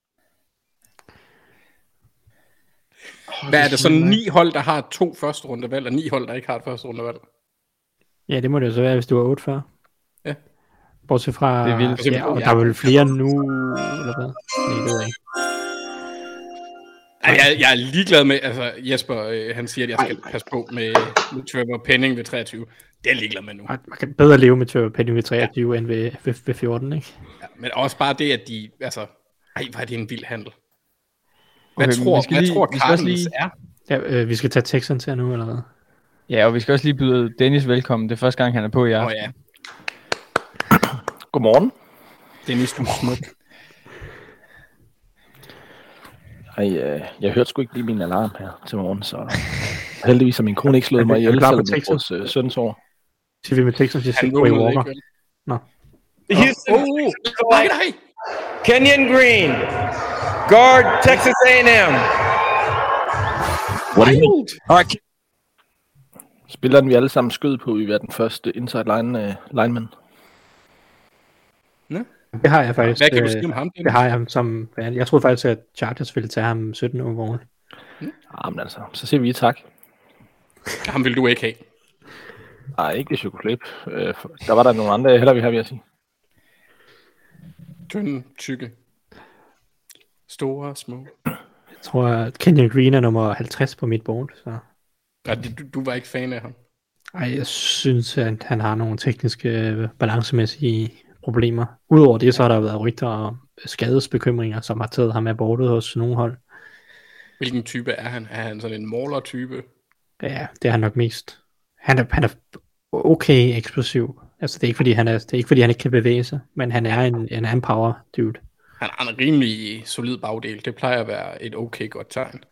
Hvad er det, sådan 9 hold, der har 2 første rundevalg, og 9 hold, der ikke har et første rundevalg? Ja, det må det jo så være, hvis du er 8 før. Ja. Bortset fra... Det er vildt. Ja, og der er vel flere nu, eller hvad? Nej, det ved jeg ikke. Jeg er ligeglad med, altså Jesper, han siger, at jeg skal passe på med Trevor Penning ved 23. Det er jeg ligeglad med nu. Man kan bedre leve med Trevor Penning ved 23 end ved 14, ikke? Ja, men også bare det, at de, altså, hvor er det en vild handel. Hvad tror Cardinals er? Ja, vi skal tage Texans her nu, eller hvad? Ja, og vi skal også lige byde Dennis velkommen. Det er første gang, han er på i aften. Ja. Godmorgen. Dennis, du er smuk. Jeg hørte sgu ikke lige min alarm her til morgen, så heldigvis har min kone ikke slået mig ihjel, selvom det er vores søns år. Siger vi med Texans, jeg siger Quay Walker. Nå. Houston. Nej. Kenyon Green, Guard, Texas A&M. What do you think? All right. Spilleren vi alle sammen skød på, vi var den første inside lineman. Ja. Det har jeg faktisk. Hvad kan du sige om ham? Det har jeg som. Jeg troede faktisk, at Chargers ville tage ham 17 overall. Men altså, så siger vi tak. Ham vil du ikke have. Nej, ikke hvis jeg kunne slippe. Der var der nogle andre, heller vi har, vil jeg sige. Tynde, tykke. Store, små. Jeg tror, at Kenyon Green er nummer 50 på mit board. Så. Ja, du var ikke fan af ham? Ej, jeg synes, at han har nogle tekniske, balancemæssige problemer. Udover det, så har der været rygter og skadesbekymringer, som har taget ham af bordet hos nogle hold. Hvilken type er han? Er han sådan en mauler-type? Ja, det er han nok mest. Han er okay eksplosiv. Altså, det er ikke fordi han ikke kan bevæge sig, men han er en power dude. Han har en rimelig solid bagdel. Det plejer at være et okay godt tegn.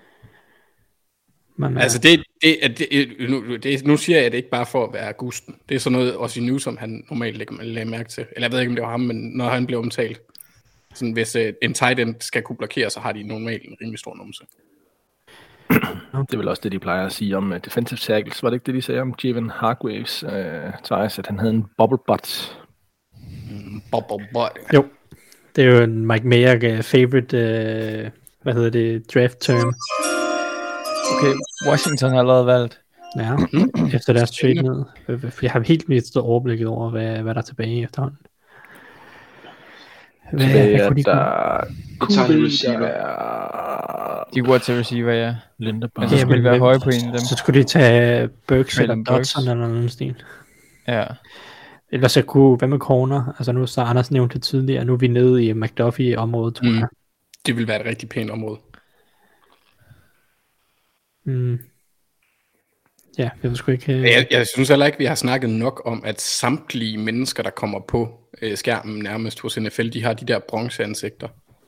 Altså nu siger jeg det ikke bare for at være Gusten. Det er sådan noget også i nu, som han normalt lægger mærke til. Eller jeg ved ikke, om det var ham, men når han bliver omtalt. Sådan, hvis en tight end skal kunne blokere, så har de normalt en rimelig stor numse. Det er vel også det, de plejer at sige om defensive tackles. Var det ikke det, de sagde om Javon Hargraves, Thijs, at han havde en bubble butt? Bubble butt. Jo, det er jo en Mike Mayer favorite, draft term. Okay, Washington har allerede valgt. Ja, efter deres trade ned. Jeg har helt mistet overblikket over, hvad der er tilbage efterhånden. De går til receiver, ja. Men så skulle de være høje på en af dem. Så skulle de tage Burks eller Dodson eller noget stil. Ja. Ellers så kunne, hvad med corner? Altså nu så Anders nævnt det tidligere, nu er vi nede i McDuffie-området, tror jeg. Det vil være et rigtig pænt område. Ja, jeg sgu ikke... Jeg synes heller ikke, vi har snakket nok om, at samtlige mennesker, der kommer på skærmen nærmest hos NFL, de har de der bronzeansigter.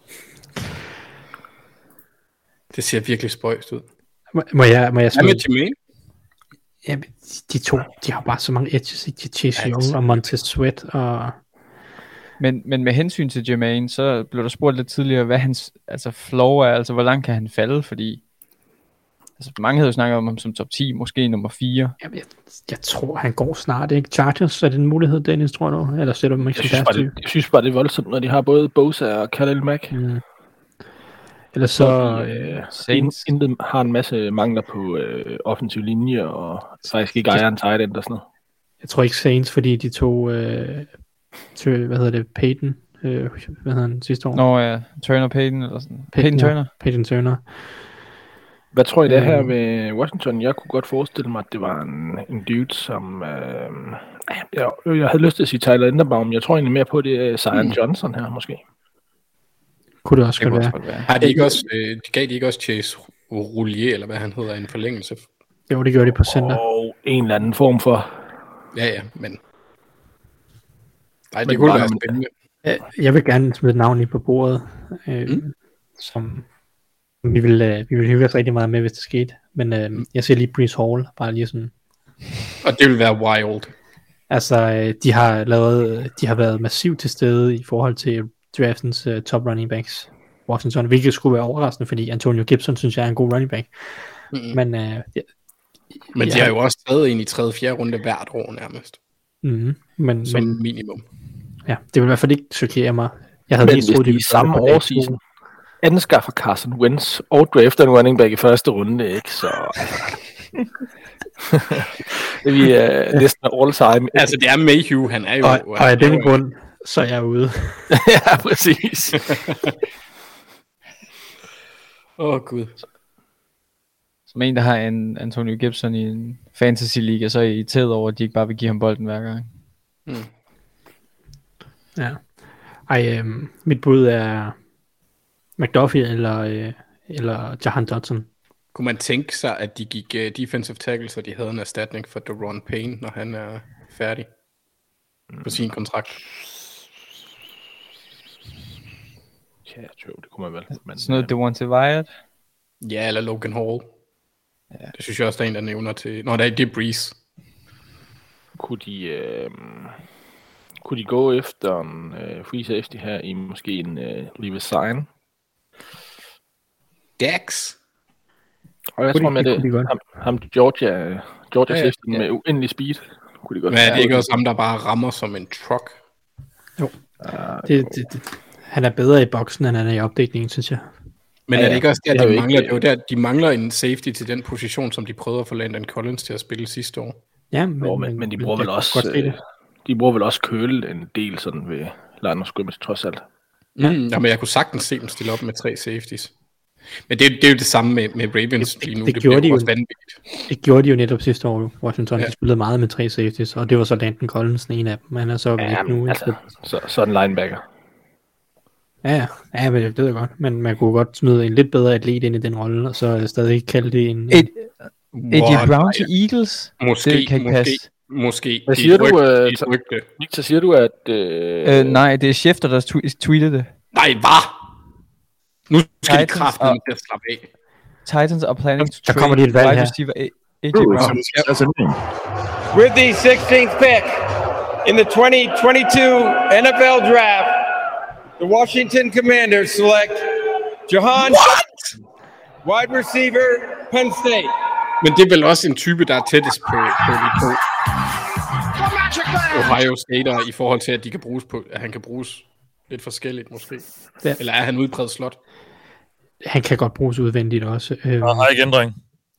Det ser virkelig spøjst ud. Må jeg hvad med Jermaine? Ja, de to, de har bare så mange edges, ikke? Chase Young og Montez Sweat og... Men med hensyn til Jermaine, så blev der spurgt lidt tidligere, hvad hans floor er, altså hvor langt kan han falde, fordi mange havde jo snakket om ham som top 10, måske nummer 4. Jamen, jeg tror, han går snart, ikke? Chargers, er det en mulighed, Dennis, tror du? Eller sætter du mig ikke som jeg synes bare, det er voldsomt, når de har både Bosa og Khalil Mack. Eller så... Saints har en masse mangler på offensiv linje, og faktisk ikke ejer en tight end og sådan noget. Jeg tror ikke Saints, fordi de tog... Peyton... hvad hedder han sidste år? Nå ja, Turner Peyton, eller sådan. Peyton Turner. Hvad tror I det her ved Washington? Jeg kunne godt forestille mig, at det var en dude, som... jeg havde lyst til at sige Tyler Linderbaum. Jeg tror egentlig mere på, det er Zion Johnson her, måske. Kunne det også godt være. Har de ikke også, gav de ikke også Chase Roulier, eller hvad han hedder, en forlængelse? Jo, det gjorde de på center. Og en eller anden form for... Ja, men... Nej, det kunne være spændende. Jeg vil gerne smide et navn lige på bordet, som... Vi vil hygge os rigtig meget med, hvis det skete. Men jeg ser lige Breece Hall, bare lige sådan. Og det vil være wild. Altså, de har været massivt til stede i forhold til draftens top running backs. Washington, hvilket skulle være overraskende, fordi Antonio Gibson synes jeg er en god running back. Men de har jo også taget en i 3. og 4. runde hvert år nærmest. Men minimum. Ja, det vil i hvert fald ikke chokere mig. Jeg havde helt troet, det i samme årseason anskaffer Carson Wentz og drafter en running back i første runde, ikke? Så det er næsten all time. Altså, det er Mayhew, han er jo... Og af den grund, så er jeg ude. Ja, præcis. Gud. Som en, der har en Antonio Gibson i en fantasy-liga, så er I irriteret over, at de ikke bare vil give ham bolden hver gang. Ja. Mit bud er McDuffie eller Jahan Dotson. Kunne man tænke sig, at de gik defensive tackle, så de havde en erstatning for Daron Payne, når han er færdig på sin kontrakt? Ja, det kunne man vel. Men, sådan noget Devontae Wyatt? Ja, eller Logan Hall. Ja. Det synes jeg også, der er en, der nævner til... Nå, det er Breeze. Kunne de gå efter en free safety her i måske en Levi Sign? Dax. Og jeg tror med det, ham Georgia safety med uendelig speed. Kunne de godt. Men er det ikke også ham, der bare rammer som en truck? Jo. Han er bedre i boksen, end han er i opdækningen, synes jeg. Men er det ikke også der, de mangler en safety til den position, som de prøvede at få Landon Collins til at spille sidste år? Ja, men de bruger vel også de bruger vel også køle en del sådan ved line of scrimmage trods alt. Jamen jeg kunne sagtens se dem stille op med 3 safeties. Men det er jo det samme med Ravens lige nu. Det gjorde de jo vanvittigt. Det gjorde de jo netop sidste år. Washington de spillede meget med 3 safeties, og det var så Landon Collins en af dem. Han er så væk nu. Altså, så en linebacker. Ja, men det ved jeg godt. Men man kunne godt smide en lidt bedre atlet ind i den rolle, og så stadig kalde det en... AJ Brown til Eagles? Måske. Hvad siger du? Victor, siger du, at... Nej, det er Schefter, der tweetede det. Nej, hvad? Nu skal de kraften til at slappe af. Titans are planning to trade wide receiver AJ Brown. With the 16th pick in the 2022 NFL Draft, the Washington Commanders select Jahan, wide receiver, Penn State. Men det er vel også en type, der er tættest på de to Ohio Stater i forhold til, at de kan bruges på, at han kan bruges lidt forskelligt måske. Ja. Eller er han udpræget slot? Han kan godt bruges udvendigt også. Har ikke ændring.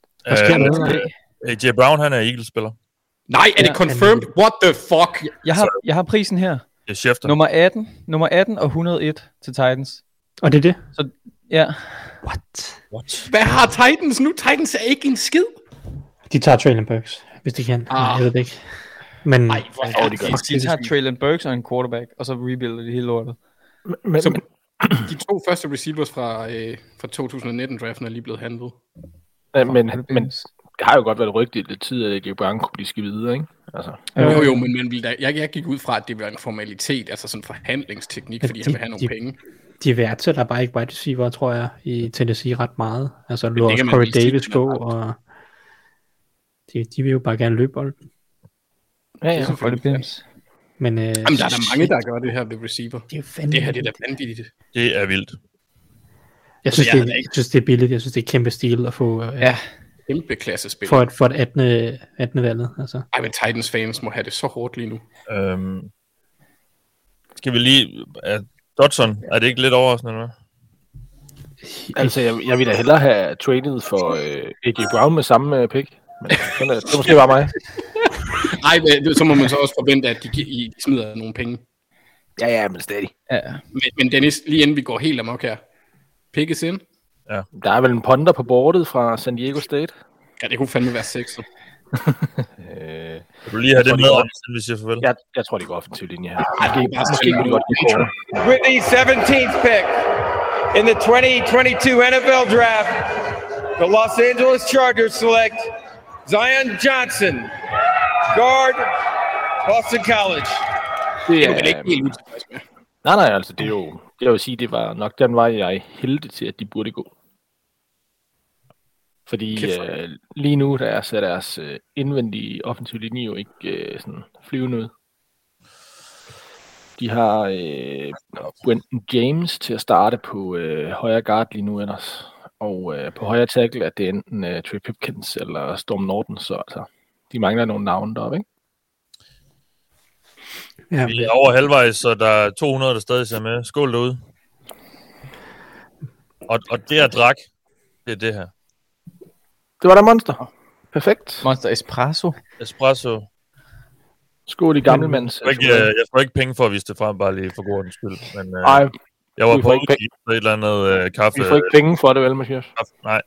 AJ Brown, han er Eagles-spiller. Nej, er det confirmed? What the fuck? Jeg har prisen her. Det er Schefter. Nummer 18 og 101 til Titans. Og det er det? Så, ja. What? Hvad har Titans nu? Titans er ikke en skid. De tager Traylon Burks, hvis de kan. Jeg ved det ikke. Men nej, de tager Traylon Burks og en quarterback, og så rebuilder de hele lortet. Men de 2 første receivers fra 2019-draften er lige blevet handlet. Men det har jo godt været rygtigt lidt tid, at AJ Brown kunne blive skidt videre, ikke? Altså. Jo, men jeg gik ud fra, at det var en formalitet, altså sådan en forhandlingsteknik, fordi han vil have nogle penge. De værdsætter bare ikke wide receiver, tror jeg, i Tennessee ret meget. Altså, lå også Corey Davis gå, og de vil jo bare gerne løbe bolden. Ja, for det bims. Men jamen, der er der mange, der gør det her ved receiver. Det her, det er da vanvittigt. Det er vildt. Jeg synes, det er billigt. Jeg synes, det er kæmpe stil at få... kæmpe klassespil. For et 18. valget, altså. Ej, men Titans fans må have det så hårdt lige nu. Skal vi lige... Dodson, er det ikke lidt overraskende, eller? Altså, jeg vil da hellere have traded for AJ Brown med samme pick. Men det er måske bare mig. Nej, så må man så også forvente, at de smider nogle penge. Ja, men stadig. Ja. Men Dennis, lige inden vi går helt amok her. Pickes ind. Ja. Der er vel en punter på bordet fra San Diego State. Ja, det kunne fandme være 6. Kan du lige have det med om, siden vi siger farvel? Jeg tror, det går offensiv linje her. Måske kunne godt give. With the 17th pick in the 2022 NFL Draft, the Los Angeles Chargers select Zion Johnson, guard, Boston College. Det er vel ikke helt utilfreds med. Nej, altså det er jo, jeg vil sige, det var nok den vej, jeg er heldig til, at de burde gå. Fordi lige nu, der er deres indvendige offensive linje jo ikke sådan flyvende ud. De har Brenton James til at starte på højre guard lige nu ellers. Og på højre tackle er det enten Trey Pipkins eller Storm Norton, så altså, de mangler nogle navne deroppe, ikke? Ja. Vi er over halvvejs, så der er 200, der stadig ser med. Skål derude. Og det at drak, det er det her. Det var der Monster. Perfekt. Monster Espresso. Skål i gammelmands. Jeg får ikke penge for at vise det frem, bare lige for god ordens skyld. Men jeg var på et eller andet kaffe. Vi får ikke penge for det, vel, Mathias? Nej.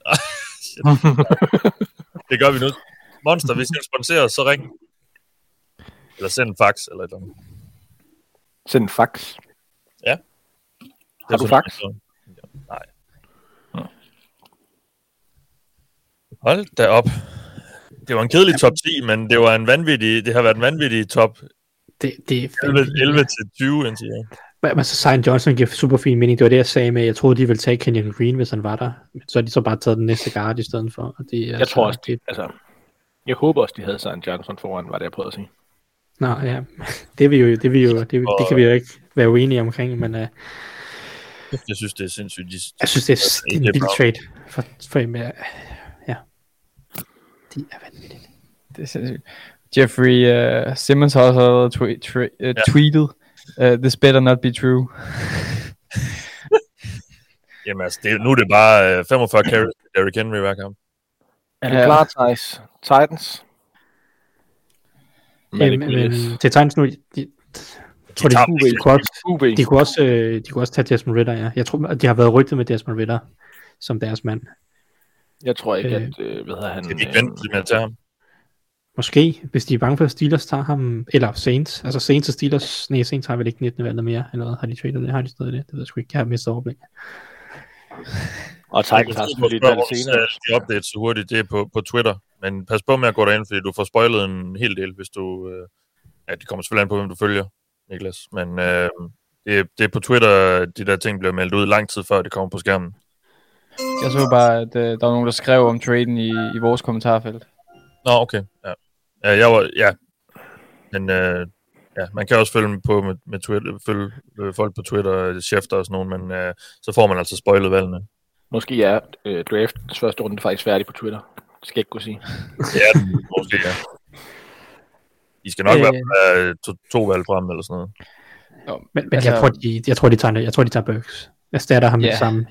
Det gør vi nu. Monster, hvis I sponsorer, så ring. Eller send en fax, eller et eller andet. Send en fax? Ja. Har du fax? Nej. Hold da op. Det var en kedelig top 10, men det har været en vanvittig top. Det er 11-20 indtil Men så Zion Johnson giver super fin mening. Det var det, jeg sagde med, jeg troede, de ville tage Kenyon Green, hvis han var der. Så har de så bare taget den næste guard i stedet for. Og jeg tror også, jeg håber også, de havde Zion Johnson foran, var det, jeg prøvede at sige. Nå, ja. Det kan vi jo ikke være uenige omkring, men... Jeg synes, det er sindssygt. Jeg synes, det er en vild trade. For ja. De er vanvittigt. Det er sindssygt. Jeffrey Simmons har også tweetet, this better not be true. Jamen altså, nu er det bare 45 carries til Derrick Henry hver kamp. Er det klart, Thijs? Titans? Men til Titans nu, de kunne også tage Desmond Ridder, ja. Jeg tror, de har været rygtet med Desmond Ridder som deres mand. Jeg tror ikke, at han... Skal de ikke vente med at tage ham? Måske, hvis de er bange for, at Steelers tager ham, eller Saints. Altså Saints og Steelers, nej, Saints har vel ikke 19. valget mere, eller har de tradet det? Har de stadig det? Det ved jeg sgu ikke, jeg har mistet overblik. Og Titans har selvfølgelig et valg senere. De updates så hurtigt, det er på Twitter. Men pas på med at gå derind, fordi du får spoilet en hel del, hvis du... det kommer selvfølgelig an på, hvem du følger, Niklas. Men det er på Twitter, de der ting bliver meldt ud lang tid før, det kommer på skærmen. Jeg så bare, at der var nogen, der skrev om traden i vores kommentarfelt. Nå, okay. Ja, men man kan også følge på med Twitter, følge folk på Twitter, chefter og sådan nogen, men så får man altså spoilet valgene. Måske er draftens første runde faktisk færdig på Twitter. Det skal jeg ikke kunne sige. Ja, måske ja. I skal nok være to valg frem eller sådan noget. Men altså, jeg tror de tager Burks. Jeg starter ham med det samme.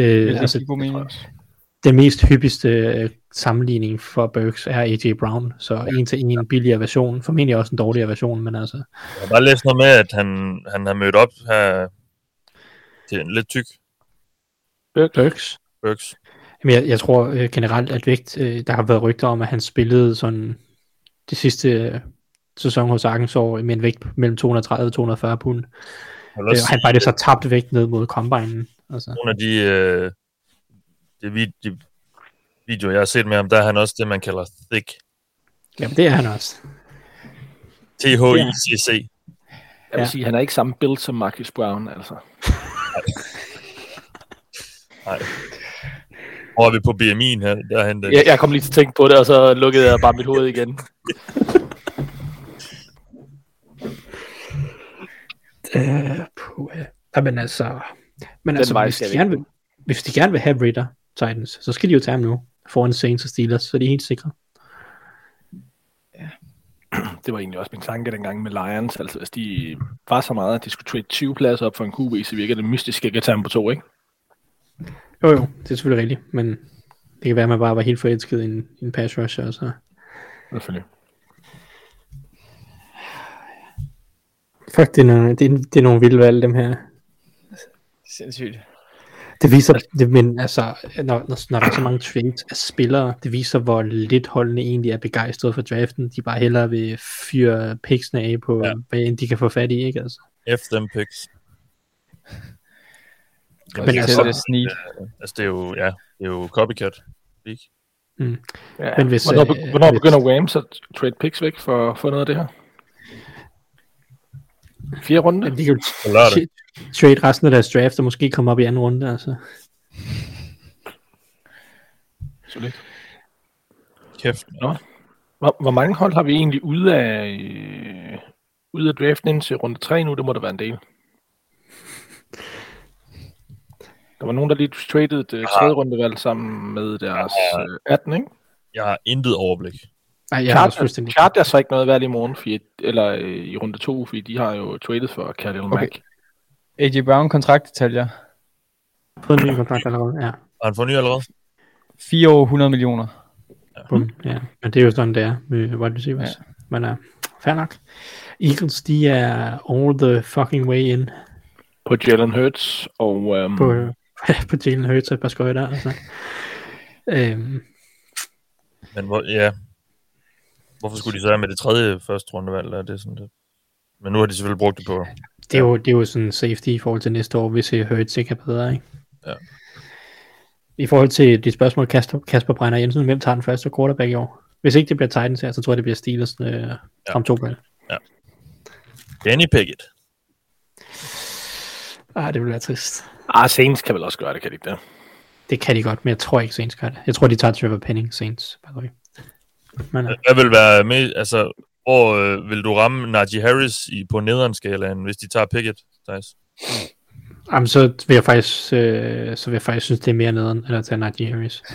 Den mest hyppigste sammenligning for Burks er A.J. Brown, så en til en billigere version, formentlig også en dårligere version, men altså... Jeg har bare læst noget med, at han har mødt op her til en lidt tyk. Burks. Jamen, jeg tror generelt, at vægt, der har været rygter om, at han spillede sådan det sidste sæson hos Arkansas med en vægt mellem 230 og 240 pund. Han bare så tabt vægt ned mod combinen. Altså. Nogle af de videoer, jeg har set med ham, der er han også det, man kalder thick. Jamen, det er han også. THICC. Jeg vil sige, han er ikke samme build som Marcus Brown, altså. Nej. Hvor er vi på BMI'en her? Derhen, jeg kom lige til at tænke på det, og så lukkede jeg bare mit hoved igen. Men altså, hvis de gerne vil have Ridder Titans, så skal de jo tage ham nu foran Saints og Steelers, så de er helt sikre. Ja. Det var egentlig også min tanke dengang med Lions, altså hvis de var så meget, at de skulle trade 20 pladser op for en QB, så virker det mystisk ikke at tage ham på 2, ikke? Jo, det er selvfølgelig rigtigt, men det kan være, at man bare var helt forelsket i en pass rusher, og så... Selvfølgelig. Fuck, det er nogle vilde valg, dem her. Sindssygt. Det viser, men altså, når der er så mange trades af spillere, det viser, hvor lidt holdene egentlig er begejstret for draften. De bare hellere vil fyre picksene af på, hvad end de kan få fat i, ikke altså? F them picks. Men altså, det er jo copycat. Ikke? Mm. Ja. Men hvis, hvornår begynder Rams at trade picks væk for noget af det her? 4 runder? De kan trade resten af deres draft, og måske komme op i anden runde, altså. Så lidt. Kæft. Nå. Hvor mange hold har vi egentlig ude af draften indtil runde 3 nu? Det må der være en del. Der var nogen, der lige traded et 3. rundevalg sammen med deres 18, ikke? Jeg har intet overblik. Nej, jeg har også fuldstændig. Chargers så ikke noget valg i morgen, eller i runde 2, fordi de har jo traded for Khalil Mack. A.J. Brown kontraktdetaljer. Fået en ny kontrakt allerede, ja. Har han fået ny allerede? 4 år, 100 millioner. Ja, men det er jo sådan, det er med wide receivers. Ja. Men fair nok. Eagles, de er all the fucking way in. På Jalen Hurts og... på Jalen Hurts og et par skøjter, altså. Men hvorfor skulle de så have med det 3. første rundevalg? Er det sådan det? Men nu har de selvfølgelig brugt det på... Det er jo sådan safety i forhold til næste år, hvis Hurts ikke er bedre, ikke? Ja. I forhold til dit spørgsmål, Kasper Brænder Jensen, hvem tager den første quarterback i år? Hvis ikke det bliver Titans her, så tror jeg, det bliver Steelers om 2 valg. Ja. Kenny Pickett. Det vil være trist. Saints kan vel også gøre det, kan de ikke det? Det kan de godt, men jeg tror ikke Saints gør det. Jeg tror, de tager Trevor Penning, Saints. Men, hvad vil være med, altså, hvor vil du ramme Najee Harris på nederenskalaen, hvis de tager Pickett, Thijs? Jamen, så vil jeg faktisk synes, det er mere nederen, end at tage Najee Harris.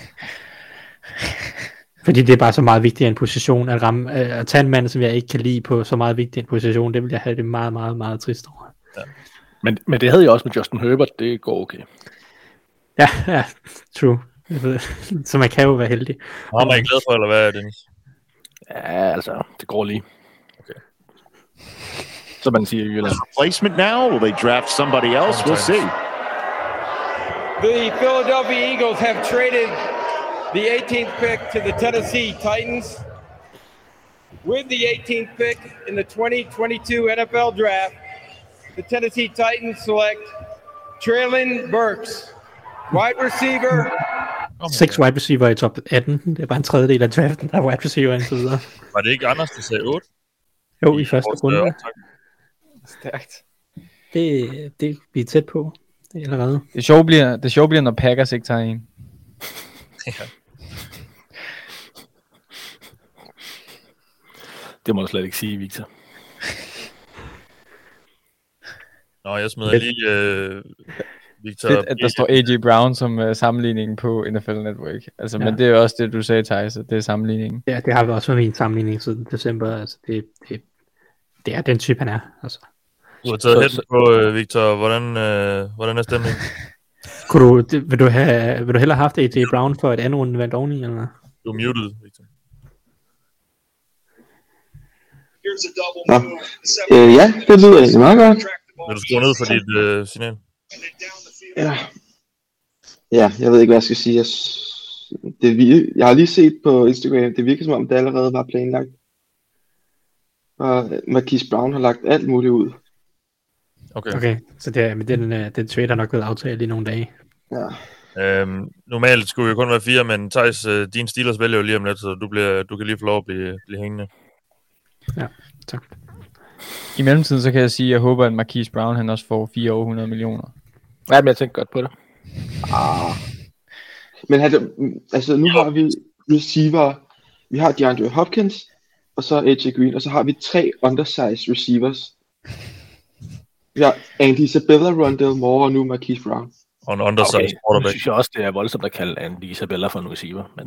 Fordi det er bare så meget vigtigt en position at ramme. At tage en mand, som jeg ikke kan lide på så meget vigtig en position, det vil jeg have det meget, meget, meget trist over. Ja. Men det havde jeg også med Justin Herbert, det går okay. Ja, true. Så man kan jo være heldig. Har man ikke glad for, eller hvad er det? Ja, altså, det går lige. Okay. Så man siger i Jylland. Replacement now? Will they draft somebody else? We'll see. The Philadelphia Eagles have traded the 18th pick to the Tennessee Titans. With the 18th pick in the 2022 NFL Draft, the Tennessee Titans select Treylon Burks, wide receiver. 6 wide receiver i top 18. Det er bare en tredjedel af draften, der er wide receiver indtil videre. Var det ikke Anders, der sagde 8? Jo, i første runde. Stærkt. Det vi er tæt på. Det er allerede. Det sjove bliver, når Packers ikke tager en. Ja. Det må du slet ikke sige, Victor. Nå, jeg smider lige Victor. Fedt, at der står A.J. Brown som sammenligning på NFL Network. Altså, ja. Men det er også det, du sagde, Thijs, det er sammenligningen. Ja, det har vi også været min sammenligning siden december. Altså, det er den type, han er. Altså. Du har taget hætten på, Victor. Hvordan er stemningen? Vil du hellere have haft A.J. Brown for et andet runde valgt oveni, eller? Du er muted, Victor. Ja, det lyder egentlig meget godt. Vil du skrue ned for dit signal? Ja, jeg ved ikke, hvad jeg skal sige. Jeg har lige set på Instagram, det virker som om, det allerede var planlagt. Og Marquise Brown har lagt alt muligt ud. Okay, så den trade har nok været aftalt i nogle dage. Ja. Normalt skulle jo kun være 4, men Thijs, din Steelers vælger jo lige om lidt, så du kan lige få lov at blive hængende. Ja, tak. I mellemtiden så kan jeg sige, at jeg håber, at Marquise Brown han også får 4 over 100 millioner. Ja, men jeg tænker godt på det. Men altså nu har vi receiver. Vi har DeAndre Hopkins, og så AJ Green, og så har vi 3 undersized receivers. Vi har Andy Isabella, Rondale Moore og nu Marquise Brown. Og en undersized quarterback. Jeg synes også, det er voldsomt at kalde Andy Isabella for en receiver, men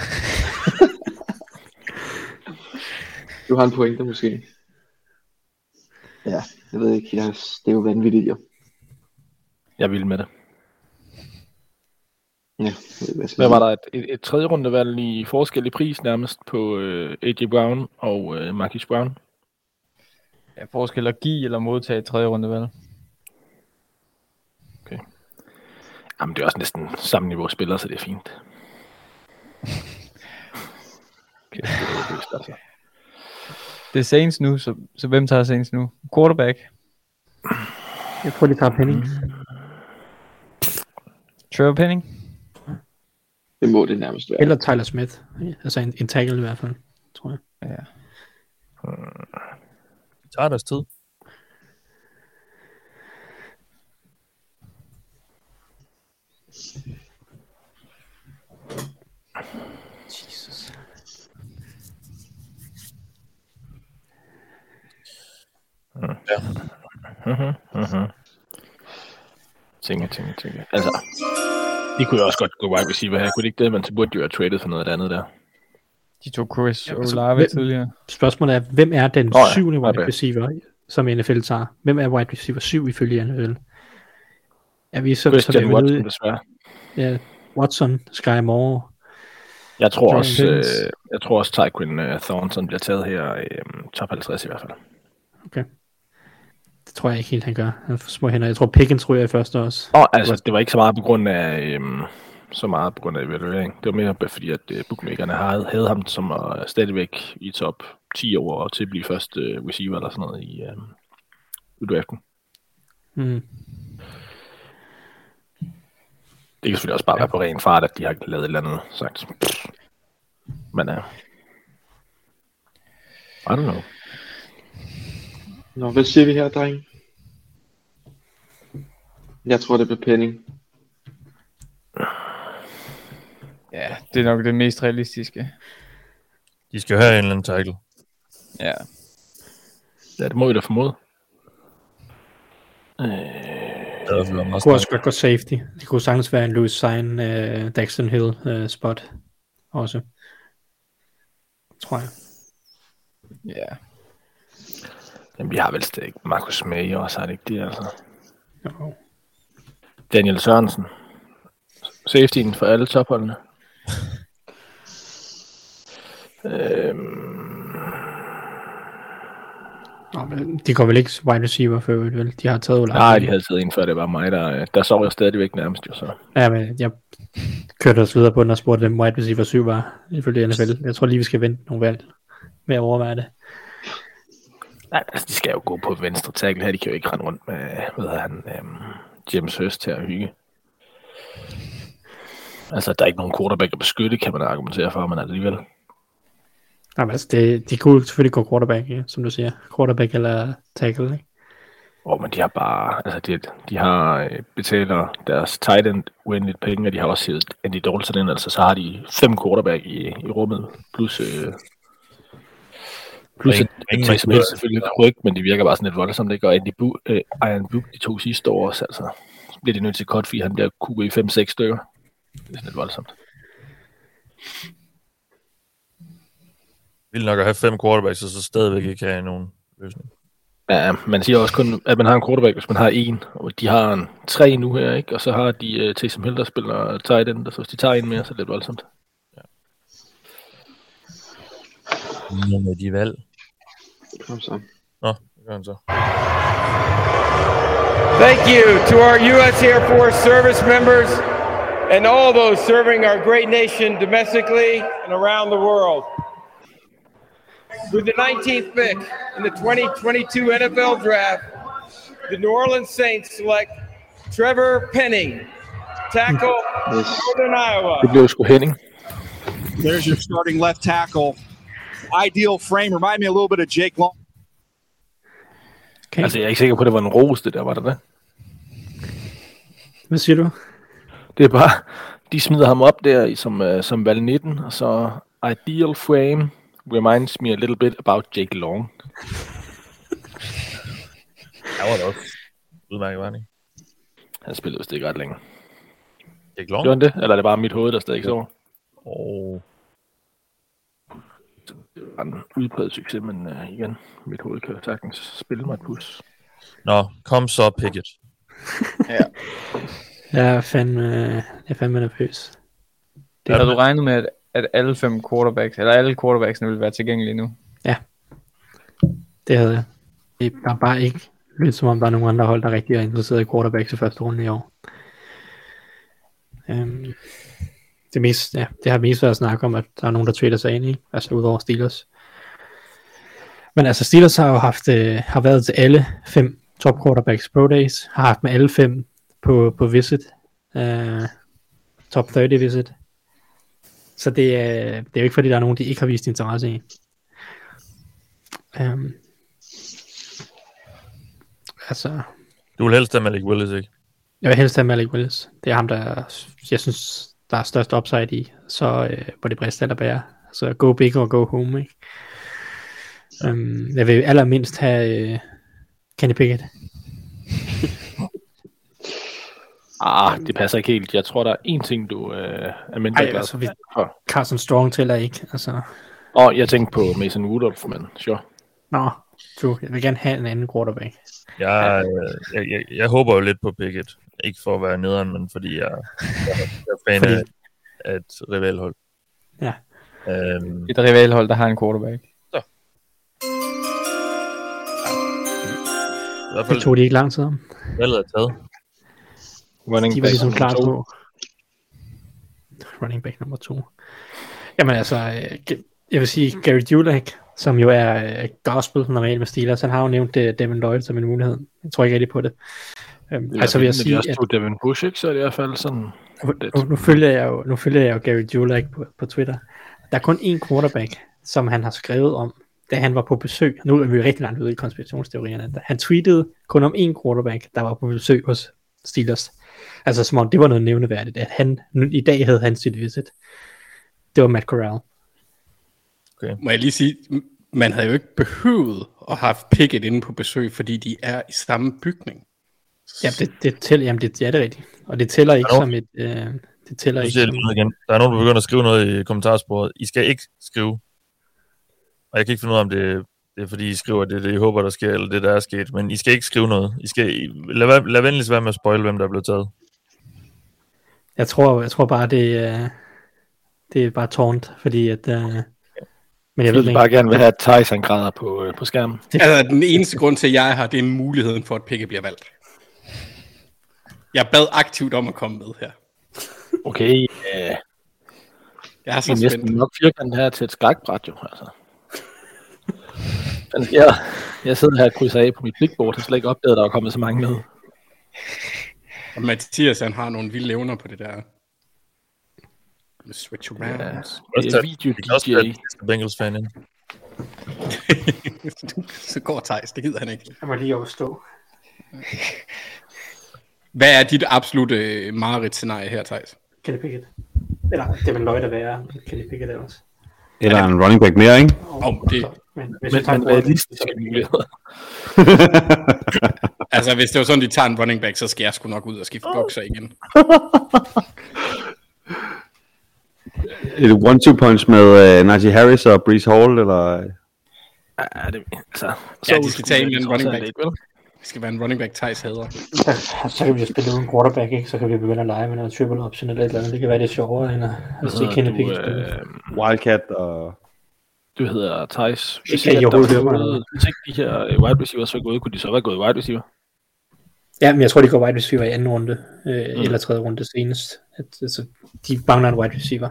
Du har en pointe måske. Ja, jeg ved ikke. Det er jo vanvittigt, jo. Jeg vil med det. Ja, hvad var der? Et tredje rundevalg i forskel i pris nærmest på A.J. Brown og Marquise Brown? Ja, forskel at give eller modtage et tredje rundevalg. Okay. Jamen, det er også næsten samme niveau spiller, så det er fint. Okay, det er løst, altså. Det er Saints nu, så hvem tager Saints nu? Quarterback? Jeg tror, de tager Penning. Trevor Penning? Det må det nærmest være. Eller Tyler Smith. Altså en tackle i hvert fald, tror jeg. Ja. Det tager deres tid. Jesus. Ja. Tænker. Altså, de kunne jo også godt gå wide receiver her. Kunne det ikke det, man så burde jo have traded for noget andet der? De tog Chris Olave tidligere. Spørgsmålet er, hvem er den 7. wide receiver, som NFL tager? Hvem er wide receiver 7 ifølge NFL? Er vi så Christian Watson, desværre. Ja, Watson, Sky Moore. Jeg tror også Tyquin Thornton bliver taget her top 50 i hvert fald. Okay. Det tror jeg ikke helt, han gør. Han får små hænder. Jeg tror, Pickens ryger i første også. Altså, det var ikke så meget på grund af evaluering. Det var mere fordi, at bookmakerne havde ham som stadigvæk i top 10 år og til at blive første receiver eller sådan noget i draften. Det kan selvfølgelig også bare være på ren fart, at de har lavet et eller andet sagt. Men I don't know. Nå, hvad siger vi her, dreng? Jeg tror, det bliver Penning. Ja, det er nok det mest realistiske. De skal have en eller anden tackle. Ja, det må vi da formode. kunne også godt gå safety. Det kunne sagtens være en Louis Sign, Daxton Hill spot også. Tror jeg. Ja. Jamen, vi har vel stadig Marcus May også, har det ikke det, altså? Jo. Daniel Sørensen. Safetyen for alle topholdene. Men de går vel ikke wide receiver for øvrigt, vel? De har taget Ola. Nej, de havde taget en før, det var mig, der sov jeg stadigvæk nærmest jo så. Ja, men jeg kørte også videre på den og spurgte dem, wide receiver 7 var ifølge NFL. Jeg tror lige, vi skal vente nogle valg med at overveje det. Nej, altså de skal jo gå på venstre tackle her, de kan jo ikke rende rundt med, James Hurst her og hygge. Altså, der er ikke nogen quarterback at beskytte, kan man argumentere for, men alligevel. Nej, men altså, de kunne selvfølgelig gå quarterback, ja, som du siger. Quarterback eller tackle, ikke? Men de har bare, altså de har betaler deres tight end uendeligt penge, og de har også hævet Andy Dalton ind, altså så har de 5 quarterback i rummet, plus det som helst selvfølgelig ryg, men det virker bare sådan lidt voldsomt, ikke? Og Ian Book de 2 sidste år også, altså så bliver de nødt til kort, fordi han bliver QB i 5-6 stykker. Det er sådan lidt voldsomt. Vil nok at have 5 quarterbacks, og så stadigvæk ikke have nogen løsning. Ja, man siger også kun, at man har en quarterback, hvis man har 1, og de har 3 nu her, ikke? Og så har de Taysom Hill, der spiller tight end, og så hvis de tager en mere, så er det lidt voldsomt. Ja. Med de valg. Kom så. Nå, det gør han så. Thank you to our U.S. Air Force service members and all those serving our great nation domestically and around the world. With the 19th pick in the 2022 NFL Draft, the New Orleans Saints select Trevor Penning, tackle, Northern Iowa. Det blev sgu Henning. There's your starting left tackle. Ideal frame. Remind me a little bit of Jake Long. Okay. Altså, jeg er ikke sikker på, at det var en ros, det der, var det? Hvad siger du? Det er bare, de smider ham op der som valg 19, og så ideal frame reminds me a little bit about Jake Long. Der var det også udmærket, var han ikke? Han spillede vist ikke ret længe. Jake Long? Gjorde han det? Eller er det bare mit hoved, der stadig så? Det var en udbredt succes, men igen, mit hoved kan sagtens spille mig et pus. Nå, kom så, Pickett. Ja. Jeg er fandme nervøs. Har du regnet med, at alle 5 quarterbacks, eller alle quarterbacksene vil være tilgængelige nu? Ja, det havde jeg. Der er bare ikke lidt som om, der er nogen andre hold, der rigtig er interesseret i quarterbacks i første runde i år. Det har mest været at snakke om, at der er nogen, der trader sig ind i, altså udover Steelers. Men altså Steelers har jo har været til alle 5 top quarterbacks pro days, har haft med alle 5 på visit, top 30 visit. Så det er jo ikke fordi, der er nogen, de ikke har vist interesse i. Altså... Du vil helst have Malik Willis, ikke? Jeg vil helst have Malik Willis. Det er ham, der jeg synes, der er størst upside i. Så hvor det brister eller bære. Så go big or go home, ikke? Jeg vil allermindst have Kenny Pickett. Det passer ikke helt. Jeg tror, der er én ting, du er mindre glad for. Carson Strong tæller ikke, altså. Jeg tænkte på Mason Rudolph, men sure. Nå, true. Jeg vil gerne have en anden quarterback. Jeg håber jo lidt på Pickett. Ikke for at være nederen, men fordi jeg er fan af et rivalhold. Ja. Et rivalhold, der har en quarterback. Så. Det tog de ikke lang tid om. Valget er taget. De var ligesom klar på. Running back nummer 2. Jamen altså, jeg vil sige, Gary Dulac, som jo er gospel normalt med Steelers, han har jo nævnt Devin Lloyd som en mulighed. Jeg tror ikke rigtig på det. Altså vil jeg sige, at Devin Bush, ikke, så er det i hvert fald sådan. Nu følger jeg jo Gary Dulac på Twitter. Der er kun én quarterback, som han har skrevet om, da han var på besøg. Nu er vi jo rigtig langt ude i konspirationsteorierne. Han tweetede kun om én quarterback, der var på besøg hos Steelers. Altså som om det var noget nævneværdigt, at han i dag havde han sit visit. Det var Matt Corral. Okay. Må jeg lige sige, man havde jo ikke behøvet at have Pickett inde på besøg, fordi de er i samme bygning. Ja, det tæller, jamen det er det rigtigt. Og det tæller ikke som et... det tæller ikke som... Igen. Der er nogen, der begynder at skrive noget i kommentarsporet. I skal ikke skrive. Og jeg kan ikke finde ud af, om det er fordi, I skriver, det I håber, der sker, eller det, der er sket. Men I skal ikke skrive noget. I skal lad venligst være med at spoil, hvem der er blevet taget. Jeg tror bare, det er bare tårnt, fordi at... Men jeg vil bare gerne vil have, at Tyson græder på skærmen. Altså, den eneste grund til, at jeg er her, det er muligheden for, at Pikke bliver valgt. Jeg bad aktivt om at komme med her. Okay. Jeg er så spændt. Næsten nok firkant her til et skakbræt, jo. Altså. Jeg sidder her og krydser af på mit blikbord, og slet ikke opdaget, at der er kommet så mange med. Og Mathias, han har nogle vilde evner på det der. Switch around. Det er video DJ. Bengals fan ind. Så går Theis, det gider han ikke. Jeg må lige overstå. Hvad er dit absolutte mareridt-scenarie her, Theis? Kenny Pickett. Eller det vil Lloyd at være, Kenny Pickett er også. Eller en running back mere, ikke? Det. Men realistiske muligheder. Altså, hvis det var sådan, de tager en running back, så skal jeg sgu nok ud og skifte bukser igen. Et 1-2 punch med Najee Harris og Breece Hall, eller? Ja, det altså. Ja, de skal tage en eller running back. Det skal være en running back, Theis hader. Så kan vi jo spille uden quarterback, ikke? Så kan vi begynde at lege med noget triple option eller et eller andet. Det kan være lidt sjovere, end at se Kenny Pickett spille. Wildcat og... Du hedder Theis. Hvis ikke de her wide receivers var gået, kunne de så være gået wide receiver? Ja, men jeg tror, de går wide receiver i anden runde, eller tredje runde senest. Altså, de mangler en wide receiver.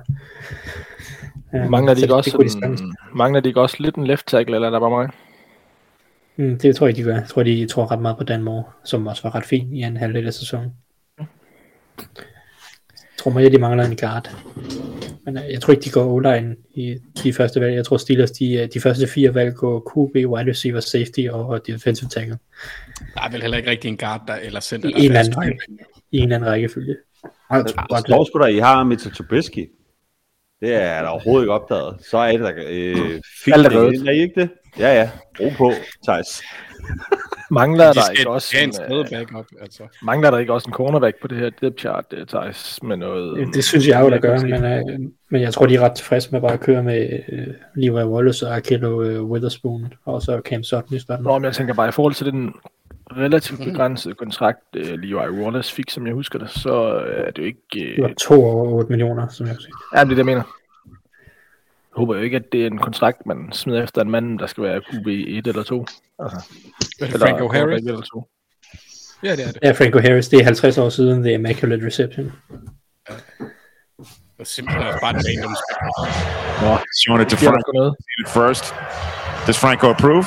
Mangler de ikke også lidt en left tackle, eller er der bare mig? Det tror jeg ikke, de gør. Jeg tror, de tror ret meget på Dan Moore, som også var ret fin i en halvdel af sæsonen. Jeg tror mere, de mangler en guard. Men jeg tror ikke, de går O-line i de første valg. Jeg tror, Steelers, de første 4 valg går QB, wide receiver, safety og defensive tackle. Der er vel heller ikke rigtig en guard, der eller center. I en anden rækkefølge. Jeg tror sgu da, I har Mitchell Trubisky. Det er der overhovedet ikke opdaget. Så er det der fint. Er I ikke det? Ja. Ro på, Theis. Mangler der ikke også backup, altså. Mangler der ikke også en cornerback på det her depth chart, Theis, med noget? Det synes jeg jo, der gør, men jeg tror, de er ret tilfredse med bare at køre med Levi Wallace og Akello Witherspoon, og så Cam Sutton i starten. Nå, men jeg tænker bare, i forhold til den relativt begrænsede kontrakt, Levi Wallace fik, som jeg husker det, så er det jo ikke... Det var 2 år 8 millioner, som jeg husker. Ja, det er det, jeg mener. Jeg håber jo ikke, at det er en kontrakt, man smider efter en mand, der skal være QB 1 eller 2. Altså, Franco Harris? Eller 2. Ja, det er det. Ja, Franco Harris, det er 50 år siden, The Immaculate Reception. Det var simpelthen bare en random Well, showing it to Franco first. Does Franco approve?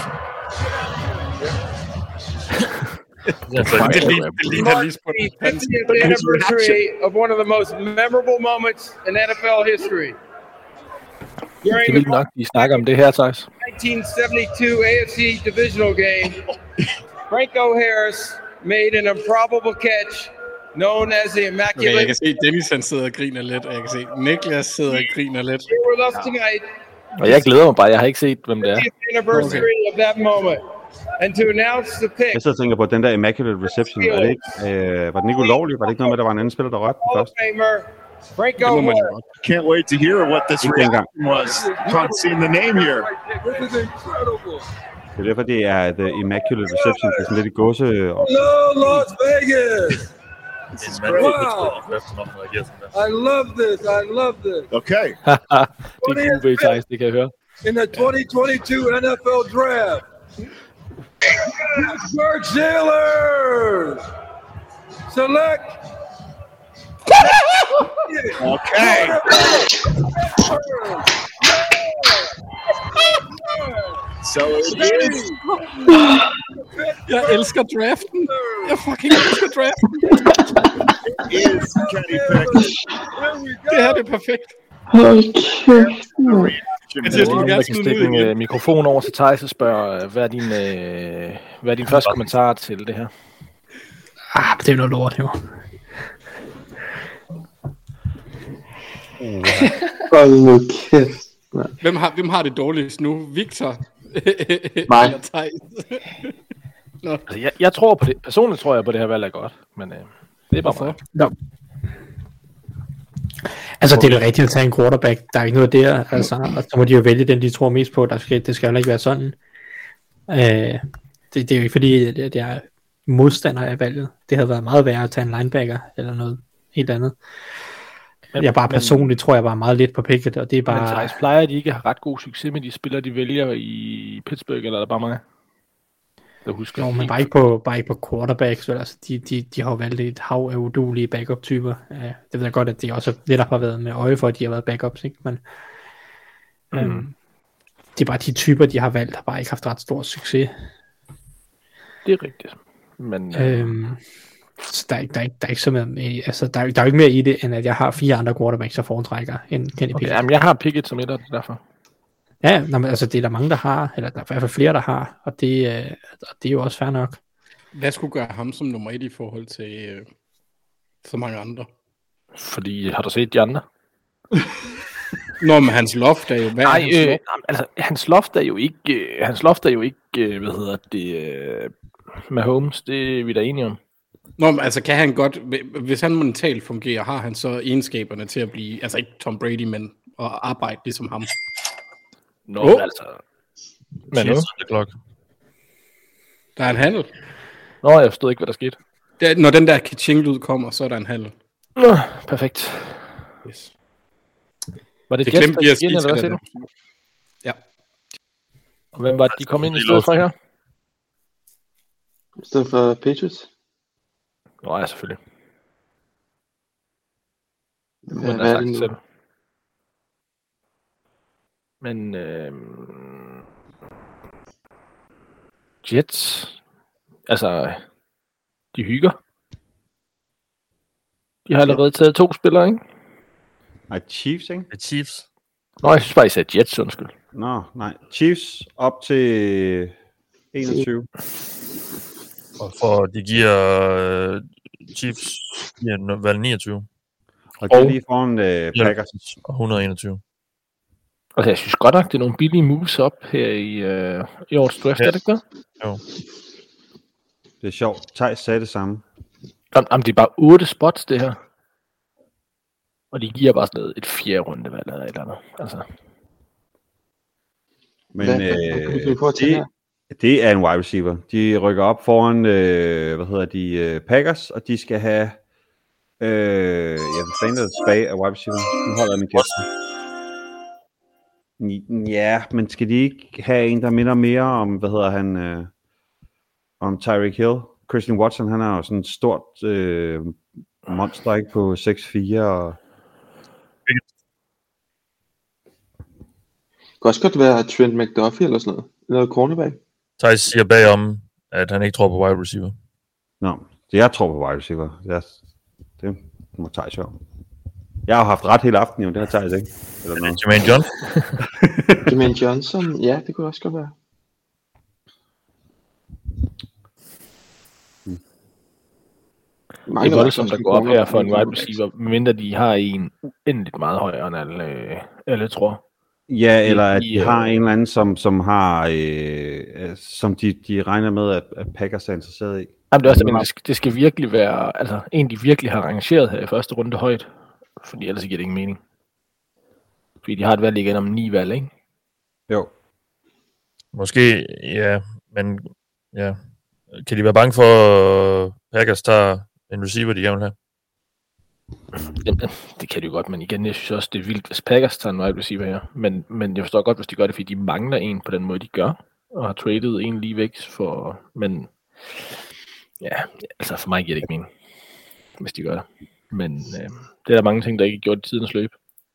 The 50th anniversary of one of the most memorable moments in NFL history. Det vil nok, de snakker om det her, Theis. 1972 AFC divisional game. Franco Harris made an improbable catch known as the Immaculate. Okay, jeg kan se, Dennis han sidder og griner lidt, og jeg kan se, Niklas sidder og griner lidt. Here with us tonight. Og jeg glæder mig bare, jeg har ikke set, hvem det er. 50th anniversary of that moment. And to announce the pick. Jeg sidder og tænker på den der Immaculate Reception. Er det ikke, var den ikke ulovlig? Var det ikke noget med, at der var en anden spiller, der rørte den først? Franco Can't wait to hear what this reaction was. Can't see the name here. This is incredible. Det er derfor, det er The Immaculate Reception. Det er sådan lidt i gåse. Hello, Las Vegas! Wow! I love this. I love this. Okay. Det er QB, Theis, det kan jeg høre. In the 2022 NFL Draft, Pittsburgh Steelers select. Okay. So it is. Jeg elsker draften. Jeg fucking elsker draften. It is Kenny Pickett. Det her, det er perfekt. Jeg kan stikke en mikrofon over til Theis og spørge, hvad er din første kommentar til det her? Det er noget lort, jo. Hvem har det dårligst nu? Victor? Mig. Eller Theis? Altså, jeg tror på det. Personligt tror jeg på det her valg er godt, men det er bare for. No. Altså, det er rigtigt at tage en quarterback. Der er ikke noget der. Altså, og så må de jo vælge den, de tror mest på. Det skal jo ikke være sådan. Det er jo ikke fordi, det er modstander af valget. Det havde været meget værre at tage en linebacker, eller noget helt andet. Jeg bare personligt tror jeg bare meget lidt på Pickett, og det er bare... Men faktisk plejer de ikke at have ret god succes med de spillere, de vælger i Pittsburgh, eller er det bare mig? Jo, men bare ikke på quarterbacks. Altså, de har jo valgt et hav af udulige backup-typer. Det ved jeg godt, at de også lidt har været med øje for, at de har været backups, ikke? Men det er bare de typer, de har valgt, har bare ikke haft ret stor succes. Det er rigtigt. Men, så der er ikke så meget, altså, der er jo ikke mere i det, end at jeg har 4 andre quarterbacks, der foretrækker end Kenny Pickett. Jamen, jeg har Pickett som etter, derfor. Ja, men altså, det er der mange, der har, eller der er i hvert fald flere, der har, og det er jo også fair nok. Hvad skulle gøre ham som nummer 1 i forhold til så mange andre? Fordi, har du set de andre? Nå, men hans loft er jo... hans loft er jo ikke, hvad hedder det, Mahomes, det er vi da enige om. Nå, men altså kan han godt, hvis han mentalt fungerer, har han så egenskaberne til at blive, altså ikke Tom Brady, men at arbejde ligesom ham? Nå, altså... Men nu? Der er en handel. Nå, jeg forstod ikke, hvad der skete. Når den der ka-ching-lyd kommer, så er der en handel. Nå, perfekt. Yes. Var det Jets, der gik ind, eller hvad siger du? Ja. Og hvem var det, de kom ind i stedet for her? I stedet for Patriots? Nå, ja, selvfølgelig. Hvad er det nu? Men Jets, altså, de hygger. De har allerede taget 2 spillere, ikke? Nej, Chiefs, ikke? Det er Chiefs. Nå, jeg synes bare, I sagde Jets, undskyld. Nå, nej. Chiefs op til 21. Og for de giver Chiefs valg 29. Og det er lige foran Packers. Og 121. Altså, jeg synes godt nok, det er nogle billige moves op her i årets draft, er det ikke det? Jo. Det er sjovt. Thijs sagde det samme. Jamen, det er bare 8 spots, det her. Og de giver bare sådan noget, et 4. rundevalg eller et eller andet. Altså. Men det er en wide receiver. De rykker op foran, Packers, og de skal have, hvad fanden er det tilbage af wide receiver? Nu holder jeg min kæft. Ja, men skal de ikke have en, der minder mere om, om Tyreek Hill? Christian Watson, han er jo sådan et stort monster, ikke, på 6'4", og... Det kan også godt være Trent McDuffie eller sådan noget cornerback. Thijs siger bagom, at han ikke tror på wide receiver. Nå, så jeg tror på wide receiver. Det må Thijs jo. Jeg har haft ret hele aftenen, jo. Det har Thijs ikke. Eller noget. Jermaine Johnson? Jermaine Johnson, ja, det kunne også godt være. Det er voldsomt, der går op her for en wide receiver, medmindre de har en uendeligt meget højere, end alle tror. Ja, eller at de har en eller anden, som har, som de regner med, at Packers er interesseret i. Jamen, det er også, det skal virkelig være, altså en, de virkelig har rangeret her i første runde højt, fordi ellers giver det ingen mening. Fordi de har et valg igen om 9 valg, ikke? Jo. Måske, ja, men ja. Kan de være bange for, at Packers tager en receiver, de gerne vil have? Det kan de jo godt, men igen, jeg synes også, det er vildt, hvis Packers tager en wide receiver her. Men jeg forstår godt, hvis de gør det, fordi de mangler en på den måde, de gør, og har traded en lige væk for... Men ja, altså for mig giver det ikke mening, hvis de gør det. Men det er der mange ting, der ikke er gjort i tidens løb.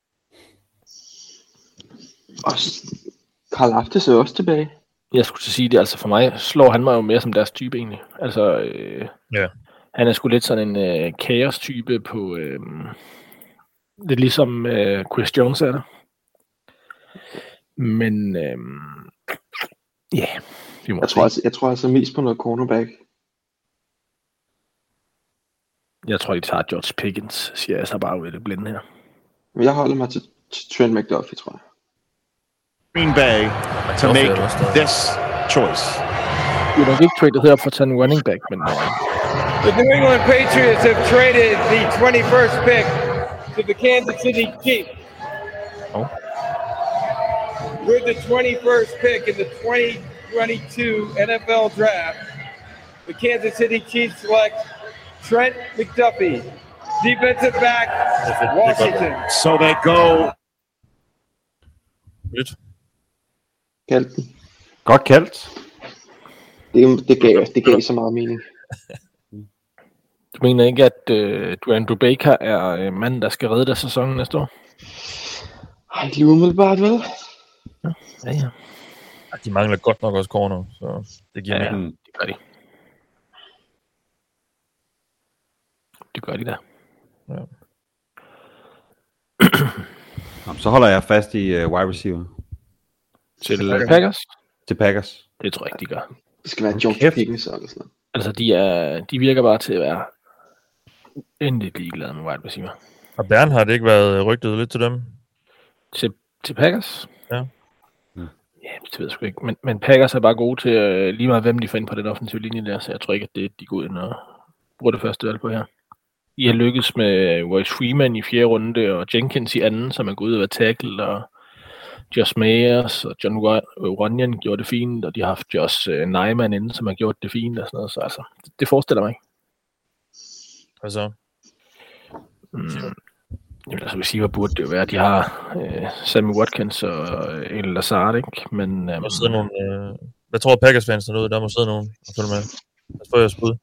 Og Karl Aftes er også tilbage. Jeg skulle sige det, altså for mig slår han mig jo mere som deres type egentlig. Altså, han er sgu lidt sådan en kaos-type på, lidt ligesom Chris Jones er der. Men, vi må jeg tror altså mest på noget cornerback. Jeg tror, de tager George Pickens, siger jeg så bare ud i det blinde her. Men jeg holder mig til Trent McDuffie, tror jeg. Green Bay to make this choice. jo nok ikke tradet herop for at tage en running back, men... The New England Patriots have traded the 21st pick to the Kansas City Chiefs. Oh. With the 21st pick in the 2022 NFL Draft, the Kansas City Chiefs select Trent McDuffie, defensive back, Washington. So they go... Lidt. Kaldt den. Godt kaldt. Det gav så meget mening. Du mener ikke, at Andrew Baker er manden, der skal redde deres sæson næste år? Ej, ikke lige umiddelbart, vel? Ja. De mangler godt nok også corner, så det giver mening. Det gør de. Det gør de da. Ja. Så holder jeg fast i wide receiver. Til Packers? Til Packers. Det tror jeg ikke, de gør. Det skal være George Pickens eller sådan noget. Altså, de virker bare til at være endelig ligeglade med wide receiver. Og Bern har det ikke været rygtet lidt til dem? Til Packers? Ja. Ja, det ved jeg sgu ikke. Men Packers er bare gode til lige meget, hvem de får ind på den offensive linje der, så jeg tror ikke, at det de går ind og bruger det første valg på her. I har lykkes med Royce Freeman i 4. runde, og Jenkins i 2., som er gået ud og været tackle, og Josh Mayers og John Runyon gjorde det fint, og de har haft Josh Neiman inden, som har gjort det fint og sådan noget, så altså, det forestiller mig ikke. Hvad så? Jamen altså, receiver burde det jo være, de har Sammy Watkins og El Lazard, ikke? Men... der må sidde nogle... hvad tror Packers-fans derude? Der må sidde nogen og følge med. Hvad spørger jeg spud?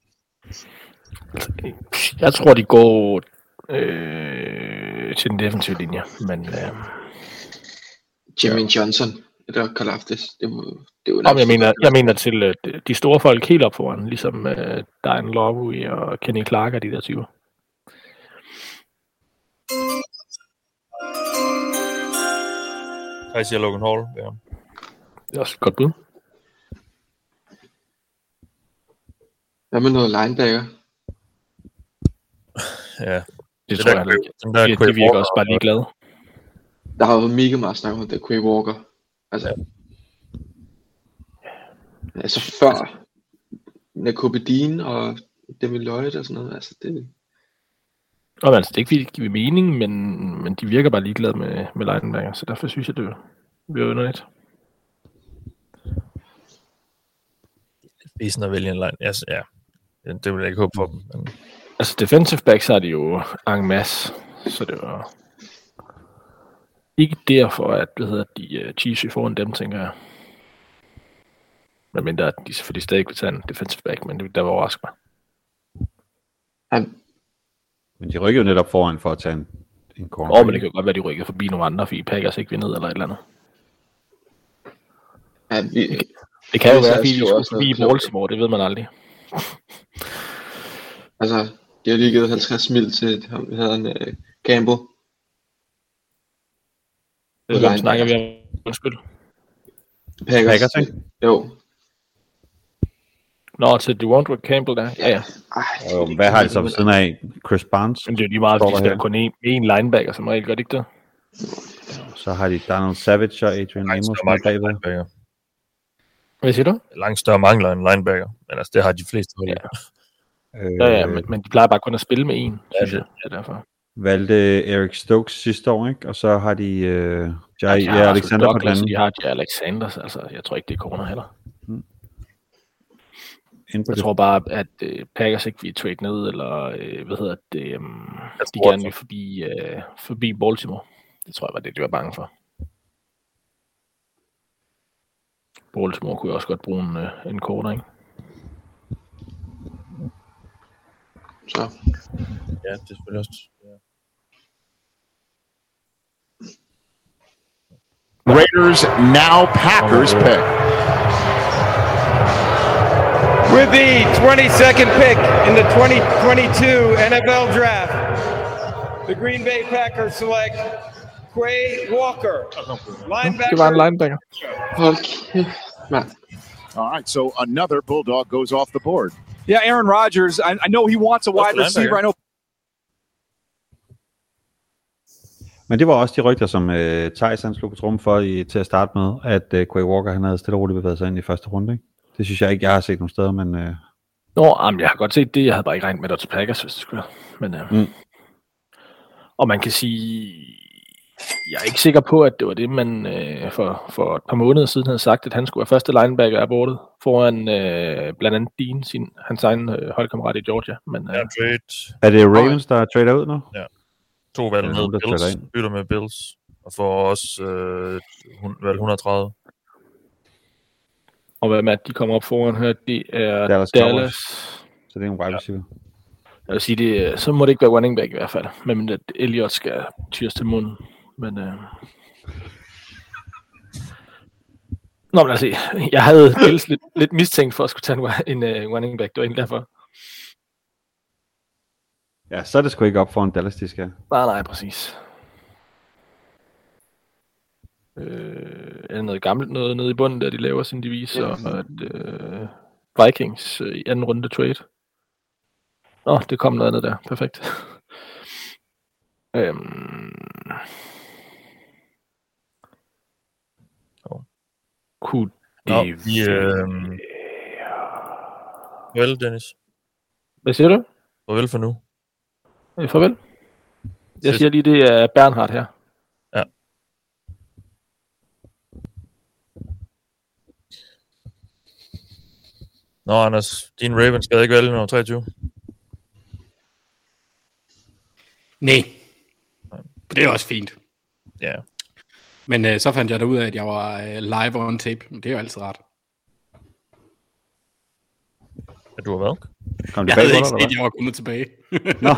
Jeg tror, de går til den defensive linje, men... Jermaine Johnson, eller Karlaftis, det er jo... Jeg mener til de store folk helt op foran, ligesom Diane Lowry og Kenny Clark og de der typer. Jeg siger Logan Hall. Ja. Det er også et godt bud. Hvad med noget linebacker? Ja. Det tror jeg ikke. De virker også bare ligeglade. Der har været mega meget snak om det, Quay Walker. Altså før Nakobe Dean og Demi Lloyd og sådan noget. Altså det... Og altså, det er ikke fordi, det giver mening, men de virker bare ligeglade med linebacker, så derfor synes jeg, det bliver underligt. Det er sådan at vælge en line. Yes, ja, det vil jeg ikke håbe på dem. Men... Altså, defensive backs er de jo en masse, så det var ikke derfor, at de Chiefs foran dem, tænker jeg. Men mindre, at de selvfølgelig stadig vil tage en defensive back, men det var overrasket mig. Men de rykker jo netop foran for at tage en corner. Men det kan jo godt være, de rykker forbi nogle andre, fordi Packers ikke vil ned eller et eller andet. Ja, det kan jo være, fordi de skulle forbi Baltimore, det ved man aldrig. Altså, de har lige givet 50 mil til ham, Campbell. Hvem snakker vi om? Undskyld. Packers, ikke? Jo. Nå, til DeAndre Campbell der. Ja. Hvad har de så ved siden af? Chris Barnes? Men det er jo lige meget, fordi de skal kun én linebacker, som regel gør det ikke det. Så har de Donald Savage og Adrian Amos med bagved. Hvad siger du? Langt større mangler end linebacker, men altså det har de fleste. Ja, men de plejer bare kun at spille med en, synes jeg. Ja, derfor. Valgte Eric Stokes sidste år, ikke? Og så har de Alexander på den anden. De har Alexander, altså jeg tror ikke, det er corner heller. Jeg tror bare, at Packers ikke vil trade ned, eller de gerne vil forbi Baltimore. Det tror jeg var det, de var bange for. Baltimore kunne også godt bruge en corner, ikke? Så. Ja, det er selvfølgelig også. Ja. Raiders, now Packers pick. With the 22nd pick in the 2022 NFL Draft, the Green Bay Packers select Quay Walker, linebacker. Det var en linebacker. All right, so another Bulldog goes off the board. Yeah, Aaron Rodgers. I know he wants a wide receiver. I know. Men det var også de rygter, som Theis han slog på trummen for til at starte med, at Quay Walker han havde stille og roligt bevæget sig ind i første runde, ikke? Det synes jeg ikke, jeg har set nogen steder, men... Jamen, jeg har godt set det. Jeg havde bare ikke regnet med det til Packers, hvis det skulle være. Men, og man kan sige... Jeg er ikke sikker på, at det var det, man for et par måneder siden havde sagt, at han skulle være første linebacker af bordet foran blandt andet Dean, hans egen holdkammerat i Georgia. Men, trade. Er det Ravens, der trader ud nu? Ja. 2 valg ned Bills, bytter med Bills, og får også valg 130. Og hvad med, at de kommer op foran her, det er Dallas. Så det er en wide receiver. Jeg vil sige, så må det ikke være running back i hvert fald, men at Elliott skal tyres til munden. Men, men altså, jeg havde Bills lidt mistænkt for at skulle tage en running back, det var egentlig derfor. Ja, så er det sgu ikke op for en Dallas, de skal. Nej, præcis. Er der noget gammelt noget nede i bunden, der de laver sin devis, og at Vikings i anden runde trade? Det kom noget andet der. Perfekt. Kunne det Farvel, Dennis. Hvad siger du? Farvel for nu. Farvel. Jeg siger lige, det er Bernhard her. Ja. Nå, Anders, din Ravens skal ikke vælge nummer 23. Nej. Det er også fint. Ja. Men så fandt jeg da ud af, at jeg var live on tape. Det er jo altid rart. At du har været? Jeg havde ikke set, at jeg var kommet tilbage. Nå.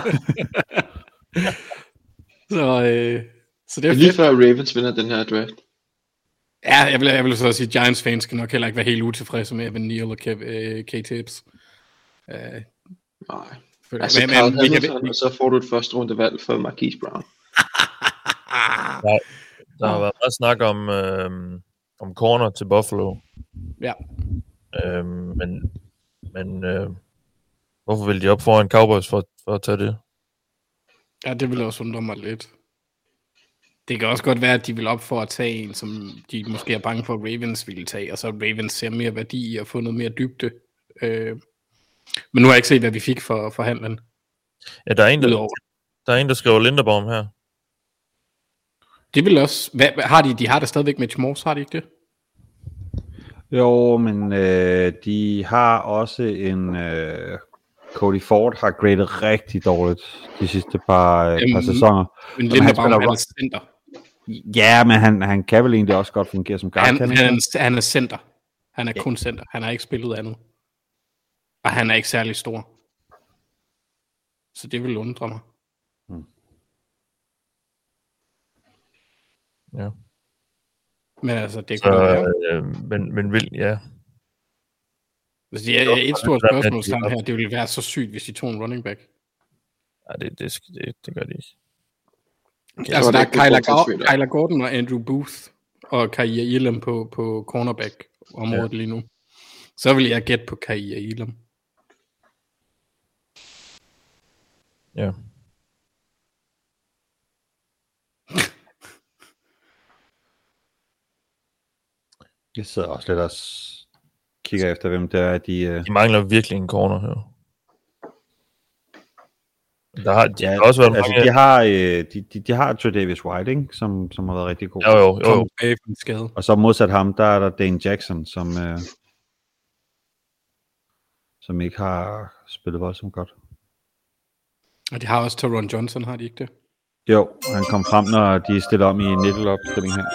Så det er lige før Ravens vinder den her draft. Ja, jeg vil så sige, at Giants fans skal nok heller ikke være helt utilfredse med Evan Neal og K-Tips. Nej. Altså, Carl Hamilton, og så får du et første rundevalg for Marquise Brown. Nej. Der har været meget snak om corner til Buffalo. Ja. Men hvorfor vil de op foran Cowboys for at tage det? Ja, det vil også undre mig lidt. Det kan også godt være, at de vil op for at tage en, som de måske er bange for, at Ravens ville tage, og så Ravens ser mere værdi i at få noget mere dybde. Men nu har jeg ikke set, hvad vi fik for handlen. Ja, der er en, der skriver Linderbaum her. Det vil også... har de har da stadigvæk Mitch Morse, har de ikke det? Jo, men de har også en... Cody Ford har gradet rigtig dårligt de sidste par sæsoner. Men Linderbaum er center. Ja, men han kan vel egentlig også godt fungere som guard. Han er center. Han er kun center. Han har ikke spillet andet. Og han er ikke særlig stor. Så det vil undre mig. Ja. Men altså, det kan være. Men vil, ja. Altså, det er et stort spørgsmål her. Det ville være så sygt, hvis de tog en running back. Ja, det gør de ikke. Okay, altså, der er Kyler Gordon og Andrew Booth og Kaiir Elam på cornerback-området lige nu. Så vil jeg gætte på Kaiir Elam. Ja. Jeg sidder også lidt og kigger efter, hvem der er de mangler virkelig en corner her. Der har også været mange... De har Tre'Davious White, ikke? Som har været rigtig god. Jo. Og så modsat ham, der er der Dane Jackson, som ikke har spillet voldsomt godt. Og de har også Taron Johnson, har de ikke det? Jo, han kom frem, når de stiller om i nickel-opstilling her.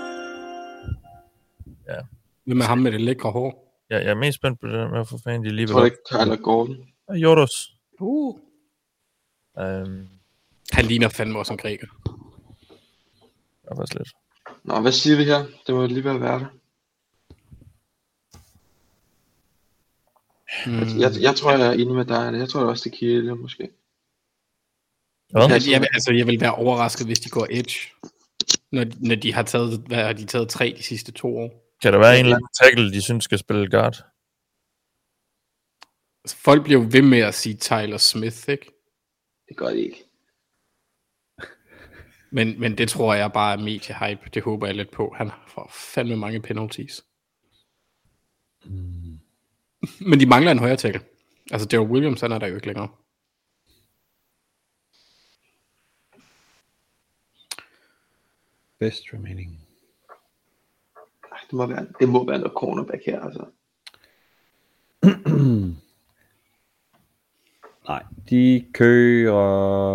Ja. Hvem er ham med det lækre hår? Ja, jeg er mest spændt på det der med, hvorfor fanden de lige vil... Jeg tror ikke, Kyler Gordon. Ja, Jordos. Han ligner fandme også en græker. Ja, faktisk lidt. Nå, hvad siger vi her? Det må lige være det. Jeg tror, jeg er enig med dig. Jeg tror også, det er Kiel, måske. Jeg vil være overrasket, hvis de går edge. Når de har taget, hvad har de taget 3 de sidste 2 år? Kan der være en eller anden tackle, de synes skal spille guard? Folk bliver ved med at sige Tyler Smith, ikke? Det gør de ikke. Men det tror jeg bare er mediehype. Det håber jeg lidt på. Han får fandme mange penalties. Men de mangler en højre tackle. Altså, Daryl Williams, han er der jo ikke længere. Best remaining. Det må være noget cornerback her, altså. Nej, de kører...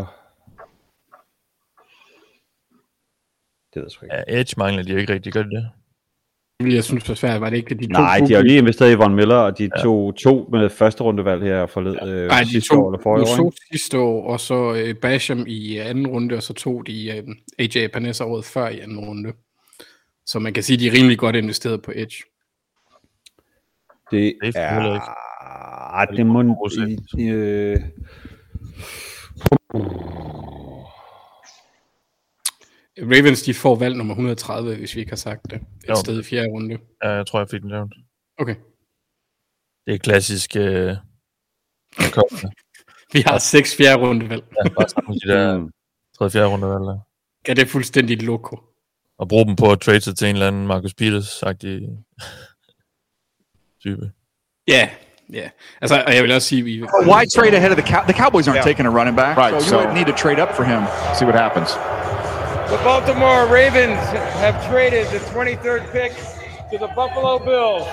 Det ved jeg sgu ikke. Ja, Edge mangler de jo ikke rigtig, gør det? Jeg synes det svært, var det ikke de to? Nej, de har jo lige investeret i Von Miller, og de tog to med første rundevalg her forled. Nej, de tog sidste år, og så Basham i anden runde, og så tog de AJ Epinesa året før i anden runde. Så man kan sige, at de er rimelig godt investeret på Edge. Det er... Det må... Ravens, de får valg nummer 130, hvis vi ikke har sagt det. Et sted i fjerde runde. Ja, jeg tror, jeg fik den nævnt. Okay. Det er klassisk... Vi har 6 fjerde rundevalg. Ja, bare sammen de der 3. fjerde rundevalg der. Ja, det er fuldstændig loko. Og bruge dem på at trade til en eller anden Marcus Peters-agtig type. Ja, ja. Altså, og jeg vil også sige... Why trade ahead of the Cowboys aren't taking a running back, right, so you wouldn't need to trade up for him. See what happens. The Baltimore Ravens have traded the 23rd pick to the Buffalo Bills.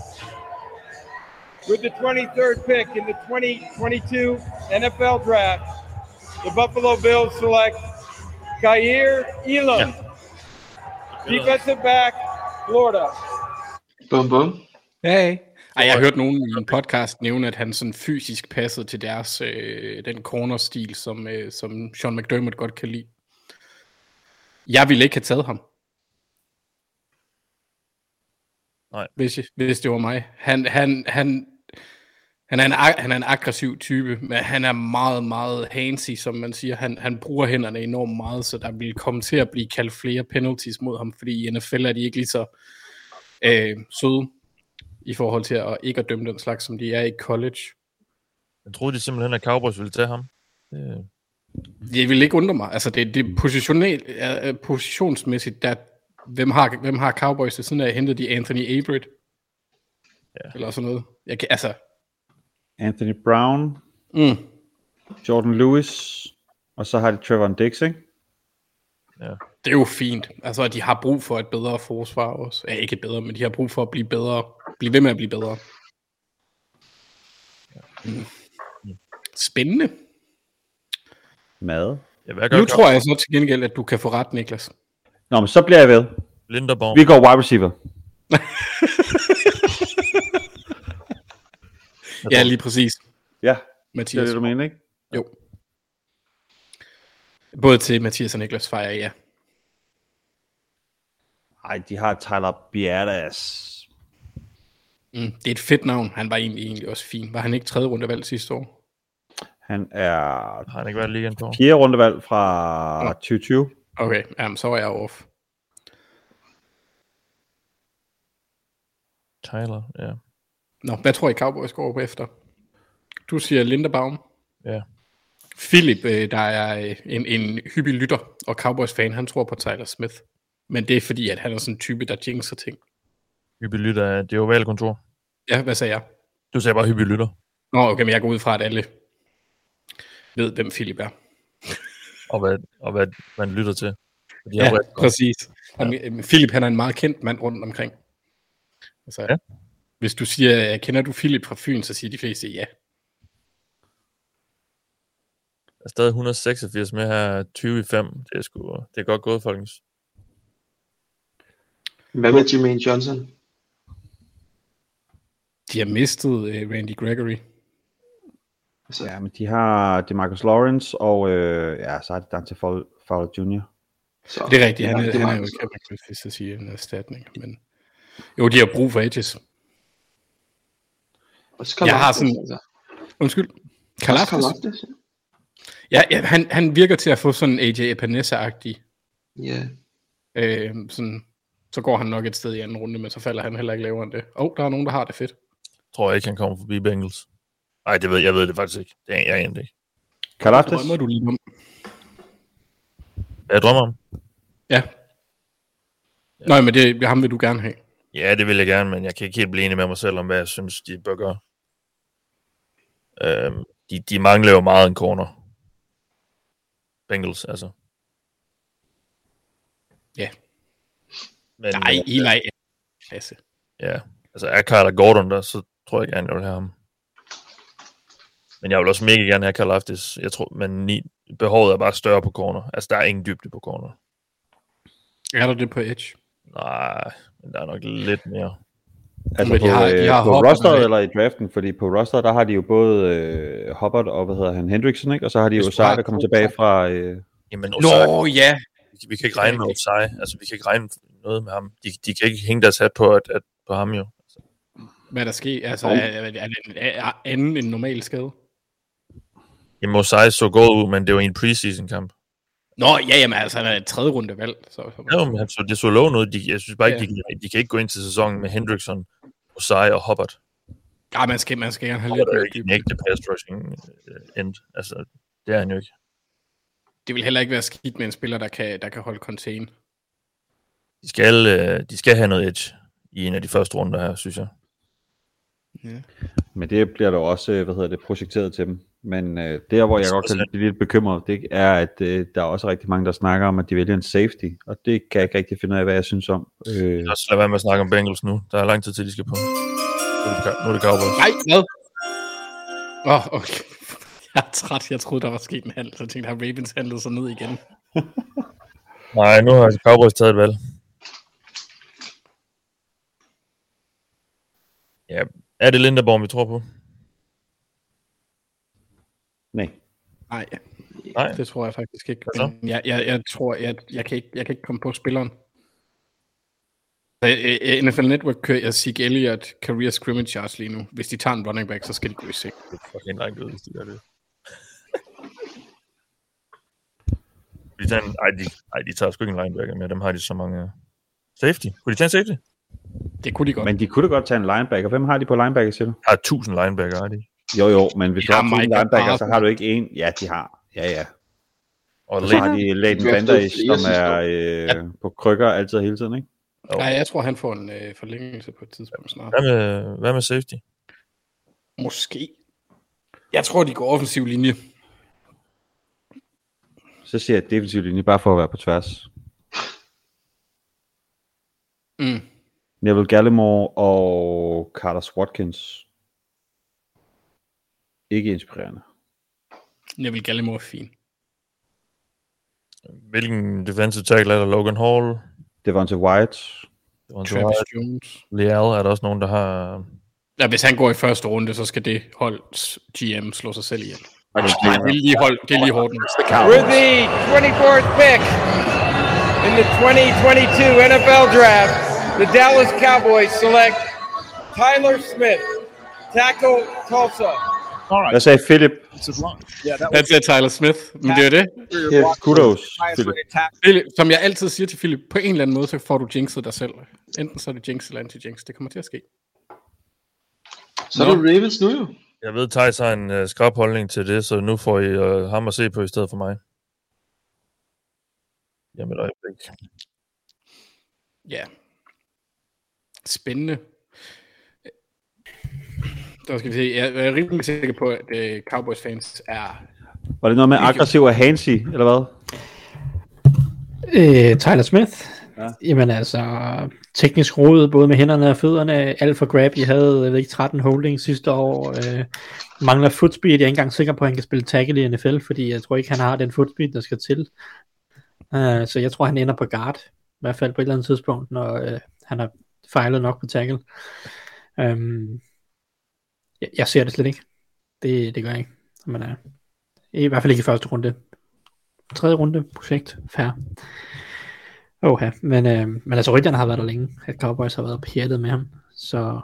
With the 23rd pick in the 2022 NFL Draft, the Buffalo Bills select Kaiir Elam, defensive back, Florida. Bum bum. Hey. Ej, jeg har hørt nogen i en podcast nævne, at han sådan fysisk passede til deres den corner-stil, som Sean McDermott godt kan lide. Jeg ville ikke have taget ham. Nej. Hvis det var mig. Han er en aggressiv type, men han er meget, meget handsy, som man siger. Han bruger hænderne enormt meget, så der vil komme til at blive kaldt flere penalties mod ham, fordi i NFL er de ikke lige så søde i forhold til at ikke at dømme den slags, som de er i college. Jeg troede de simpelthen, at Cowboys ville tage ham. Det vil ikke undre mig. Altså det positionsmæssigt, der, hvem har Cowboys til siden af? Hentede de Anthony Averett? Ja. Eller sådan noget. Anthony Brown, Jordan Lewis, og så har de Trevor Dix, ikke? Ja. Det er jo fint. Altså, de har brug for et bedre forsvar også. Ja, ikke et bedre, men de har brug for at blive bedre. Blive ved med at blive bedre. Spændende. Mad. Ja, nu tror jeg så til gengæld, at du kan få ret, Niklas. Nå, men så bliver jeg ved. Linderbaum. Vi går wide receiver. Ja, lige præcis. Ja, Mathias. det er det, du mener, ikke? Jo. Både til Mathias og Niklas fejrer, ja. Ej, de har Tyler Biadasz. Det er et fedt navn. Han var egentlig også fin. Var han ikke 3. rundevalg sidste år? Han er... Har han ikke været ligaen på? 4. rundevalg fra 2020. Okay, jamen, så er jeg off. Tyler, ja. Nå, hvad tror I Cowboys går på efter? Du siger Linderbaum. Ja. Philip, der er en hyppig lytter og Cowboys-fan, han tror på Tyler Smith. Men det er fordi, at han er sådan en type, der jinxer ting. Hyppig lytter er det ovale kontor. Ja, hvad sagde jeg? Du sagde bare hyppig lytter. Nå, okay, men jeg går ud fra, at alle ved, hvem Philip er. og hvad man lytter til. Ja, præcis. Ja. Philip, han er en meget kendt mand rundt omkring. Altså, ja. Hvis du siger, kender du Philip fra Fyn, så siger de fleste ja. Der er stadig 186 med her, 20 i 5. Det er godt gået, folkens. Hvad med Jermaine Johnson? De har mistet Randy Gregory. Ja, men de har DeMarcus Lawrence, og så har de Dante Fowler Jr. Så, det er rigtigt, han er jo ikke hvis jeg siger en erstatning. Men jo, de har brug for edges. Jeg har sådan... Undskyld. Kalafdis? Ja, han virker til at få sådan AJ Epinesa-agtig. Ja. Sådan, så går han nok et sted i anden runde, men så falder han heller ikke lavere end det. Der er nogen, der har det fedt. Tror jeg ikke, han kommer forbi Bengals. Nej, jeg ved det faktisk ikke. Det er jeg egentlig ikke. Kalafdis? Drømmer du lige om? Jeg drømmer om. Ja. Nej, men ham vil du gerne have. Ja, det vil jeg gerne, men jeg kan ikke helt blive enig med mig selv om, hvad jeg synes, de bør gøre. De mangler jo meget en corner. Bengals, altså. Ja. Men, nej, Eli klasse. Ja, altså er Kyler Gordon der, så tror jeg gerne, jeg vil have ham. Men jeg vil også mega gerne have Karlaftis. Jeg tror, men behovet er bare større på corner. Altså, der er ingen dybde på corner. Er der det på edge? Nej, men der er nok lidt mere. Altså på rosteret eller i draften, fordi på rosteret, der har de jo både Hubbard og, Hendrickson, ikke? Og så har de jo Osai, der kommer tilbage fra... Jamen, Osai, Nå, ja! Vi kan ikke regne med Osai. Altså, vi kan ikke regne noget med ham. De kan ikke hænge deres hat på, på ham jo. Hvad der sker? Altså, er det anden en normal skade? Jamen, Osai så godt ud, men det var i en preseason-kamp. Nå, ja, jamen, altså, han er et 3. runde valg. Ja, men det så lovende ud. Jeg synes bare ikke, de kan ikke gå ind til sæsonen med Hendrickson, Osai og Hubbard. Ja, man skal gerne have lidt... Hubbard er ikke en ægte pass rushing end. Altså, det er han jo ikke. Det vil heller ikke være skidt med en spiller, der kan holde contain. De skal have noget edge i en af de første runder her, synes jeg. Ja. Men det bliver der også, projekteret til dem. Men der, hvor jeg godt kan blive lidt bekymret, det er, at der er også rigtig mange, der snakker om, at de vælger en safety. Og det kan jeg ikke rigtig finde ud af, hvad jeg synes om. Lad os lade være med at snakke om Bengals nu. Der er lang tid til, de skal på. Nu er det Cowboys. Nej, hvad? Okay. Jeg er træt. Jeg troede, der var sket en handel. Så jeg tænkte, at Ravens handlede sig ned igen. Nej, nu har Cowboys taget et valg. Ja, er det Linderbaum, vi tror på? Nej, det tror jeg faktisk ikke. Men jeg tror, jeg kan ikke komme på spilleren. NFL Network kører jeg Zeke Elliott career scrimmage yards lige nu. Hvis de tager en running back, så skal de gå i sigt. Det er fucking langt ud, hvis de gør det. De tager sgu ikke en linebacker med. Dem har de så mange safety. Kunne de tage en safety? Det kunne de godt. Men de kunne da godt tage en linebacker. Hvem har de på linebacker, siger du? Har 1000 linebacker, har de? Jo, men hvis du har 1000 linebacker, så har du ikke en. Ja, de har. Ja. Og så har de Leighton Vander Esch, som er på krykker altid hele tiden, ikke? Nej, jeg tror, han får en forlængelse på et tidspunkt snart. Hvad med safety? Måske. Jeg tror, de går offensiv linje. Så siger jeg defensiv linje, bare for at være på tværs. Neville Gallimore og Carlos Watkins. Ikke inspirerende. Neville Gallimore er fin. Hvilken defensive tackle er der? Logan Hall? Devontae Wyatt. Travis Jones. Leal er der også nogen, der har... Ja, hvis han går i første runde, så skal det holds GM slå sig selv ihjel. Det er lige hårdt. With the 24th pick in the 2022 NFL Draft, the Dallas Cowboys select Tyler Smith, tackle Tulsa. Hvad sagde Philip? Han sagde Tyler Smith, men det er det. Kudos, Philip. Som jeg altid siger til Philip, på en eller anden måde, så får du jinxet dig selv. Enten så er det jinx eller anti-jinx. Det kommer til at ske. Så er det Ravens nu jo. Jeg ved, Thijs har en skrab holdning til det, så nu får I ham at se på i stedet for mig. Jamen et øjeblik. Ja. Spændende. Der skal vi se. Jeg er rimelig sikker på, at Cowboys fans er... Var det noget med aggressiv og handsy, eller hvad? Tyler Smith? Ja. Jamen altså, teknisk rodet, både med hænderne og fødderne, alt for grab. I havde, 13 holdings sidste år. Mangler footspeed. Jeg er ikke engang sikker på, at han kan spille tackle i NFL, fordi jeg tror ikke, han har den footspeed, der skal til. Så jeg tror, han ender på guard. I hvert fald på et eller andet tidspunkt, når han har fejlet nok på tackle. Jeg ser det slet ikke. Det gør jeg ikke. Men, i hvert fald ikke i første runde. 3. runde projekt. Fair. Men altså rygterne har været der længe. At Cowboys har været pjattet med ham. Så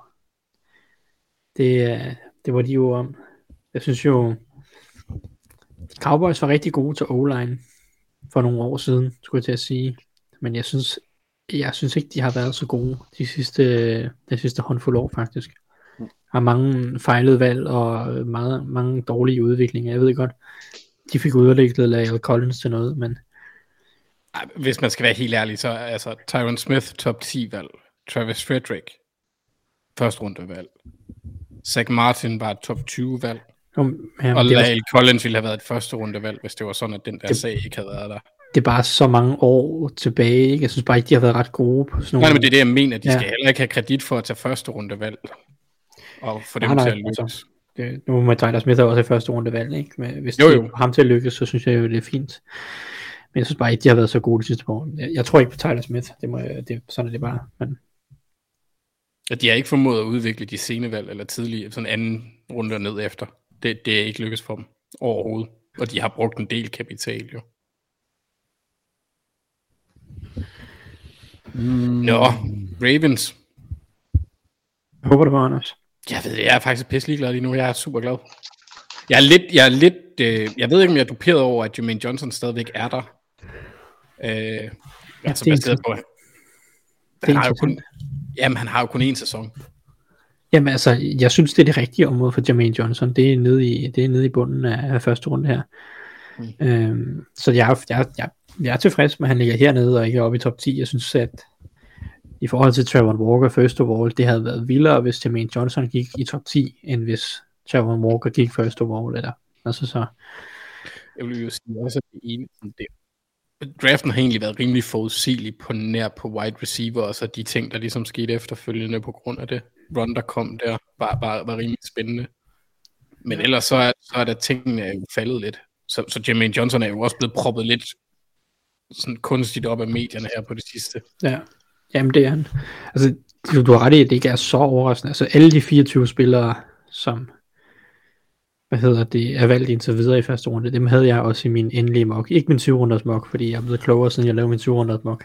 det var de jo om. Jeg synes jo Cowboys var rigtig gode til O-line for nogle år siden, skulle jeg til at sige. Men jeg synes ikke, de har været så gode de sidste håndfuld år faktisk. Har mange fejlede valg og mange dårlige udviklinger. Jeg ved godt, de fik udviklet La'el Collins til noget, men... Hvis man skal være helt ærlig, så altså Tyron Smith top 10 valg Travis Frederick, første rundevalg. Zach Martin var et top 20 valg. Og La'el Collins ville have været et første rundevalg, hvis det var sådan, at den der sag ikke havde været der. Det er bare så mange år tilbage, ikke? Jeg synes bare ikke, de har været ret gode på sådan nogle... Nej, men det er det, jeg mener. De skal heller ikke have kredit for at tage første rundevalg. Og for dem til at lykkes. Altså, nu med Tyler Smith er også i første rundevalg, ikke? Men hvis de får ham til at lykkes, så synes jeg jo, det er fint. Men jeg synes bare ikke, de har været så gode de sidste par år. Jeg tror ikke på Tyler Smith. Sådan er det bare. Men... Ja, de har ikke formået at udvikle de sene valg, eller tidlige, sådan anden runde og ned efter. Det er ikke lykkes for dem overhovedet. Og de har brugt en del kapital, jo. Nå, Ravens. Jeg håber det var, Anders. Jeg ved det, jeg er faktisk pisse ligeglad lige nu. Jeg er super glad. Jeg ved ikke, om jeg er duperet over, at Jermaine Johnson stadigvæk er der. Altså baseret på... Han har jo kun én sæson. Jamen altså, jeg synes, det er det rigtige område for Jermaine Johnson. Det er nede i bunden af første runde her. Så jeg er tilfreds med, at han ligger hernede og ikke oppe i top 10. Jeg synes, at i forhold til Trevor Walker first of all, det havde været vildere, hvis Jermaine Johnson gik i top 10, end hvis Trevor Walker gik first of all. Eller. Altså så... Jeg vil jo sige også, at det ene det. Draften har egentlig været rimelig forudsigelig på nær på wide receiver, og så de ting, der ligesom skete efterfølgende på grund af det run, der kom der, var rimelig spændende. Men ellers så er der tingene jo faldet lidt. Så Jermaine Johnson er jo også blevet proppet lidt sådan kunstigt op af medierne her på det sidste. Ja, jamen det er han. Altså, du har ret i, at det ikke er så overraskende. Altså alle de 24 spillere, som er valgt indtil videre i første runde, dem havde jeg også i min endelige mock. Ikke min 7-runders mock, fordi jeg er blevet klogere, siden jeg lavede min 7-runders mock.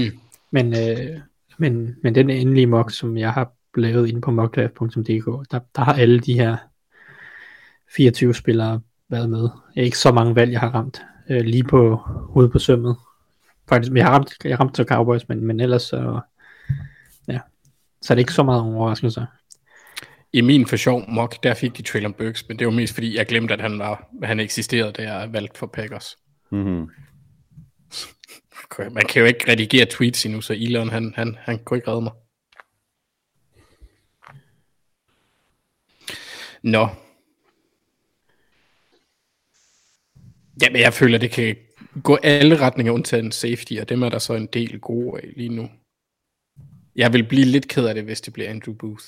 Men den endelige mock, som jeg har lavet inde på mockdraft.dk, der har alle de her 24 spillere været med. Ikke så mange valg, jeg har ramt lige på hovedet på sømmet. Faktisk, jeg har ramt så Cowboys, men ellers så er det ikke så meget overraskelse. I min for sjov mock, der fik de Traylon Burks, men det var mest fordi, jeg glemte, at han eksisterede, da jeg valgte for Packers. Mm-hmm. Man kan jo ikke redigere tweets endnu, så Elon, han kunne ikke redde mig. Nå. Jamen, jeg føler, det kan gå alle retninger undtagen en safety, og dem er der så en del gode af lige nu. Jeg vil blive lidt ked af det, hvis det bliver Andrew Booth.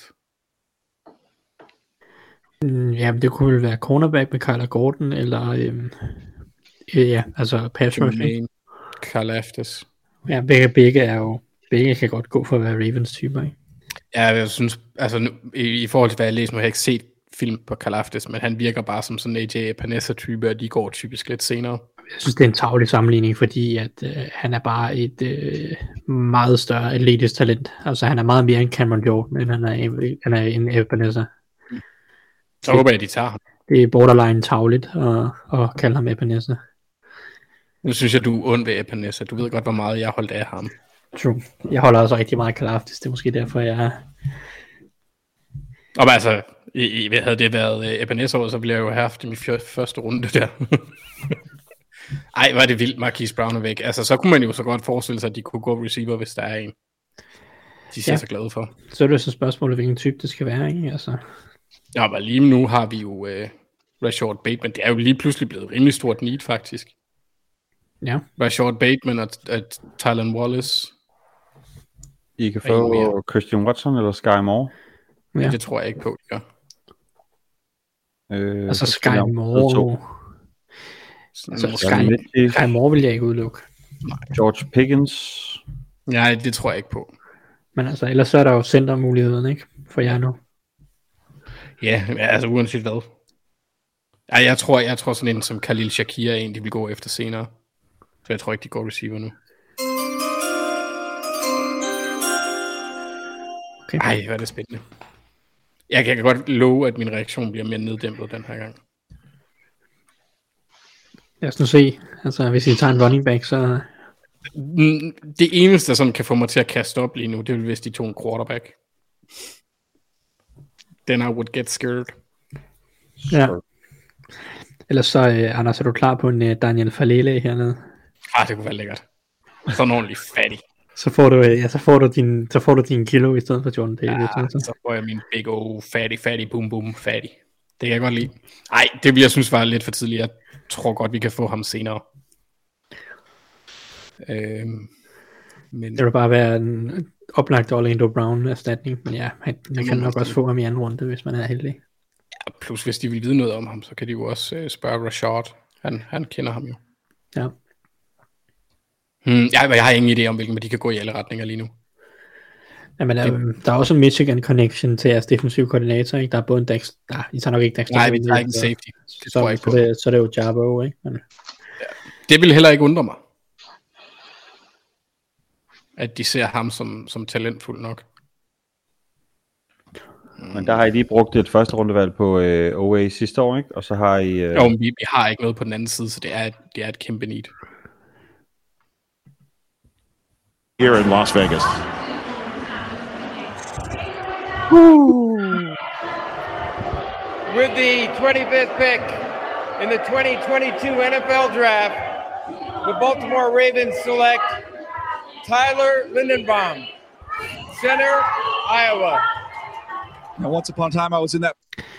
Jamen, det kunne vel være cornerback med Kyler Gordon, eller altså pass rushing. Karlaftis. Ja, begge kan godt gå for at være Ravens typer, ikke? Ja, jeg synes, altså nu, i forhold til hvad jeg læser, nu har jeg ikke set film på Karlaftis, men han virker bare som sådan en AJ Epinesa-type, og de går typisk lidt senere. Jeg synes, det er en tarvelig sammenligning, fordi at han er bare et meget større atletisk talent. Altså, han er meget mere end Cameron Jordan, end han er en Epinesa. Så håber jeg, de tager ham. Det er borderline tarveligt at kalde ham Epinesa. Nu synes jeg, du er ond ved Epinesa. Du ved godt, hvor meget jeg holdt af ham. True. Jeg holder også rigtig meget Karlaftis. Det er måske derfor, jeg er... Og altså, havde det været Epinesa, så ville jeg jo have haft i min første runde der. Ej, var det vildt, Marquise Brown er væk. Altså, så kunne man jo så godt forestille sig, at de kunne gå receiver, hvis der er en. De ser så glade for. Så er det så spørgsmålet, hvilken type det skal være, ikke? Altså... Ja, men lige nu har vi jo Rashard Bateman. Det er jo lige pludselig blevet rimelig stort need, faktisk. Ja. Rashard Bateman og Tylan Wallace. I kan få Christian Watson eller Sky Moore. Ja. Det tror jeg ikke på, det gør. Altså Sky Moore... Sky Moore vil jeg ikke udelukke. Nej. George Pickens. Nej, det tror jeg ikke på. Men altså, ellers så er der jo centermuligheden, ikke? For jer nu. Ja, altså uanset hvad. Ej, jeg tror sådan en som Khalil Shakir egentlig vil gå efter senere. Så jeg tror ikke, de går receiver nu. Okay. Ej, hvor er det spændende. Jeg kan godt love, at min reaktion bliver mere neddæmpet den her gang. Lad os nu se. Altså, hvis I tager en running back, så... Det eneste, der sådan kan få mig til at kaste op lige nu, det vil hvis de tog en quarterback. Then I would get scared. Ja. Ellers så, Anders, er du klar på en Daniel Falele hernede? Det kunne være lækkert. Sådan ordentlig fattig. Så får du din kilo i stedet for Jordan Davis. Ja, så får jeg min big old fatty, boom, fatty. Det kan jeg godt lide. Nej, det vil jeg synes var lidt for tidligt. Jeg tror godt, vi kan få ham senere. Men... Det vil bare være en oplagt Orlando Brown erstatning, men ja, man kan nok også få ham i anden runde, hvis man er heldig. Ja, plus hvis de vil vide noget om ham, så kan de jo også spørge Rashard. Han kender ham jo. Ja. Jeg har ingen idé om, hvilken de kan gå i alle retninger lige nu. Jamen, der er også en Michigan connection til jeres defensive koordinator, ikke? Der er både en Dax... I tager nok ikke Dax. Nej, vi tager ikke en safety. Så er det jo Jarbo, ikke? Men... Ja. Det vil heller ikke undre mig, at de ser ham som talentfuld nok. Men der har I lige brugt et første rundevalg på OA sidste år, ikke? Og så har I... Jo, men vi har ikke noget på den anden side, så det er et kæmpe need. Here in Las Vegas. With the 25th pick in the 2022 NFL Draft, the Baltimore Ravens select Tyler Linderbaum, center, Iowa. Now, once upon a time, I was in that.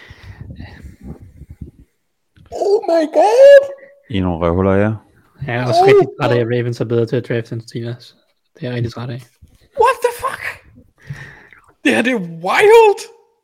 Oh my God! I nogle røvhuller, ja. Jeg er også rigtig træt af, at Ravens er bedre til at drafte end Steelers. Det er jeg rigtig træt af. What the fuck? Det her, det er wild!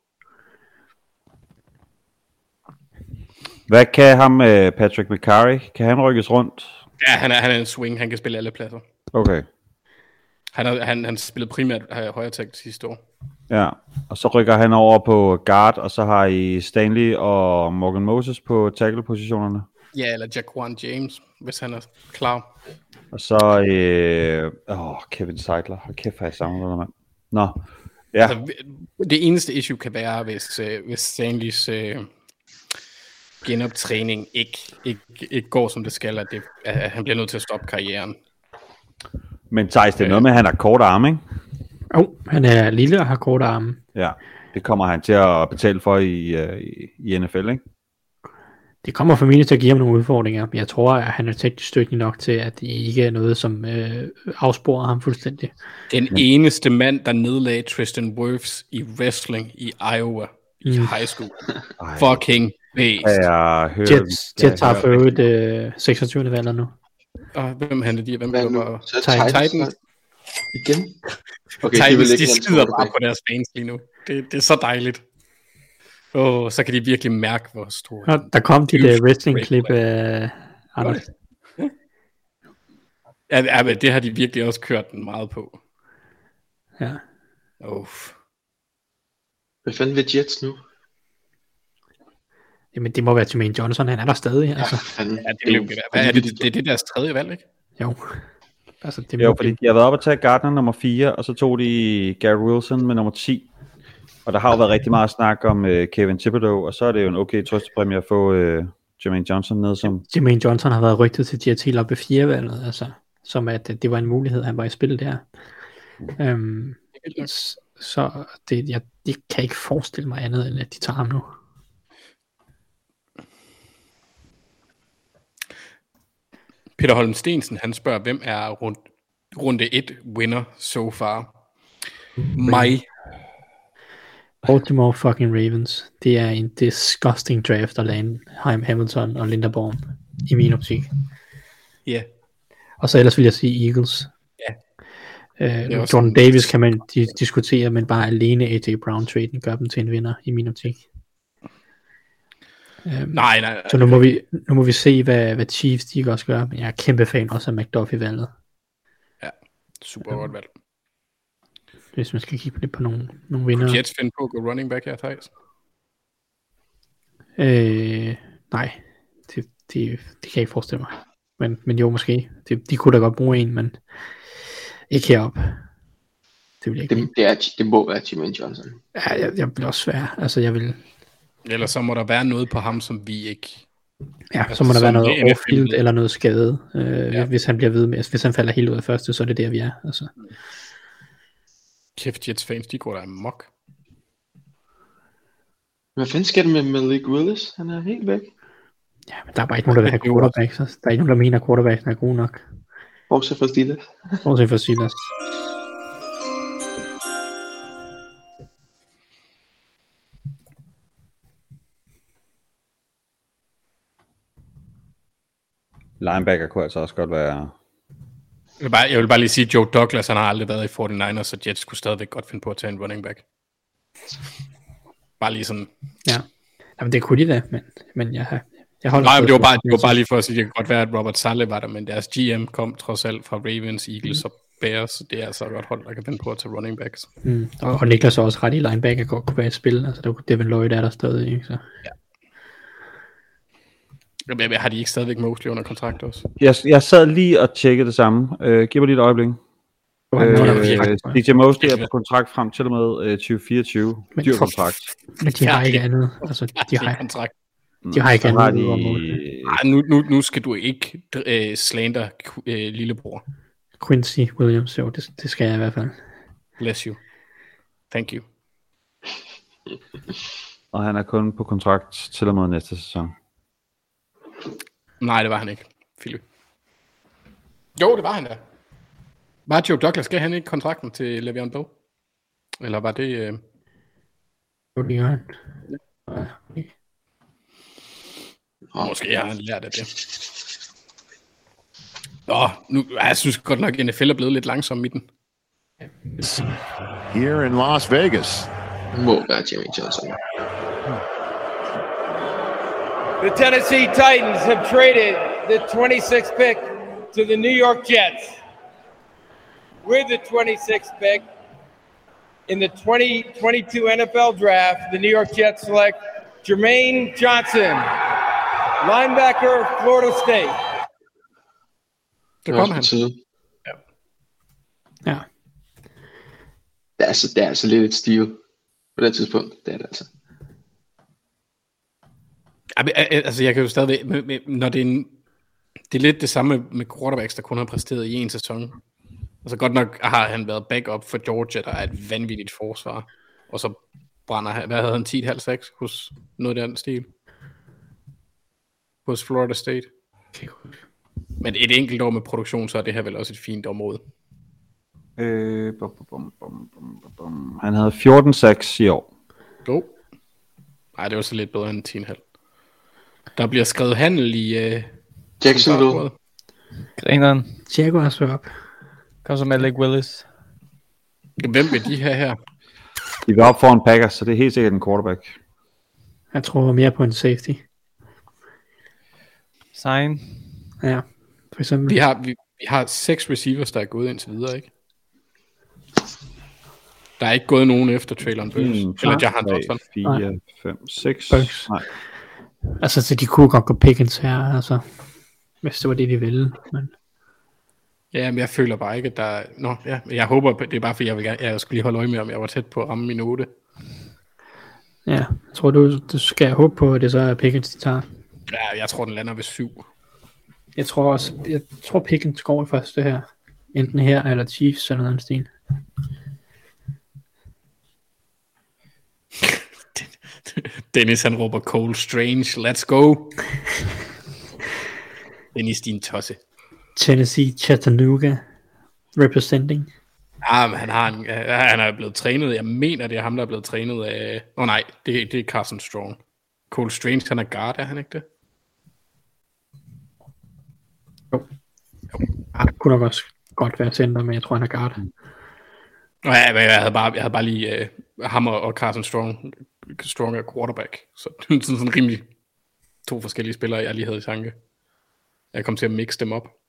Hvad kan ham, Patrick McCarry? Kan han rykkes rundt? Ja, han er en swing. Han kan spille alle pladser. Okay. Han spillede primært højre tægt sidste år. Ja, og så rykker han over på guard, og så har I Stanley og Morgan Moses på tackle-positionerne. Ja, eller Jaquan James, hvis han er klar. Og så Kevin Seidler. Hold kæft, har jeg samlet, mand. Nå, ja. Altså, det eneste issue kan være, hvis Stanleys genoptræning ikke går, som det skal, at han bliver nødt til at stoppe karrieren. Men Thijs, det er noget med, at han har kort arme, ikke? Han er lille og har kort arme. Ja, det kommer han til at betale for i NFL, ikke? Det kommer formentlig til at give ham nogle udfordringer, men jeg tror, at han er teknisk dygtig nok til, at det ikke er noget, som afsporer ham fuldstændig. Den eneste mand, der nedlagde Tristan Wirfs i wrestling i Iowa i high school. Fucking base. Jets har for øvrigt 26. valg nu. Og hvem handler de? Hvem var Titans? Igen? Okay, Titans, de skider bare på deres fans lige nu. Det er så dejligt. Så kan de virkelig mærke, hvor stor... Der kom dit wrestling-klip af Anders. Ja, men det har de virkelig også kørt den meget på. Ja. Hvad fanden vil Jets nu? Jamen, det må være Jermaine Johnson, han er der stadig. Altså. Det er deres tredje valg, ikke? Jo. Altså, det fordi de har været oppe at tage Gardner nummer 4, og så tog de Garrett Wilson med nummer 10. Og der har jo været rigtig meget snak om Kevin Thibodeau, og så er det jo en okay trøstepræmie at få Jermaine Johnson ned som... Jermaine Johnson har været rygtet til Jets helt op ved 4 valget, altså, som at det var en mulighed, han var i spil der. Så jeg kan ikke forestille mig andet, end at de tager ham nu. Peter Holm Stensen, han spørger, hvem er runde 1 winner so far? Mig. Baltimore fucking Ravens. Det er en disgusting draft at lande Hamilton og Linderbaum i min optik. Ja. Yeah. Og så ellers vil jeg sige Eagles. Ja. Jordan Davis kan man diskutere, men bare alene AJ Brown-traden gør dem til en vinder i min optik. Nej. Så nu må vi se, hvad Chiefs de også gør, men jeg er kæmpe fan også af McDuffie-valget. Ja, super godt valg. Hvis man skal kigge lidt på nogle vinder. Jets finde på at gå running back her, Thijs? Nej, det kan jeg ikke forestille mig. Men jo, måske. De kunne da godt bruge en, men ikke heroppe. Det vil jeg ikke. Det må være Jermaine Johnson. Ja, jeg vil også være. Altså, jeg vil... Eller så må der være noget på ham, som vi ikke... Ja, så må der være noget overfield eller noget skade. Hvis han bliver ved med... Hvis han falder helt ud af første, så er det der, vi er. Altså. Kæft, Jets fans, de går der amok. Hvad fanden sker der med Malik Willis? Han er helt væk. Ja, men der er bare ikke nogen, der vil have quarterbacks. Der er ikke nogen, der mener, at quarterbacken er god nok. Bortset fra Steelers. Bortset fra Steelers. Linebacker kunne altså også godt være... Jeg vil bare lige sige, at Joe Douglas, han har aldrig været i 49ers, så Jets kunne stadigvæk godt finde på at tage en running back. Bare lige sådan... Ja, jamen det kunne de da, men jeg holder... Nej, men det var bare lige for at sige, at det kan godt være, at Robert Saleh var der, men deres GM kom trods alt fra Ravens, Eagles og Bears, så det er altså godt hold, der kan finde på at tage running backs. Og Niklas er også ret i linebacker, godt kunne være et spil, altså Devin Lloyd er der stadig, ikke? Så. Ja. Har de ikke stadigvæk Mosley under kontrakt også? Jeg sad lige og tjekkede det samme. Giv mig lige et øjeblik. DJ Mosley er på kontrakt frem til og med 2024. Dyr kontrakt. Men de har ikke andet. Altså, de har kontrakt. De har ikke andet. Nu skal du ikke slander lillebror. Quincy Williams, jo, det skal jeg i hvert fald. Bless you. Thank you. Og han er kun på kontrakt til og med næste sæson. Nej, det var han ikke, Philip. Jo, det var han da. Var Joe Douglas, skal han ikke kontrakten til Le'Veon Bell? Eller var det... Jo, det gør han. Måske jeg har lært af det. Jeg synes godt nok, at NFL er blevet lidt langsom i den. Here in Las Vegas. Må være Jerry Johnson. The Tennessee Titans have traded the 26th pick to the New York Jets. With the 26th pick in the 2022 NFL Draft, the New York Jets select Jermaine Johnson, linebacker, Florida State. Det kom han. Ja. Det er altså lidt et stil på det tidspunkt. Det er det altså. Altså jeg kan jo stadigvæk, når det er lidt det samme med quarterbacks, der kun har præsteret i en sæson. Altså godt nok har han været backup for Georgia, der er et vanvittigt forsvar. Og så brænder han, hvad havde han, 10,5-6 hos noget af den stil? Hos Florida State. Men et enkelt år med produktion, så er det her vel også et fint område. Han havde 14,6 i år. Jo. Nej, det var så lidt bedre end 10,5. Der bliver skrevet handel i... Jacksonville. Grineren. Jaguars var op. Kom så med Alec Willis. Hvem vil de have her? De var op foran Packers, så det er helt sikkert en quarterback. Jeg tror mere på en safety. Sign. Ja, for eksempel. Vi har 6 receivers, der er gået indtil videre, ikke? Der er ikke gået nogen efter Traylon Burks. Eller Jahan Dodson. 4, 5, 6. Nej. Altså, så de kunne godt gå Pickens her, altså. Hvis det var det, de ville. Men... Ja, men jeg føler bare ikke, at der... jeg håber, det er bare fordi, jeg skulle lige holde øje med, om jeg var tæt på at ramme min note. Ja, jeg tror, du skal håbe på, at det så er Pickens, de tager. Ja, jeg tror, den lander ved 7. Jeg tror Pickens går i første her. Enten her, eller Chiefs, eller noget stil. Dennis, han råber Cole Strange, let's go. Dennis, din tosse. Tennessee Chattanooga representing. Ja, men han er blevet trænet. Jeg mener, det er ham, der er blevet trænet af... nej, det er Carson Strong. Cole Strange, han er guard, er han ikke det? Jo. Han kunne nok også godt være center, men jeg tror, han er guard. Ja, men jeg havde bare lige ham og Carson Strong er quarterback. Så sådan rimelig 2 forskellige spillere, jeg lige havde i tanke. Jeg kom til at mixe dem op.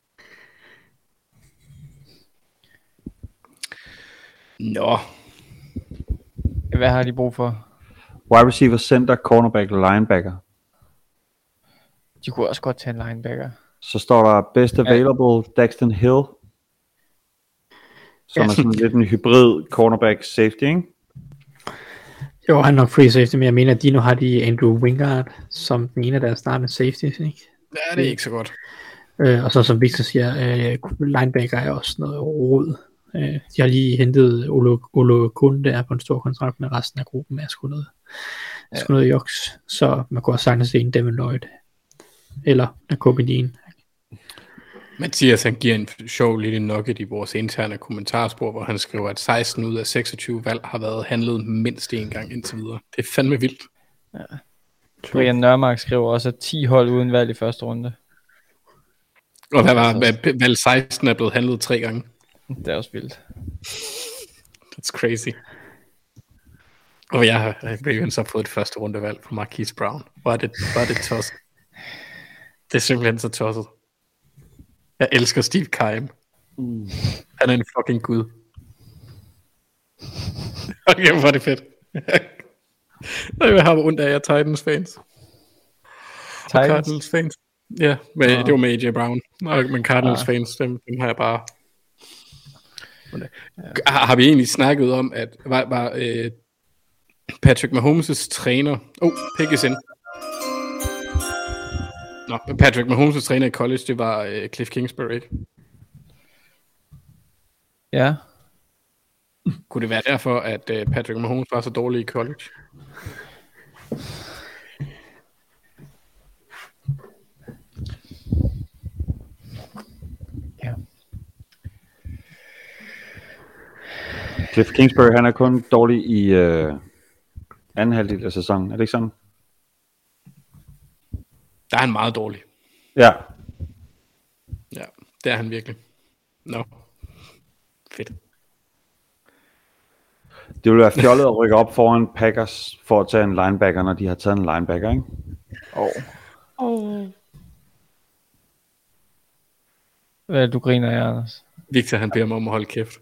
Nå. Hvad har de brug for? Wide receiver, center, cornerback, linebacker. De kunne også godt tage en linebacker. Så står der best available, Daxton Hill. Som er sådan lidt en hybrid cornerback safety, ikke? Jo, han er nok free safety, men jeg mener, at de nu har de Andrew Wingard som den ene af deres startende safeties, ikke? Ja, det er ikke så godt. Og så som Victor siger, linebacker er også noget rod. De har lige hentet Olo Kun der på en stor kontrakt, med resten af gruppen er sgu noget joks. Så man kunne også sagtens se en Devin Lloyd. Eller en Kobe Dean. Mathias, han giver en sjov lille nugget i vores interne kommentarspor, hvor han skriver, at 16 ud af 26 valg har været handlet mindst en gang indtil videre. Det er fandme vildt. Ja. Brian Nørmark skriver også, at 10 hold uden valg i første runde. Og hvad var valg 16 er blevet handlet 3 gange? Det er også vildt. That's crazy. Og jeg har Ravens så fået et første rundevalg på Marquise Brown. Var det tosset? Det er simpelthen så tosset. Jeg elsker Steve Keim. Han er en fucking gud. Okay, hvor er det fedt. Jeg har ondt af jer Titans fans. Cardinals fans. Ja, men det var med AJ Brown. Men Cardinals fans, dem har jeg bare... Har vi egentlig snakket om, at var Patrick Mahomes' træner... Pickens ind. Nå, Patrick Mahomes' træner i college, det var Cliff Kingsbury, ikke? Ja. Kunne det være derfor, at Patrick Mahomes var så dårlig i college? Ja. Cliff Kingsbury, han er kun dårlig i anden halvdel af sæsonen, er det ikke sådan? Der er han meget dårlig. Ja. Ja, det er han virkelig. Nå. Fedt. Det vil være fjollet at rykke op foran Packers for at tage en linebacker, når de har taget en linebacker, ikke? Hvad du griner af, Anders? Victor, han beder mig om at holde kæft.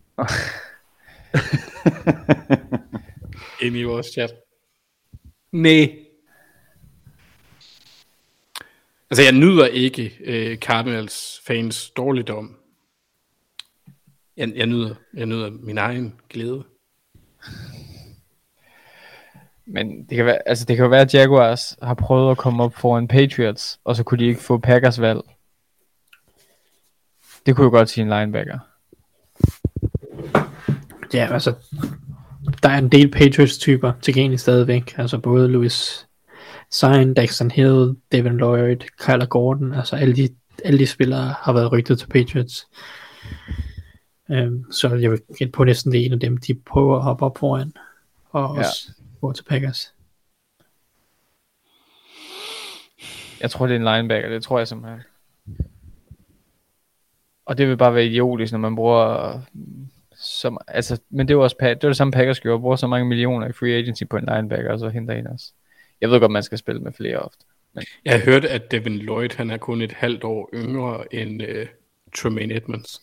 Ind i vores chat. Nej. Altså, jeg nyder ikke Cardinals fans dårligdom. Jeg nyder min egen glæde. Men det kan jo være, at Jaguars har prøvet at komme op foran Patriots, og så kunne de ikke få Packers valg. Det kunne jo godt sige en linebacker. Ja, altså, der er en del Patriots-typer tilgængelige stadigvæk. Altså både Louis Sign, Daxton Hill, Devin Lloyd, Kyler Gordon. Altså alle de spillere har været rygtet til Patriots. Så jeg vil gætte på næsten det en af dem, de prøver at hoppe op foran. Og også gå til Packers. Jeg tror, det er en linebacker. Det tror jeg simpelthen. Og det vil bare være idiotisk, når man bruger... men det er jo også det er det samme Packers gjorde, bruger så mange millioner i free agency på en linebacker, og så henter en også. Jeg ved godt, man skal spille med flere ofte. Men... Jeg har hørt, at Devin Lloyd, han er kun et halvt år yngre end Tremaine Edmonds.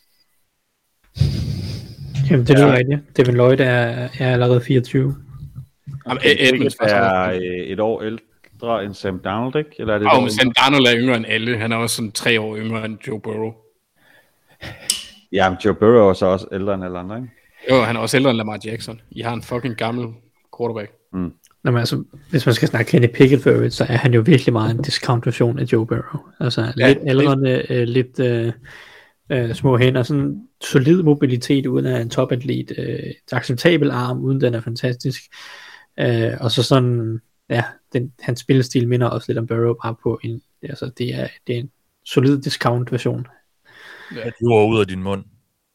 Jamen, det er rigtigt. Devin Lloyd er allerede 24. Jamen, Edmonds er et år ældre end Sam Darnold, ikke? Eller er det men Sam Darnold er yngre end alle. Han er også sådan 3 år yngre end Joe Burrow. Ja, men Joe Burrow er så også ældre end alle andre, ikke? Jo, han er også ældre end Lamar Jackson. I har en fucking gammel quarterback. Nå, men altså, hvis man skal snakke Kenny Pickett for øvrigt, så er han jo virkelig meget en discount-version af Joe Burrow. Altså, lidt ældre, lidt små hænder, sådan solid mobilitet uden at en topatlet, acceptabel arm, uden den er fantastisk. Og så sådan, hans spillestil minder også lidt om Burrow, bare på en, altså det er en solid discount-version. Ja, du var ud af din mund.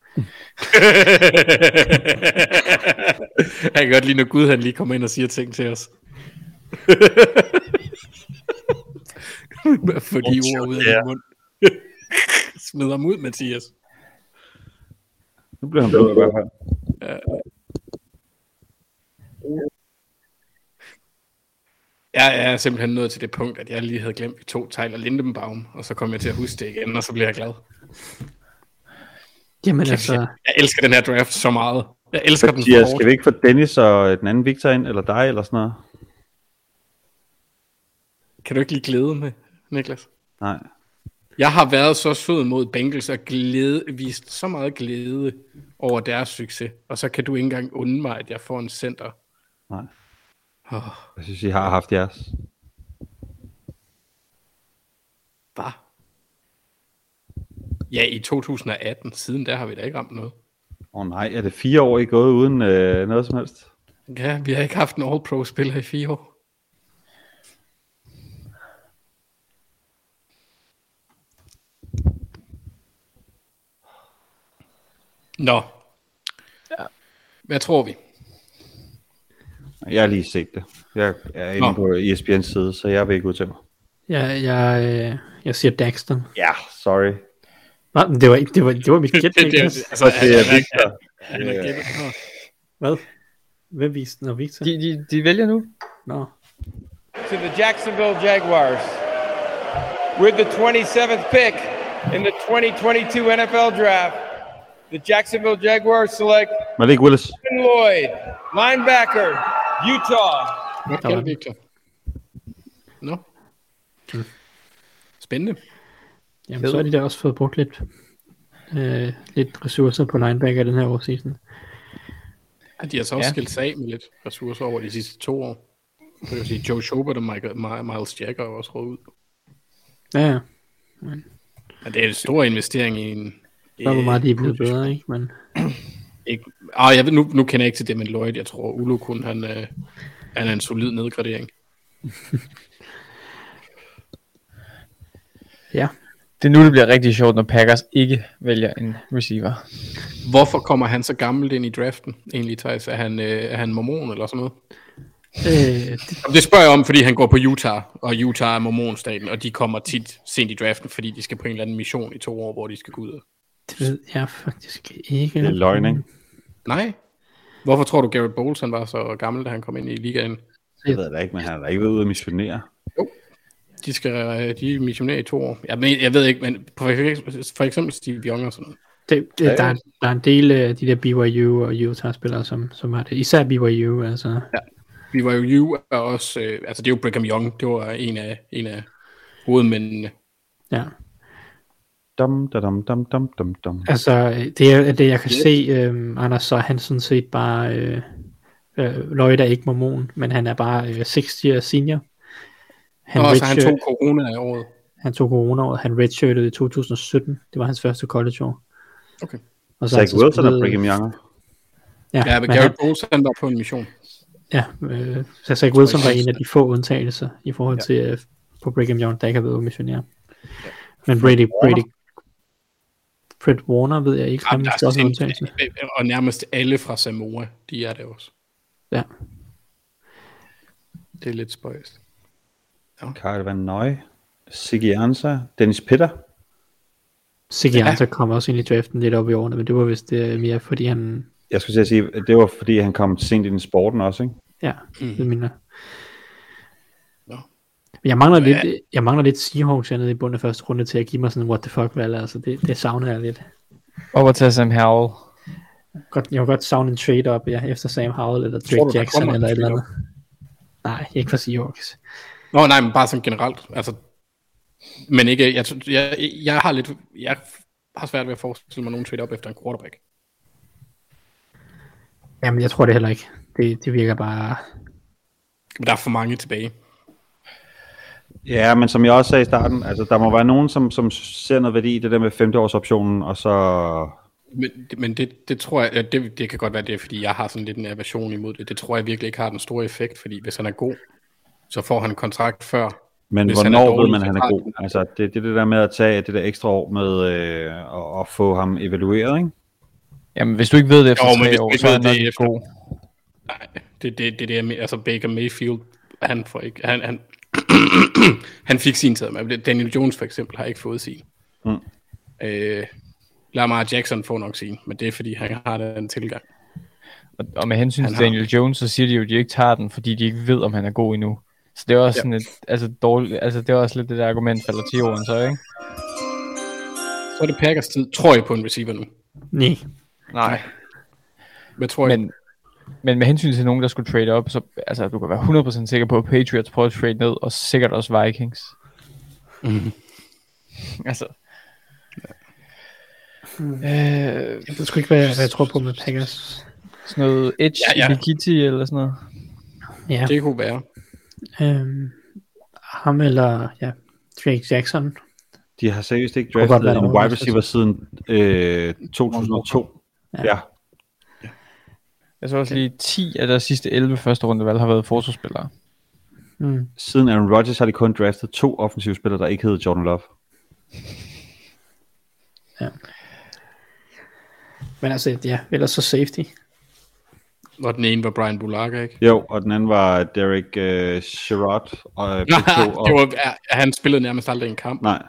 Jeg kan godt lide, når Gud han lige kommer ind og siger ting til os. Fordi ord ud af din mund. Smid ham ud, Mathias. Nu bliver han blød i hvert fald. Jeg er simpelthen nået til det punkt, at jeg lige havde glemt, vi tog Tyler Lindenbaum, og så kom jeg til at huske det igen, og så bliver jeg glad. Jamen altså... Jeg elsker den her draft så meget. Jeg elsker den for skal vi ikke få Dennis og den anden Victor ind, eller dig, eller sådan noget? Kan du ikke lige glæde med, Niklas? Nej. Jeg har været så sød mod Bengals og vist så meget glæde over deres succes, og så kan du ikke engang undre mig, at jeg får en center. Nej. Jeg synes, I har haft jeres. Hvad? Ja, i 2018. Siden der har vi da ikke ramt noget. Nej, er det 4 år I gået uden noget som helst? Ja, vi har ikke haft en All-Pro-spiller i 4 år. Nå. Ja. Hvad tror vi? Jeg har lige set det. Jeg er inde på ESPN's side, så jeg vil ikke udtale mig. Jeg siger Daxton. Ja, sorry. Nej, men det var mit gæt. Det er Victor. Hvad? Hvem viste den? Victor? De vælger nu. Nå. To the Jacksonville Jaguars. With the 27th pick in the 2022 NFL Draft, the Jacksonville Jaguars select Malik Willis. Lloyd, linebacker, Utah. Okay, Victor. Nå. Spændende. Jamen, så har de da også fået brugt lidt ressourcer på linebacker den her årseason. Ja, de har så også skilt sig af med lidt ressourcer over de sidste 2 år. Så det vil sige, Joe Schobert og Miles Jack er også råd ud. Ja. Men det er en stor investering i en... Så hvor meget de er blevet bedre, ikke? Men... jeg ved, nu kender jeg ikke til det med Lloyd. Jeg tror, Ulukun, han er en solid nedgradering. Ja. Det er nu, det bliver rigtig sjovt, når Packers ikke vælger en receiver. Hvorfor kommer han så gammelt ind i draften, egentlig, Thijs? Er han mormon eller sådan noget? Det spørger jeg om, fordi han går på Utah, og Utah er mormonstaten, og de kommer tit sent i draften, fordi de skal på en eller anden mission i 2 år, hvor de skal gå ud. Det ved jeg faktisk ikke. Det er løgn, ikke? Nej. Hvorfor tror du, Garrett Bowles han var så gammel, da han kom ind i ligaen? Jeg ved det ikke, men han har da ikke været ude at missionere. Jo. De missionerer i 2 år. Jeg ved ikke, men for eksempel Steve Young og sådan noget. Der er en del af de der BYU og Utah-spillere, som har det. Især BYU, altså. Ja. BYU er også, altså det er jo Brigham Young, det var en af hovedmændene. Ja. Dum. Altså, det er det, jeg kan se, Anders, så han sådan set bare, Lloyd er ikke mormon, men han er bare 60 senior. Så han tog corona i året. Han tog corona-året, han redshirtede i 2017, det var hans første college-år. Okay. Og så Zach Wilson og Brigham Young. Ja, men Garrett Bowles, han var på en mission. Ja, så Zach Wilson var en af de få undtagelser i forhold til på Brigham Young, der ikke har været missionær. Men Fred Warner ved jeg ikke, ham er også en undtagelse. Og nærmest alle fra Samoa, de er det også. Ja. Det er lidt spøjst. Carl Van Nøje, Siggy Ansah, Dennis Pitter. Siggy Ansah kom også ind i draften lidt op i årene, men det var vist mere fordi han... Jeg skulle sige, det var fordi han kom sent ind i sporten også, ikke? Ja, det mener. Jeg mangler lidt Seahawks hernede i bunden af første runde til at give mig sådan en what the fuck valg, altså det savner jeg lidt. Over til Sam Howell. Jeg har godt savne en trade-up efter Sam Howell eller Drake Jackson eller et eller andet. Nej, ikke for Seahawks. Nej, men bare sådan generelt, altså, men ikke, jeg har svært ved at forestille mig nogen trade-up efter en quarterback. Jamen, jeg tror det heller ikke. Det virker bare... Men der er for mange tilbage. Ja, men som jeg også sagde i starten, altså der må være nogen, som ser noget værdi i det der med 5-årsoptionen, og så... Men det tror jeg, det kan godt være det, fordi jeg har sådan lidt en aversion imod det. Det tror jeg virkelig ikke har den store effekt, fordi hvis han er god, så får han en kontrakt før. Men hvis hvornår ved man, han er god? Altså det der med at tage det der ekstra år med at få ham evalueret, ikke? Jamen, hvis du ikke ved det efter 3 år, så er han ikke god. Nej, det er altså Baker Mayfield, han får ikke, han fik sin tid med. Daniel Jones for eksempel har ikke fået sin. Lamar Jackson får nok sin, men det er fordi han har den tilgang. Og med hensyn til Daniel Jones, så siger de jo, at de ikke tager den, fordi de ikke ved, om han er god endnu. Så det er også sådan et, dårligt, altså det er også lidt det der argument, falder 10 år, så ikke? Så er det Packers tid. Tror I på en receiver nu? Nej. Hvad tror I? Men med hensyn til nogen, der skulle trade op, så altså, du kan være 100% sikker på, at Patriots prøver at trade ned, og sikkert også Vikings. Altså... Jeg ved sgu ikke, hvad jeg tror på med Packers. Sådan noget Edge, Kitty eller sådan noget. Ja. Det kunne være. Ham eller Drake Jackson. De har seriøst ikke draftet en wide receiver siden 2002. Ja. Jeg så også lige 10 af deres sidste 11 første rundevalg har været forsvarsspillere. Siden Aaron Rodgers har de kun draftet 2 offensive spillere, der ikke hed Jordan Love. Ja. Men altså, ja, ellers så safety. Og den ene var Brian Bulaga, ikke? Jo, og den anden var Derek Sherrod. Og det var, han spillede nærmest aldrig en kamp. Nej.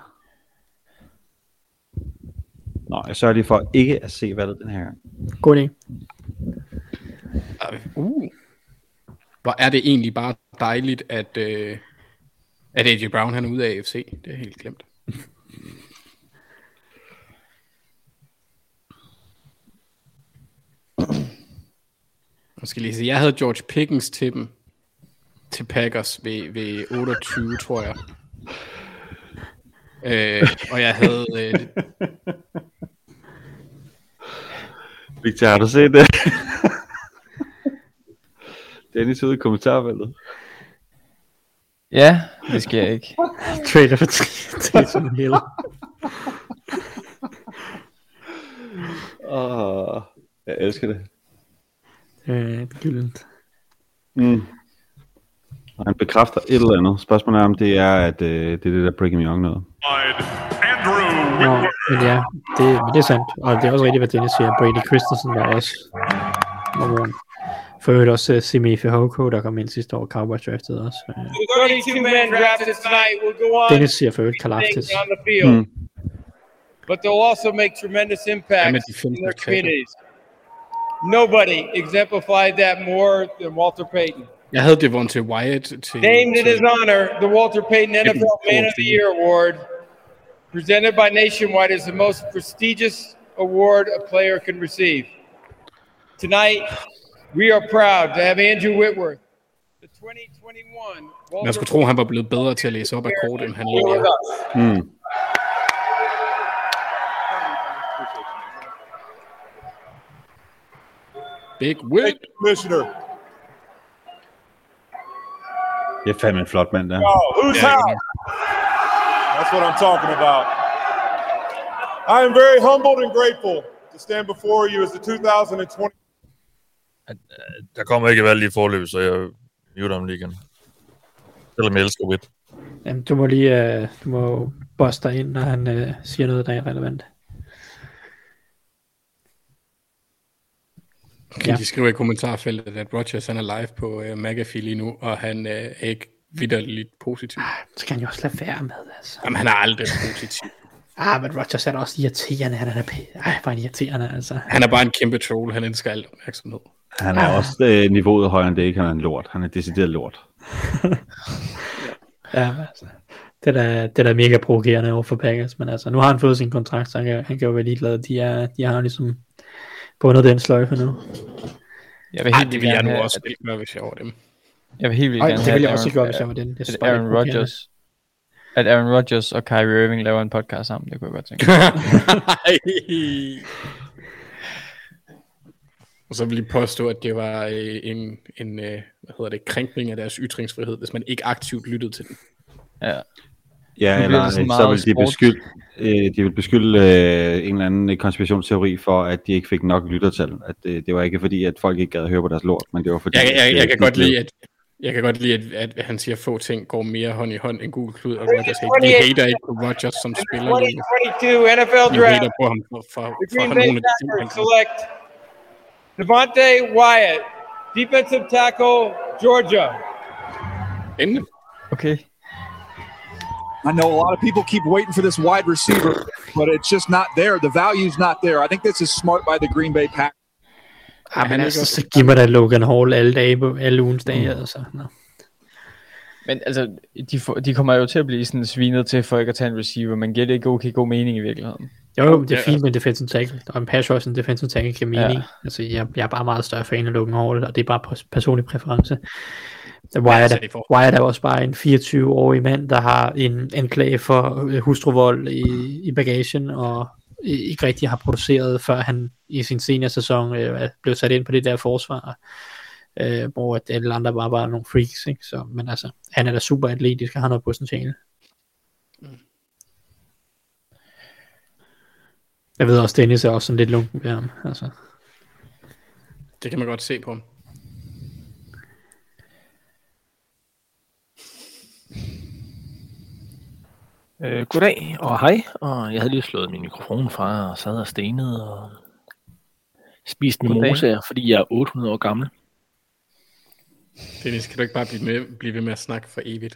Nå, jeg sørger lige for ikke at se valget den her gang. God idé. Hvor er det egentlig bare dejligt, at AJ Brown han er ude af AFC. Det er helt glemt. Jeg skal lige se. Jeg havde George Pickens til dem. Til Packers ved 28, tror jeg. Og jeg havde... Victor, har du set det? Dennis ude i kommentarfeltet. Ja, det skal jeg ikke. Trader for 3 Hill. Jeg elsker det. Gyldent. Og han bekræfter et eller andet. Spørgsmålet er, om det er, at det er det der Brigham Young noget. Men ja, det er sandt. Og det er også rigtigt, hvad Dennis siger. Brady Christensen var også nummer. For øvrigt også Simi Fehoko, der kom ind sidste år. Cowboys draftede også. 32 men drafted tonight will go on. Dennis siger for øvrigt Kalaftis. But they'll also make tremendous impacts in their communities. Nobody exemplified that more than Walter Payton. Jeg havde Devontae Wyatt til... Named in his honor, the Walter Payton NFL Man of the Year Award, presented by Nationwide, is the most prestigious award a player can receive. Tonight, we are proud to have Andrew Whitworth, the 2021... Man skulle tro, han var blevet bedre til at læse op af kort, end han egentlig er. Big Whit. Commissioner. Det er fandme en flot mand der. Who's house? That's what I'm talking about. I am very humbled and grateful to stand before you as the 2020. Der kommer ikke valg i forløb, så jeg muter ham lige igen. Selvom jeg elsker Whit. Jamen, du må lige du må boste dig ind, når han siger noget, der er relevant. Okay, de skriver i kommentarfeltet, at Rodgers han er live på McAfee lige nu, og han er ikke vitterligt positiv. Så kan han jo også lade være med, altså. Jamen, han er aldrig positiv. Men Rodgers er da også irriterende. Han er bare irriterende, altså. Han er bare en kæmpe troll. Han ønsker alt opmærksomhed. Han er også niveauet højere end det, ikke? Han er en lort. Han er decideret lort. Altså. Det er da mega provokerende over for Packers, men altså, nu har han fået sin kontrakt, så han kan jo være ligeglad. De har ligesom bundet den sløjfe nu. Jeg vil helt det vil jeg nu også gøre, hvis jeg var dem. Jeg vil helt vildt gerne det vil jeg også gøre, hvis jeg var den. At Aaron Rodgers og Kyrie Irving laver en podcast sammen, det kunne jeg godt tænke. Og så vil jeg påstå, at det var en krænkning af deres ytringsfrihed, hvis man ikke aktivt lyttede til den. Ja, eller så vil de vil beskylde en eller anden konspirationsteori for, at de ikke fik nok lyttertal. At det var ikke fordi, at folk ikke gad at høre på deres lort, men det var fordi... Jeg kan godt lide, at han siger, at få ting går mere hånd i hånd end Google Klud og Rodgers. Vi hater ikke på Rodgers som spiller. 2022 NFL Draft. Vi hater på ham for nogle af de ting, han kan. Select Devontae Wyatt, defensive tackle, Georgia. Endelig. Okay. I know a lot of people keep waiting for this wide receiver, but it's just not there. The value's not there. I think this is smart by the Green Bay Packers. Men altså, så giv mig da Logan Hall alle dage på alle ugens dage. Altså. No. Men altså, de kommer jo til at blive sådan svinet til for ikke at tage en receiver, men giver det ikke god mening i virkeligheden? Jo, det er fint med en defensive tackle, og en pass rush og en defensive tackle giver mening. Ja. Altså, jeg er bare meget større fan af Logan Hall, og det er bare personlig præference. Wyatt er også bare en 24-årig mand, der har en anklage for hustruvold i bagagen, og ikke rigtig har produceret, før han i sin seniorsæson blev sat ind på det der forsvar, hvor alle andre bare var nogle freaks, ikke? Så, men altså, han er da super atletisk og har noget potentiale. Jeg ved også, Dennis er også sådan lidt lunken ved ham. Altså. Det kan man godt se på ham. Goddag og hej, og jeg havde lige slået min mikrofon fra og sad og stenede, og spist mimosaer, fordi jeg er 800 år gammel. Dennis, kan du ikke bare blive ved med at snakke for evigt?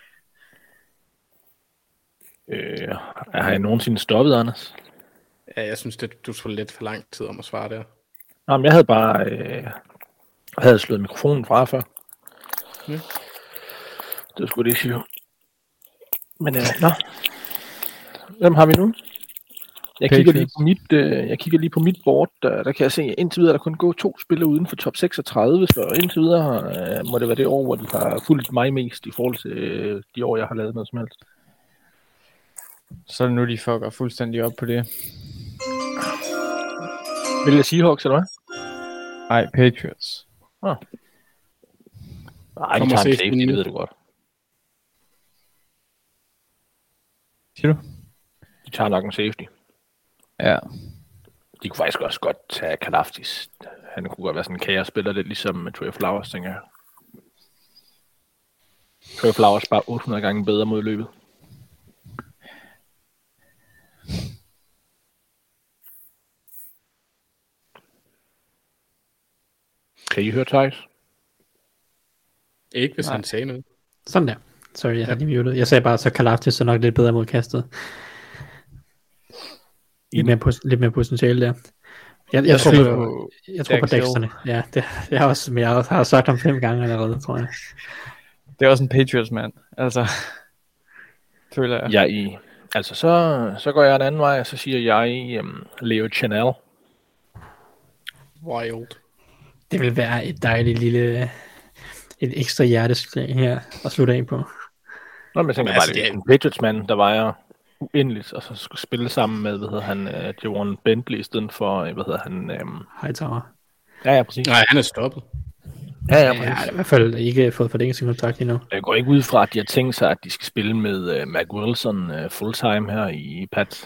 Har jeg nogensinde stoppet, Anders? Ja, jeg synes, du tog lidt for lang tid om at svare der. Jamen, jeg havde bare havde slået mikrofonen fra før. Ja. Det var sgu det issue. Men nå. Hvem har vi nu? Jeg kigger lige på mit board. Der kan jeg se, at indtil videre der kun gå 2 spillere uden for top 36, så indtil videre må det være det år, hvor de har fulgt mig mest i forhold til de år, jeg har lavet noget som helst. Så nu de fucker fuldstændig op på det. Vil jeg Seahawks, eller hvad? Nej, Patriots. Nej, de tager en safety, det ved du godt. Siger du? De tager nok en safety. Ja. De kunne faktisk også godt tage Kalafdis. Han kunne godt være sådan en kære-spiller, lidt ligesom med Trey Flowers, tænker jeg. Trey Flowers bare 800 gange bedre mod løbet. Kan I høre Thijs? Ikke hvis han sagde noget. Sådan der. Sorry, jeg havde lige muted. Jeg sagde bare, så Kalafdis så nok lidt bedre mod kastet. Lidt mere potentiale der. Jeg tror på Dexterne. Ja, jeg har sagt ham 5 gange allerede, tror jeg. Det er også en Patriots mand. Altså, føler jeg. Så går jeg en anden vej, og så siger jeg Leo Chanel. Wild. Det vil være et dejligt lille et ekstra hjerteslag her at slutte af på. Nå, men jeg tænker bare, det er en Patriots mand, der vejer uendeligt, og så skulle spille sammen med, Javon Bentley i stedet for, Hightower. Ja, præcis. Nej, han er stoppet. Ja, præcis. Jeg har i hvert fald ikke fået forlænget sin kontrakt endnu. Jeg går ikke ud fra, at de har tænkt sig, at de skal spille med Mac Wilson fulltime her i Pats.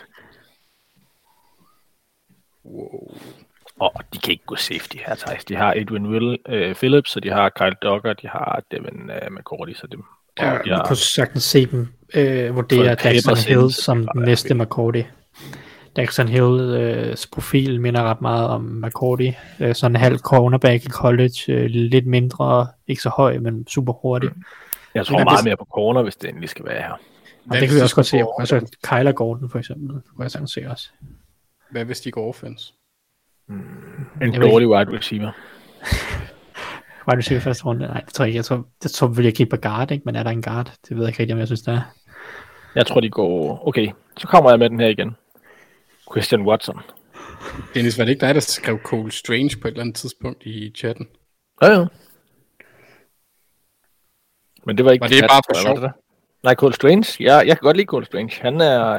Wow. Og de kan ikke gå safety her, Thijs. De har Edwin Phillips, og de har Kyle Duggar, de har Devin McCourty, så dem. Ja, man kunne sagtens se dem vurdere Daxton Hill som den næste McCourty. Daxton Hills profil minder ret meget om McCourty. Sådan en halv cornerback i college, lidt mindre, ikke så høj, men super hurtig. Jeg tror meget mere på corner, hvis det endelig skal være her. Og det kan vi også godt se. Altså Kyler Gordon for eksempel, kunne jeg sagtens se også. Hvad hvis de går offense? En dårlig wide receiver. Wide receiver første runde? Nej, det tror jeg ikke. Jeg tror vil jeg kigge på guard, ikke? Men er der en guard? Det ved jeg ikke rigtig, om jeg synes, der er. Jeg tror, de går... Okay, så kommer jeg med den her igen. Christian Watson. Dennis, var det ikke dig, der skrev Cole Strange på et eller andet tidspunkt i chatten? Ja. Men det var ikke... Var det bare for sjov? Nej, Cole Strange. Jeg kan godt lide Cole Strange. Han er...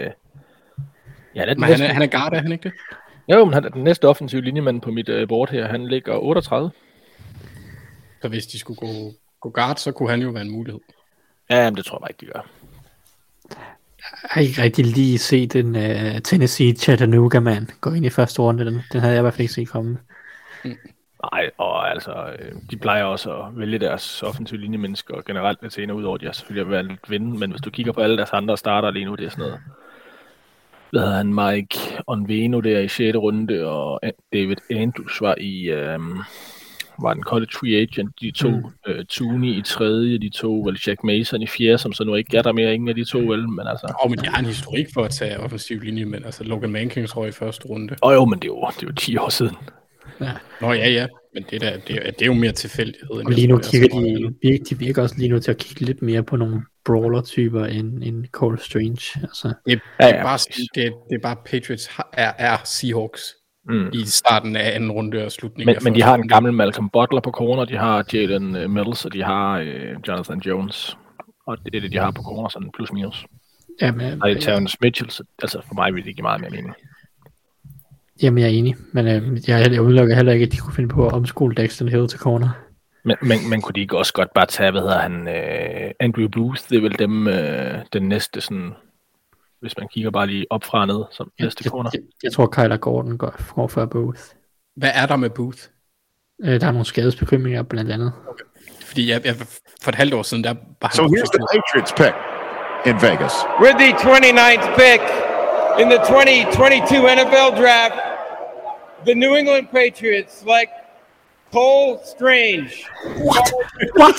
Men han er guard, er han ikke det? Jo, men han er den næste offensive linjemand på mit board her. Han ligger 38. Så hvis de skulle gå guard, så kunne han jo være en mulighed. Ja, men det tror jeg ikke, de gør. Jeg har ikke rigtig lige set en Tennessee Chattanooga-mand gå ind i første runde. Den havde jeg i hvert fald ikke set komme. Nej, og altså, de plejer også at vælge deres offensive linjemennesker generelt lidt senere, udover de har selvfølgelig været lidt vinde, men hvis du kigger på alle deres andre starter lige nu, det er sådan noget. Hvad hedder han? Mike Onveno der i 6. runde, og David Andrews var i var den college free agent, de to Tooney i 3., de to vel Jack Mason i 4., som så nu ikke er der mere, ingen af de to vel, men altså. Men de har en historik for at tage offensiv linje, men altså Logan Mankins tror i første runde. Jo, men det er jo 10 år siden. Ja. Nå ja, men det er jo mere tilfældighed. Og lige nu kigger de virker også lige nu til at kigge lidt mere på nogle brawler-typer end Cole Strange. Altså. Det er bare Patriots er Seahawks i starten af anden runde og slutningen af men de har en gammel Malcolm Butler på corner, de har Jalen Mills, og de har Jonathan Jones. Og det er det, de har på corner, sådan plus minus. Jamen, og det er Terrence Mitchell, så altså for mig vil det ikke meget mere mening. Jamen, jeg er enig, men jeg udelukker heller ikke, at de kunne finde på at omskole Daxton Hill til corner. Men kunne de ikke også godt bare tage, Andrew Booth, det er vel dem, den næste sådan, hvis man kigger bare lige op fra og ned, som næste corner. Jeg tror, Kyler Gordon går før Booth. Hvad er der med Booth? Der er nogle skadesbekymringer blandt andet. Okay. Fordi jeg for et halvt år siden, der var So here's the Patriots pick in Vegas. With the 29th pick in the 2022 NFL Draft, the New England Patriots select Cole Strange. What?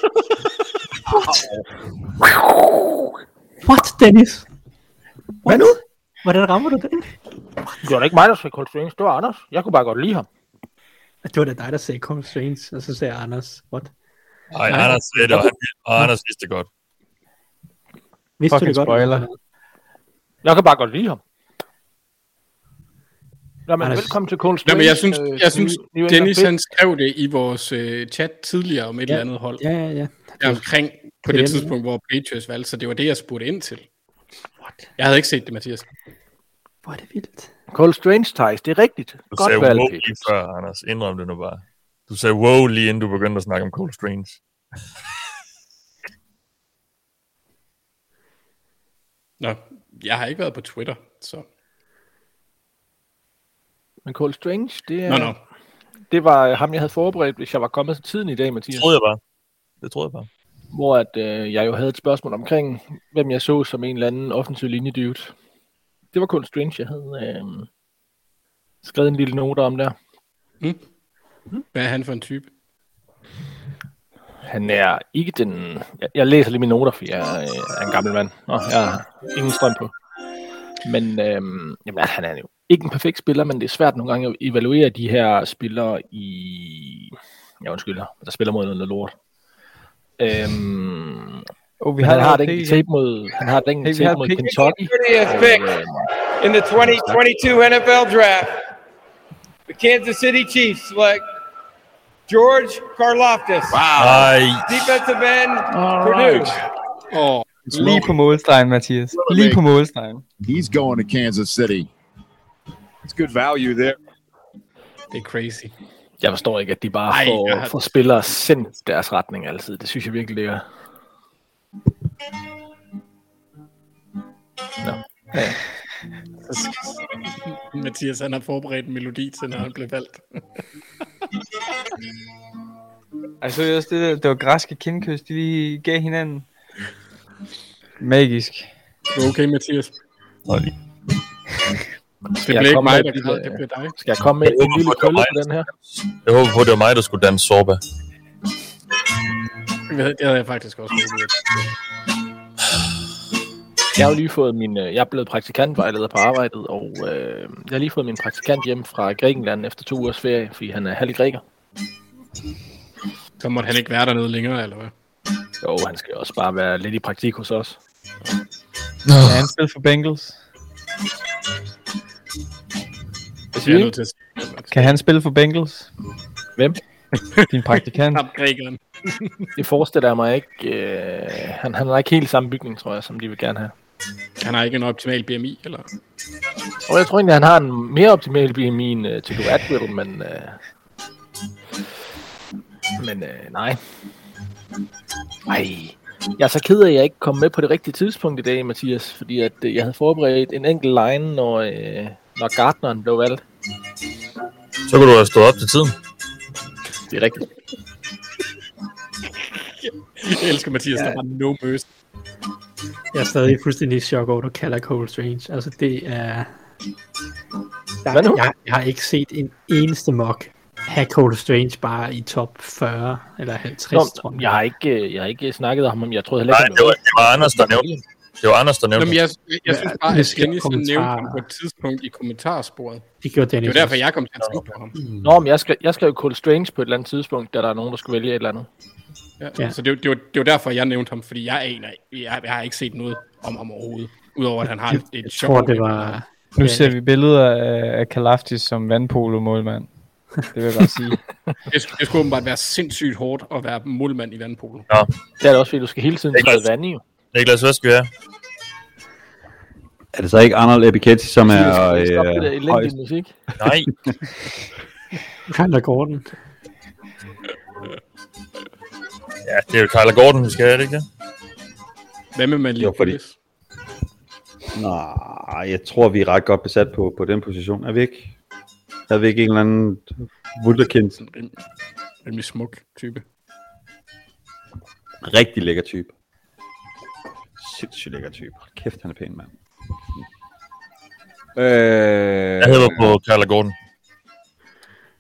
What, Dennis? Hvad nu? Hvordan rammer du den? Det var da ikke mig, der sagde Cole Strange. Det var Anders. Jeg kunne bare godt lide ham. Det var da dig, der sagde Cole Strange, og så sagde Anders, what? Nej, Anders sagde det, og Anders vidste det godt. Vidste du det godt? Spoiler. Jeg kan bare godt lide ham. Jamen, velkommen til Cole Strange. Jamen, jeg synes Dennis han skrev det i vores chat tidligere om et eller andet hold. Ja. Der omkring på det tidspunkt, hvor Patriots valgte, så det var det, jeg spurgte ind til. What? Jeg havde ikke set det, Mathias. Hvor er det vildt. Cole Strange, Thijs, det er rigtigt. Du sagde wow lige før, Anders. Indrøm det nu bare. Du sagde wow lige inden du begyndte at snakke om Cole Strange. Nå, jeg har ikke været på Twitter, så... Men Cole Strange, det var ham, jeg havde forberedt, hvis jeg var kommet til tiden i dag, Mathias. Det troede jeg bare. Hvor at, jeg jo havde et spørgsmål omkring, hvem jeg så som en eller anden offensiv linjedude. Det var Cole Strange, jeg havde skrevet en lille note om der. Hvad er han for en type? Han er ikke den... Jeg læser lige mine noter, for jeg er en gammel mand. Jeg har ingen strøm på. Men jamen, han er jo ikke en perfekt spiller, men det er svært nogle gange at evaluere de her spillere i... Jeg undskylder, der spiller mod noget lort. Han har det ikke tape mod Kentucky. In the 2022 NFL Draft, the Kansas City Chiefs select George Karlaftis. Defensive end, Purdue. Lige på målstregen, Mathias. Lige på målstregen. He's going to Kansas City. It's good value there. Det er crazy. Jeg forstår ikke, at de bare får spillere sendt deres retning altid. Det synes jeg virkelig, det er. Ja. Mathias, han har forberedt en melodi til, når han blev valgt. Altså, det var græske kindkys, de gav hinanden. Magisk. Okay, Mathias. Det blev ikke mig, der kaldte, det blev dig. Skal jeg komme med en lille krølle på den her? Jeg håber på, at det var mig, der skulle danse Zorba. Det havde jeg faktisk også håbet. Jeg har lige fået jeg er blevet praktikantvejleder på arbejdet, og jeg har lige fået min praktikant hjem fra Grækenland efter 2 ugers ferie, fordi han er halv græker. Så måtte han ikke være dernede længere, eller hvad? Jo, han skal også bare være lidt i praktik hos os. Kan han spille for Bengals? Kan han spille for Bengals? Hvem? Din praktikant. Det forestiller jeg mig ikke. Han har ikke helt samme bygning, tror jeg, som de vil gerne have. Han har ikke en optimal BMI, eller? Og jeg tror egentlig, han har en mere optimal BMI end til Atwell, men nej. Jeg er så ked af, at jeg ikke kom med på det rigtige tidspunkt i dag, Mathias, fordi at jeg havde forberedt en enkelt line, når Gardneren blev valgt. Så kunne du have stået op til tiden. Det er rigtigt. Jeg elsker Mathias, der var no mercy. Jeg er stadig fuldstændig i chok over, at du kalder Cole Strange. Altså, det er... Jeg har ikke set en eneste mock have Cole Strange bare i top 40 eller 50, tror jeg. Jeg har ikke snakket om ham, jeg troede heller ikke... Nej, det var Anders, der nævnte det. Det var Anders, der nævnte det. Jeg synes bare, at Dennis nævnte ham på et tidspunkt i kommentarsporet. Det gjorde Dennis. Det var derfor, jeg kom til at tænke på ham. Nå, men jeg skrev Cole Strange på et eller andet tidspunkt, da der er nogen, der skulle vælge et eller andet. Ja. Så det var derfor, jeg nævnte ham, fordi jeg har ikke set noget om ham overhovedet, udover at han har et sjov. Jeg tror, det var... Nu ser vi billeder af Karlaftis som vandpolo-målmand. Det vil jeg bare sige. Det skulle åbenbart være sindssygt hårdt at være målmand i vandpolo. Ja. Det er det også, fordi du skal hele tiden træde vand i. Niklas, hvad skal vi have? Er det så ikke Arnold Ebiketti, som er... elendig musik? Nej. Kyler Gordon. Ja, det er jo Kyler Gordon, vi skal have, det ikke det? Hvad med Malik Willis? Nej, jeg tror, vi er ret godt besat på den position. Er vi ikke? Er vi ikke en eller anden wunderkind? Rimelig smuk type. Rigtig lækker type. Sindssygt lækker type. Kæft, han er pæn, mand. Jeg hedder på Kyler Gordon.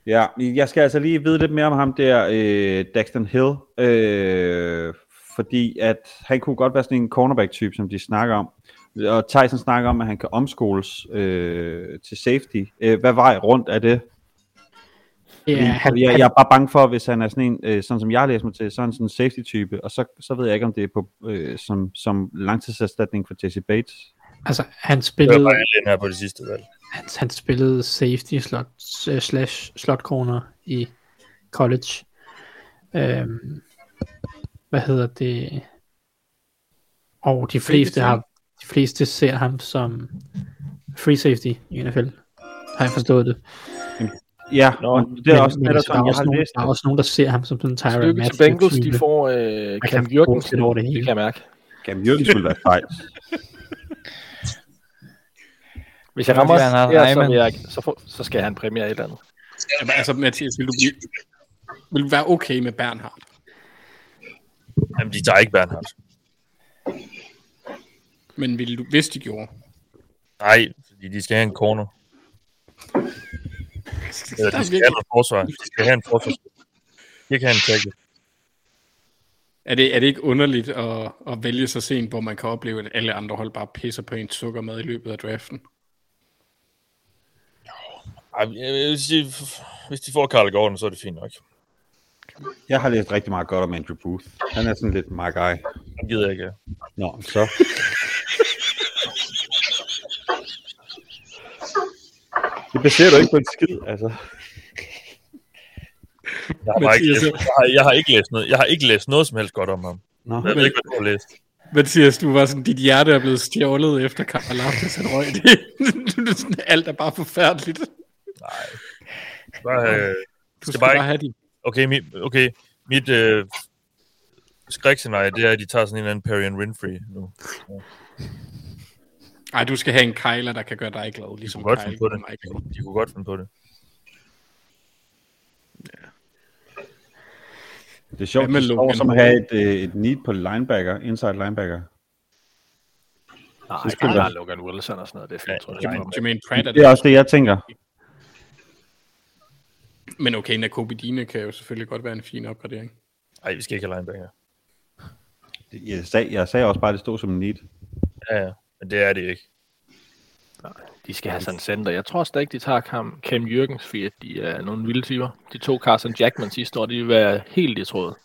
Ja, jeg skal altså lige vide lidt mere om ham der, Daxton Hill, fordi at han kunne godt være sådan en cornerback-type, som de snakker om. Og Tyson snakker om, at han kan omskoles til safety. Hvad vej rundt er det? Ja, jeg er bare bange for, hvis han er sådan en, sådan som jeg læser mig til, sådan en safety-type, og så ved jeg ikke, om det er på, som langtidserstatning for Jesse Bates. Altså, han spillede... Det var bare her på det sidste valg. Han spillede safety slot corner i college. Hvad hedder det? Og de fleste ser ham som free safety i NFL. Har jeg forstået det? Ja, det er også men der er også nogen, der ser ham som sådan en Tyrann Matthew. Bengals, de får Cam Jürgensen over det hele. Det kan jeg mærke. Cam Jürgensen skulle være fejl. Hvis jeg rammer her, så skal jeg have en præmie af et eller andet. Altså, Mathias, vil du være okay med Bernhard? Jamen, de tager ikke Bernhard. Men ville du, hvis de gjorde? Nej, fordi de skal have en corner. Eller de skal have noget forsvar. De skal have en forsvar. De kan have en tackle. Er det ikke underligt at vælge så sent, hvor man kan opleve, at alle andre hold bare pisser på en sukkermad i løbet af draften? Jeg vil sige, hvis de får Carl Gordon, så er det fint nok. Jeg har læst rigtig meget godt om Andrew Booth. Han er sådan lidt my guy. Han gider ikke. Nå, så. Det baserer du ikke på en skid, altså. Jeg har ikke læst noget som helst godt om ham. Nå. Jeg ved ikke, hvad du har læst. Mathias, du var sådan, dit hjerte er blevet stjålet efter Karl Laughters han røg det. Alt er bare forfærdeligt. Nej. Du skal bare have det. Okay, mit skrækscenarie, det er, at de tager sådan en eller anden Perrion Winfrey nu. Ja. Ej, du skal have en Kyler, der kan gøre dig glad, ligesom Kyle. De kunne godt finde på det. Ja. Det er sjovt, det står som at have et need på linebacker, inside linebacker. Nej, det skal være Logan Wilson og sådan noget. Det er fint, tror jeg. Jermaine Pratt det er også det, jeg tænker. Men okay, Nakobe Dean kan jo selvfølgelig godt være en fin opgradering. Nej, vi skal ikke have linebacker. Jeg sagde også bare, at det stod som en need. Ja, men det er det ikke. Nej, de skal have sådan en center. Jeg tror stadig, de tager Cam Jürgens, fordi de er nogle vilde typer. De tog Carson Jackman sidste år, de vil være helt i tråd.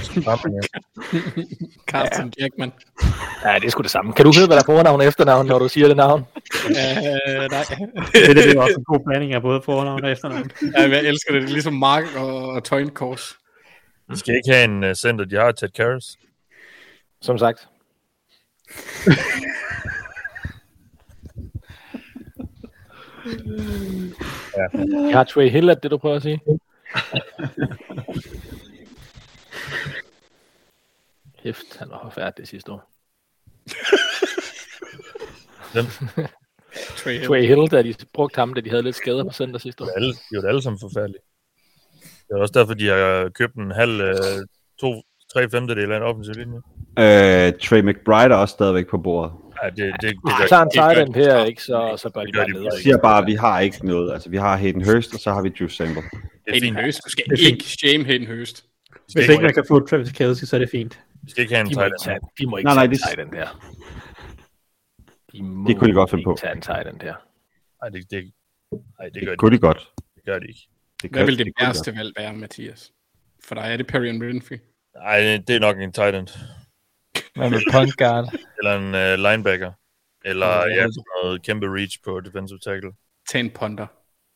Carson Jackman. Ja, det er sgu det samme. Kan du høre, hvad der er fornavn og efternavn, når du siger det navn? Nej. Det er også en god blanding af både fornavn og efternavn. Ja, jeg elsker det. Det er ligesom Mark og Toyn Kors. De skal ikke have en center, de har Ted Karras. Som sagt. Ja. Jeg har Trey Hill, det du prøver at sige. Hæft, han var forfærdet det sidste år. Trey Hill, da de brugte ham, da de havde lidt skader på center sidste år. De var alle sammen forfærdelige. Det er også derfor, de har købt en halv 3/5 af en offensiv linje. Trey McBride er også stadigvæk på bordet. Ja, det tager en tight end her, ikke? Så bør de bare ned. Jeg siger bare, at vi har ikke noget. Altså, vi har Hayden Hurst, og så har vi Drew Sample. Hayden Hurst? Du skal ikke shame Hayden Hurst. Hvis ikke man kan få Travis Kelce, så er det fint. Vi skal ikke have en tight end. De må ikke tage en tight end her. Det kunne de godt finde på. Tage en tight end her. Nej, det kunne de godt. Det gør de ikke. Hvad vil det værste valg være, Mathias? For dig er det Perrion Winfrey? Nej, det er nok en tight end. Hvad med point guard? Eller en linebacker. Eller sådan noget kæmpe reach på defensive tackle. Tag en punter.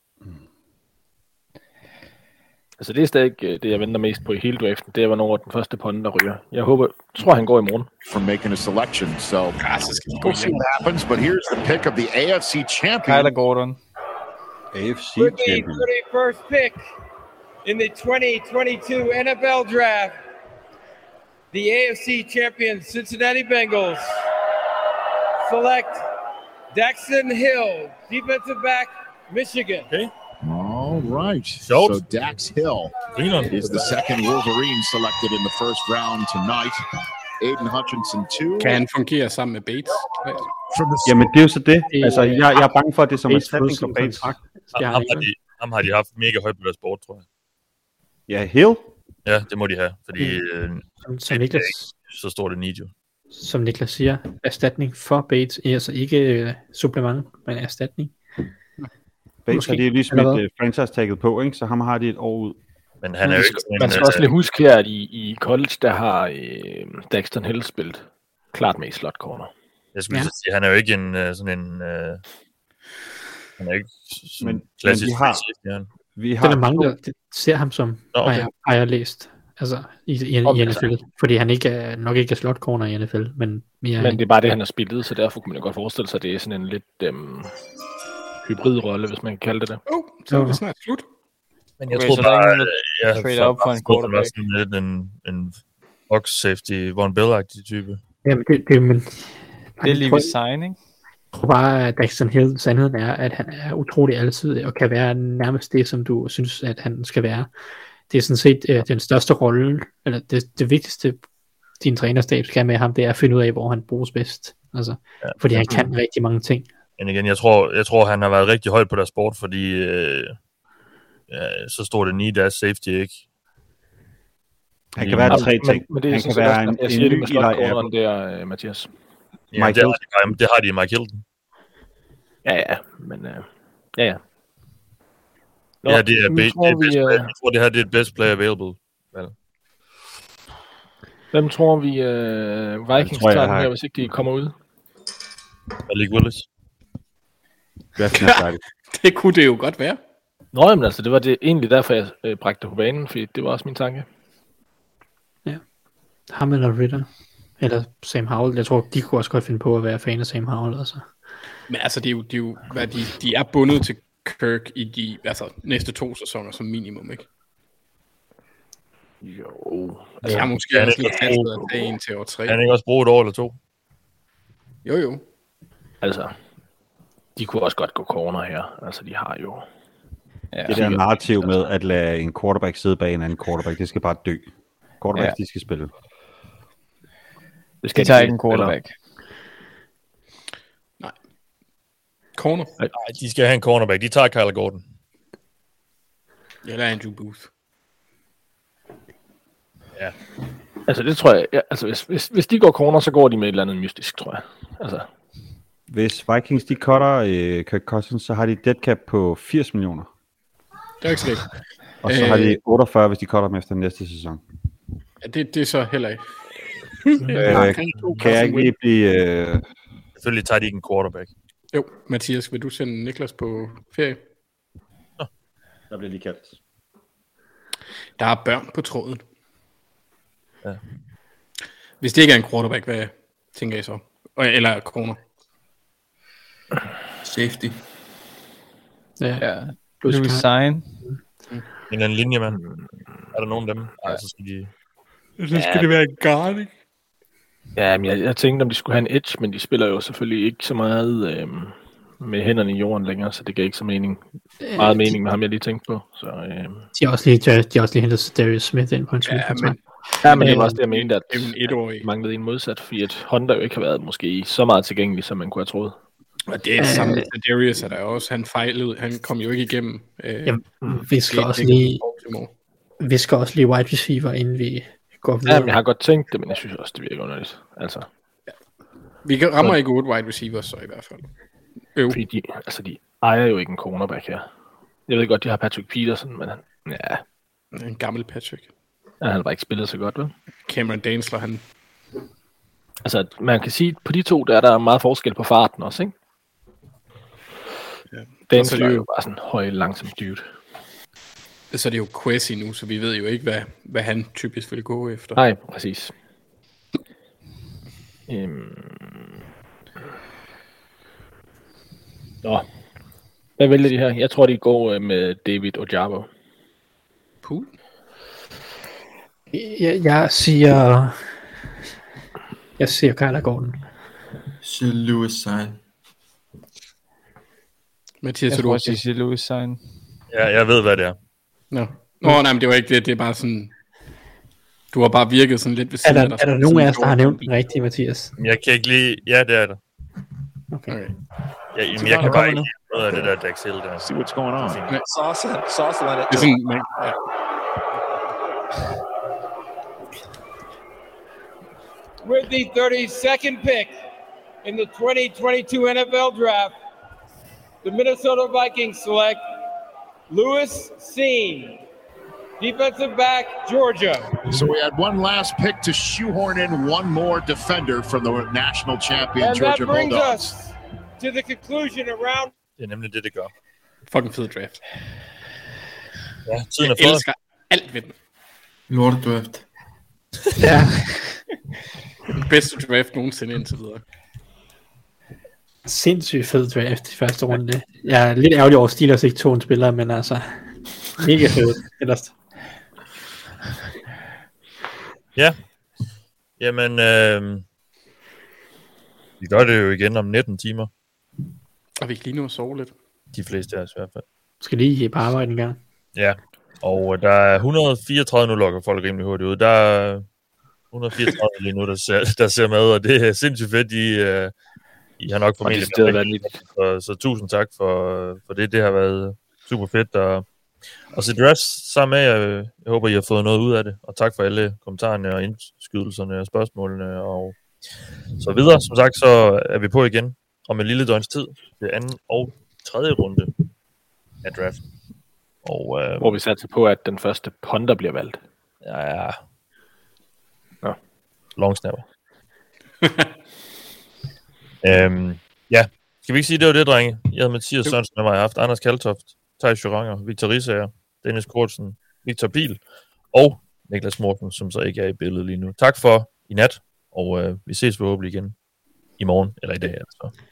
Altså det er stadig det, jeg venter mest på i hele draften. Det er, hvornår den første punter ryger. Jeg tror, han går i morgen. From making a selection, so we'll see what happens. But here's the pick of the AFC champion. Kyler Gordon. AFC with the champion. 31st pick in the 2022 NFL Draft, the AFC champion Cincinnati Bengals select Daxton Hill, defensive back, Michigan. Okay. All right. So Dax Hill is the second Wolverine selected in the first round tonight. Aiden Hutchinson 2. Kan han fungere sammen med Bates? Jamen det er jo så det. Altså jeg er bange for, at det er som erstatning for Bates. Ham har de haft mega højt på deres board, tror jeg. Ja, Hill? Ja, det må de have, fordi som Niklas, så står det need jo. Som Niklas siger, erstatning for Bates, altså ikke supplement, men erstatning. Bates har de lige smidt franchise-tagget på, ikke? Så ham har de et år ud. Men han er jo ikke man skal også lige huske her, at i college, der har Daxton Hill spillet klart med i slot corner. Jeg skulle sige, han er jo ikke en sådan en... han er ikke sådan klassisk vi har der mange, der ser ham som, har jeg læst, altså i NFL, fordi han nok ikke er slot corner i NFL, men det er bare det, han har spillet, så derfor kunne man jo godt forestille sig, at det er sådan en lidt hybridrolle, hvis man kan kalde det det. Så er det snart slut. Men jeg tror bare, jeg trade op for en quarterback. Sådan en box safety, Von Bell-agtig type. Jamen, det er lige ved signing. Jeg tror bare, at Daxton Hill, sandheden er, at han er utrolig altid, og kan være nærmest det, som du synes, at han skal være. Det er sådan set den største rolle, eller det vigtigste, din trænerstab skal med ham, det er at finde ud af, hvor han bruges bedst. Altså, fordi han kan rigtig mange ting. Men igen, jeg tror han har været rigtig højt på deres sport, fordi så står det need as safety, ikke? Han kan være tre ting. Men det er han kan være en ny Eli der, Mathias. Ja, det har de i Mike Hilton. Ja, men ja. Nå, ja, det er jeg tror, det her det er best player available. Vel. Hvem tror vi Vikings tager den her, hvis ikke de kommer ud? Malik Willis. Det kunne det jo godt være. Nå, men altså, det var det egentlig derfor, jeg bragte på banen, fordi det var også min tanke. Ja. Ham eller Ritter. Eller Sam Howell. Jeg tror, de kunne også godt finde på at være fan af Sam Howell. Altså. Men altså, det er jo de er bundet til Kirk i de næste 2 sæsoner som minimum, ikke? Jo. Altså, jeg har måske også lidt tastet af dag 1 til år 3. Kan han ikke også bruge et år eller 2? Jo. Altså, de kunne også godt gå corner her. Altså, de har jo... Ja, det der narrativ med at lade en quarterback sidde bag en anden quarterback, det skal bare dø. Quarterbacks, de skal spille. Det skal tage ikke en quarterback. Nej. Corner? Nej, de skal have en cornerback. De tager Kyler Gordon. Eller Andrew Booth. Ja. Altså, det tror jeg... Ja, altså, hvis de går corner, så går de med et eller andet mystisk, tror jeg. Altså... Hvis Vikings, de cutter Kirk Cousins, så har de dead cap på 80 millioner. Det er ikke slet. Og så har de 48, hvis de cutter dem efter næste sæson. Ja, det er så heller ikke. Kan jeg ikke lige blive... Selvfølgelig tager de ikke en quarterback. Jo, Mathias, vil du sende Niklas på ferie? Nå. Der bliver lige kaldt. Der er børn på tråden. Ja. Hvis det ikke er en quarterback, hvad tænker I så? Eller corner? Safety. Ja. Louis Sign. En anden linjemand. Er der nogen af dem? Nej, så skal de... Så skal det være en guard, ikke? Ja, men jeg tænkte, om de skulle have en edge, men de spiller jo selvfølgelig ikke så meget med hænderne i jorden længere, så det gav ikke så meget mening med ham, jeg lige tænkte på. Så, de har også lige hentet Darius Smith ind på en trade. Men det var også det, jeg mente, at de manglede en modsat, fordi at Honda jo ikke har været måske så meget tilgængelig, som man kunne have troet. Og det er det samme med Darius, er der også. Han fejlede, han kom jo ikke igennem. Vi skal også lige wide receiver, inden vi går videre. Ja, men jeg har godt tænkt det, men jeg synes også, det virker underligt. Altså. Ja. Vi rammer ikke ud wide receivers, så i hvert fald. Fordi de ejer jo ikke en cornerback her. Jeg ved godt, de har Patrick Peterson, men ja. En gammel Patrick. Ja, han var ikke spillet så godt, vel? Cameron Dantzler, han... Altså, man kan sige, på de to, der er der meget forskel på farten også, ikke? Ja. Dantzler er jo bare sådan en høj, langsom dude. Så er det jo Quasi nu, så vi ved jo ikke, hvad han typisk vil gå efter. Nej, præcis. Nå. Hvad vælger de her? Jeg tror, de går med David Ojabo. Cool. Jeg siger Kyler Gordon. Siger Louis Sign. Mathias, jeg tror også, siger Louis Sign. Ja, jeg ved, hvad det er. Nå, nej, men det var ikke det. Det er bare sådan... Du har bare virket sådan lidt ved siden af dig. Er der nogen af os, der har nævnt den rigtige, Mathias? Jeg kan ikke lige... Ja, det er der. Okay. Ja, men jeg kan bare ikke noget af det der Dax Hill der. See what's going on. Sauce let it. Det er sådan, ja. With the 32nd pick in the 2022 NFL Draft, the Minnesota Vikings select Lewis Cine, defensive back, Georgia. So we had one last pick to shoehorn in one more defender from the national champion, and Georgia that brings Bulldogs. us to the conclusion of round. Det er nemlig det gør. Fucking fed draft. Ja, tiden er Jeg elsker alt ved den. Lortedraft. Ja. Den bedste draft nogensinde indtil videre. Sindssygt fed draft i første runde. Jeg er lidt ærgerlig over Steelers ikke tog en spiller, men altså mega fed ellers. Ja. Jamen, vi gør det jo igen om 19 timer. Og vi kan lige nu sove lidt. De fleste af os i hvert fald. Skal lige på arbejde en gang. Ja, og der er 134, nu logger folk rimelig hurtigt ud. Der er 134 lige nu, der ser med, og det er sindssygt fedt. I har nok formentlig så tusind tak for det. Det har været super fedt at se drafts sammen med. Jeg håber, I har fået noget ud af det. Og tak for alle kommentarerne og indskydelserne og spørgsmålene og så videre. Som sagt, så er vi på igen om en lille døgns tid. Det anden og tredje runde af draften. Og, hvor vi satser på, at den første punter bliver valgt. Ja. Longsnapper. Ja, skal vi ikke sige, det var det, drenge? Jeg havde Mathias Sørensen, der var jeg haft Anders Kaltoft, Thijs Joranger, Victor Risager, Dennis Kortsen, Victor Pihl og Niklas Morten, som så ikke er i billedet lige nu. Tak for i nat, og vi ses forhåbentlig igen i morgen, eller i dag altså.